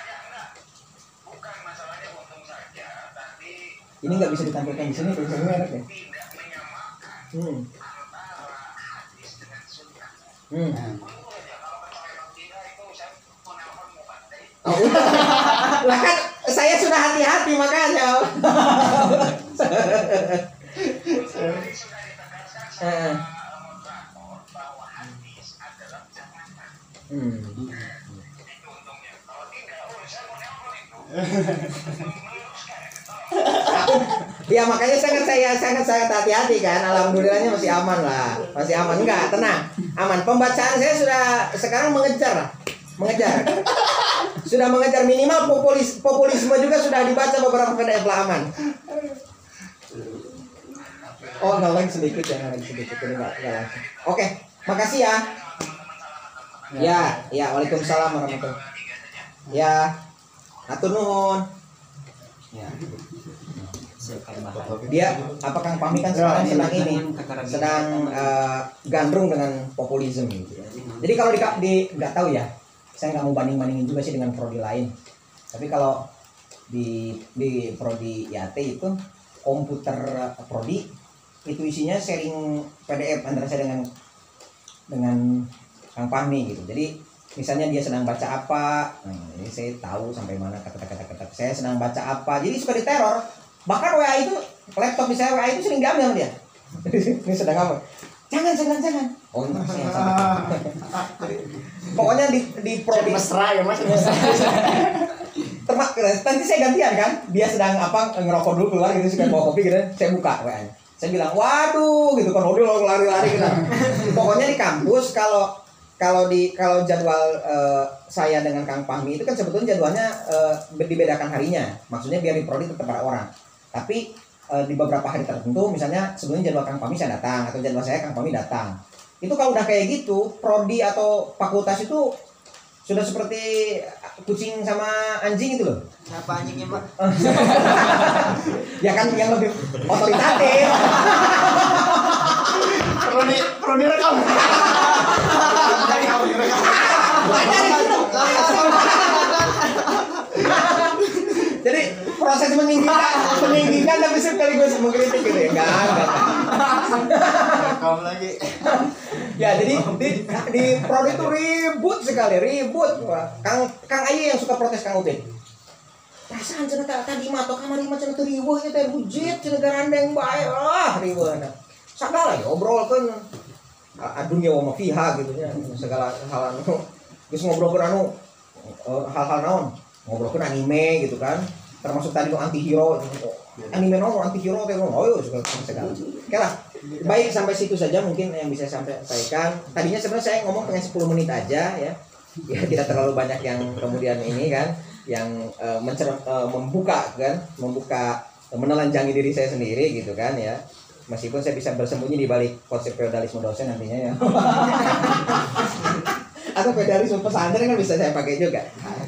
Speaker 1: Ini nggak bisa ditampilkan di sini, tulisannya enak ya. Hmm. Hmm. Oh, lah kan saya sudah hati-hati makanya. uh. Hmm. Ya makanya sangat saya sangat sangat hati-hati kan. Alhamdulillahnya masih aman lah, masih aman enggak, tenang, aman. Pembacaan saya sudah sekarang mengejar lah, mengejar, sudah mengejar minimal populis populisme juga sudah dibaca beberapa P D F lah, aman. Oh nggak lagi sedikit ya, nggak lagi sedikit ini nggak nggak langsung. Oke, makasih ya. Ya, ya, waalaikumsalam warahmatullahi. Ya, atur nuhun. Ya. Dia apa Kang Pahmi kan sekarang sedang ini sedang uh, gandrung dengan populisme gitu ya. Jadi kalau di di nggak tahu ya, saya nggak mau banding bandingin juga sih dengan prodi lain. Tapi kalau di di prodi I A T itu komputer prodi itu isinya sharing P D F antara saya dengan dengan Kang Pahmi gitu. Jadi misalnya dia sedang baca apa, nah, ini saya tahu sampai mana kata-kata-kata saya sedang baca apa. Jadi suka diteror. Bahkan W A itu, laptop di saya W A itu sering diambil sama dia. Ini sedang apa? Jangan, jangan, jangan. Oh, ini saya salah. Pokoknya di di prodi
Speaker 6: mesra ya Mas.
Speaker 1: Termak, nanti saya gantian kan. Dia sedang apa ngerokok dulu keluar gitu, suka bawa kopi gitu. Saya buka W A-nya. Saya bilang, waduh, gitu kan. Waduh, lari-lari gitu. Pokoknya di kampus kalau kalau di kalau jadwal uh, saya dengan Kang Pahmi itu kan sebetulnya jadwalnya uh, dibedakan harinya. Maksudnya biar di prodi tetap ada orang. Tapi e, di beberapa hari tertentu, misalnya sebelumnya jadwal Kang Pahmi saya datang atau jadwal saya Kang Pahmi datang. Itu kalau udah kayak gitu, prodi atau fakultas itu sudah seperti kucing sama anjing gitu loh.
Speaker 4: Siapa anjingnya, Pak?
Speaker 1: Ya kan yang lebih otoritatif.
Speaker 6: Perlu di perlu direkam.
Speaker 1: Jadi proses meninggikan, meninggikan tapi sekaligus mengkritik gitu ya. Enggak, enggak.
Speaker 2: Rekam lagi.
Speaker 1: Ya, jadi di di prodi itu ribut sekali, ribut. Kang Kang Ayi yang suka protes Kang Udin. Perasaan cenah tadi mah atau kamari mah cenah teu riweuh nya teh hujit cenah garandeng bae lah riweuhna. Sagala ya obrolkeun adunya wa mafiha gitu nya segala hal anu. Geus ngobrolkeun anu hal-hal naon? Ngobrolkeun anime gitu kan. Termasuk tadi tuh anti hero, anime nomor anti hero teh oh yo segala. Oke lah. Baik, sampai situ saja mungkin yang bisa saya sampaikan. Tadinya sebenarnya saya ngomong pengen sepuluh menit aja ya. Ya tidak terlalu banyak yang kemudian ini kan yang uh, mencer uh, membuka kan, membuka uh, menelanjangi diri saya sendiri gitu kan ya. Meskipun saya bisa bersembunyi di balik konsep feodalisme dosen nantinya ya. Atau feodalisme pesantren kan bisa saya pakai juga.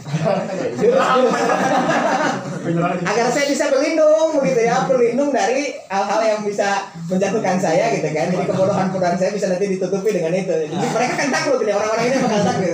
Speaker 1: Agar saya bisa berlindung begitu ya, berlindung dari hal-hal yang bisa menjatuhkan saya gitu kan. Jadi kebodohan-kebodohan saya bisa nanti ditutupi dengan itu. Jadi mereka kan takut ini, orang-orang ini bakal takut.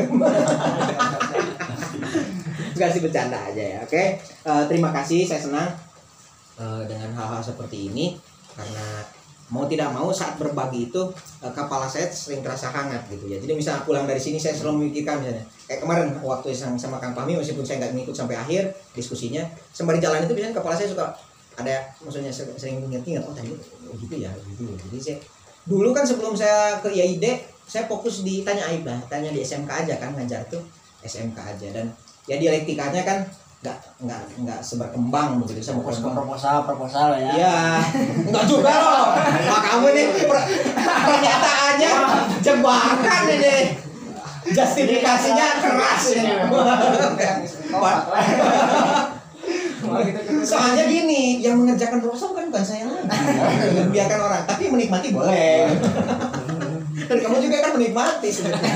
Speaker 1: Enggak sih, bercanda aja ya. Oke, uh, terima kasih, saya senang uh, dengan hal-hal seperti ini karena mau tidak mau saat berbagi itu uh, kepala saya sering terasa hangat gitu ya. Jadi misalnya pulang dari sini saya selalu memikirkan misalnya kayak kemarin waktu sama, sama Kang Pahmi meskipun saya nggak ngikut sampai akhir diskusinya sembari jalan itu biasanya kepala saya suka ada maksudnya sering ingat-ingat oh tadi oh, gitu ya gitu. Jadi saya dulu kan sebelum saya ke I A I D saya fokus di tanya aib lah, tanya di S M K aja kan, ngajar tuh S M K aja dan ya dialektikanya kan nggak nggak nggak seberkembang begitu sama
Speaker 6: proposal proposal ya.
Speaker 1: Iya, nggak juga loh. Mak kamu nih pernyataannya jebakan ini, justifikasinya keras ini. Soalnya gini, yang mengerjakan proposal kan bukan saya lagi, biarkan orang. Tapi menikmati boleh. Dan kamu juga kan menikmati sebenarnya.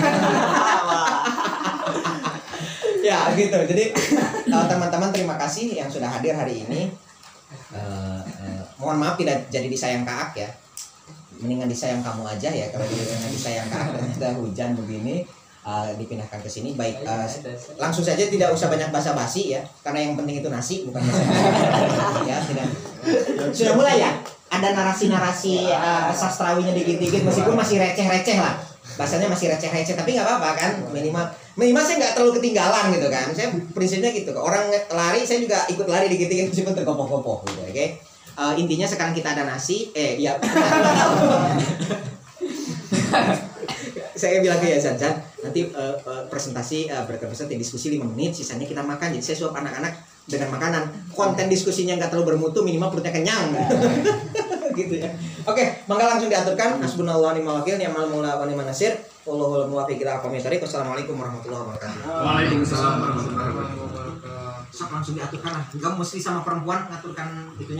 Speaker 1: Ya gitu. Jadi uh, teman-teman terima kasih yang sudah hadir hari ini. Uh, uh, mohon maaf tidak jadi disayang Kaak ya. Mendingan disayang kamu aja ya kalau dengan disayang Kaak ternyata hujan begini. Uh, dipindahkan ke sini. Baik, uh, langsung saja tidak usah banyak basa-basi ya, karena yang penting itu nasi bukan basa-basi. Ya, tidak. Sudah mulai ya. Ada narasi-narasi uh, sastrawinya dikit-dikit meskipun masih receh-receh lah. Bahasanya masih receh-receh tapi nggak apa-apa kan. Minimal minimal saya nggak terlalu ketinggalan gitu kan. Saya prinsipnya gitu. Orang lari saya juga ikut lari dikit-dikit meskipun tergopoh-gopoh gitu, oke. Okay? Uh, intinya sekarang kita ada nasi. Eh, ya. Saya bilang ke Yasan, San, nanti uh, uh, presentasi uh, berkesan diskusi lima menit, sisanya kita makan. Jadi saya suap anak-anak dengan makanan. Konten diskusinya nggak terlalu bermutu, minimal perutnya kenyang. Gitu ya. Oke, maka langsung diaturkan. Hasbunallahu wa ni'mal wakil, ni'mal maula wa ni'man nasir. Wallahul muwaffiq ila aqwamit thoriq. Wassalamualaikum warahmatullahi wabarakatuh.
Speaker 4: Waalaikumsalam warahmatullahi wabarakatuh.
Speaker 1: Sok langsung diaturkan lah. Enggak mesti sama perempuan ngaturkan itunya.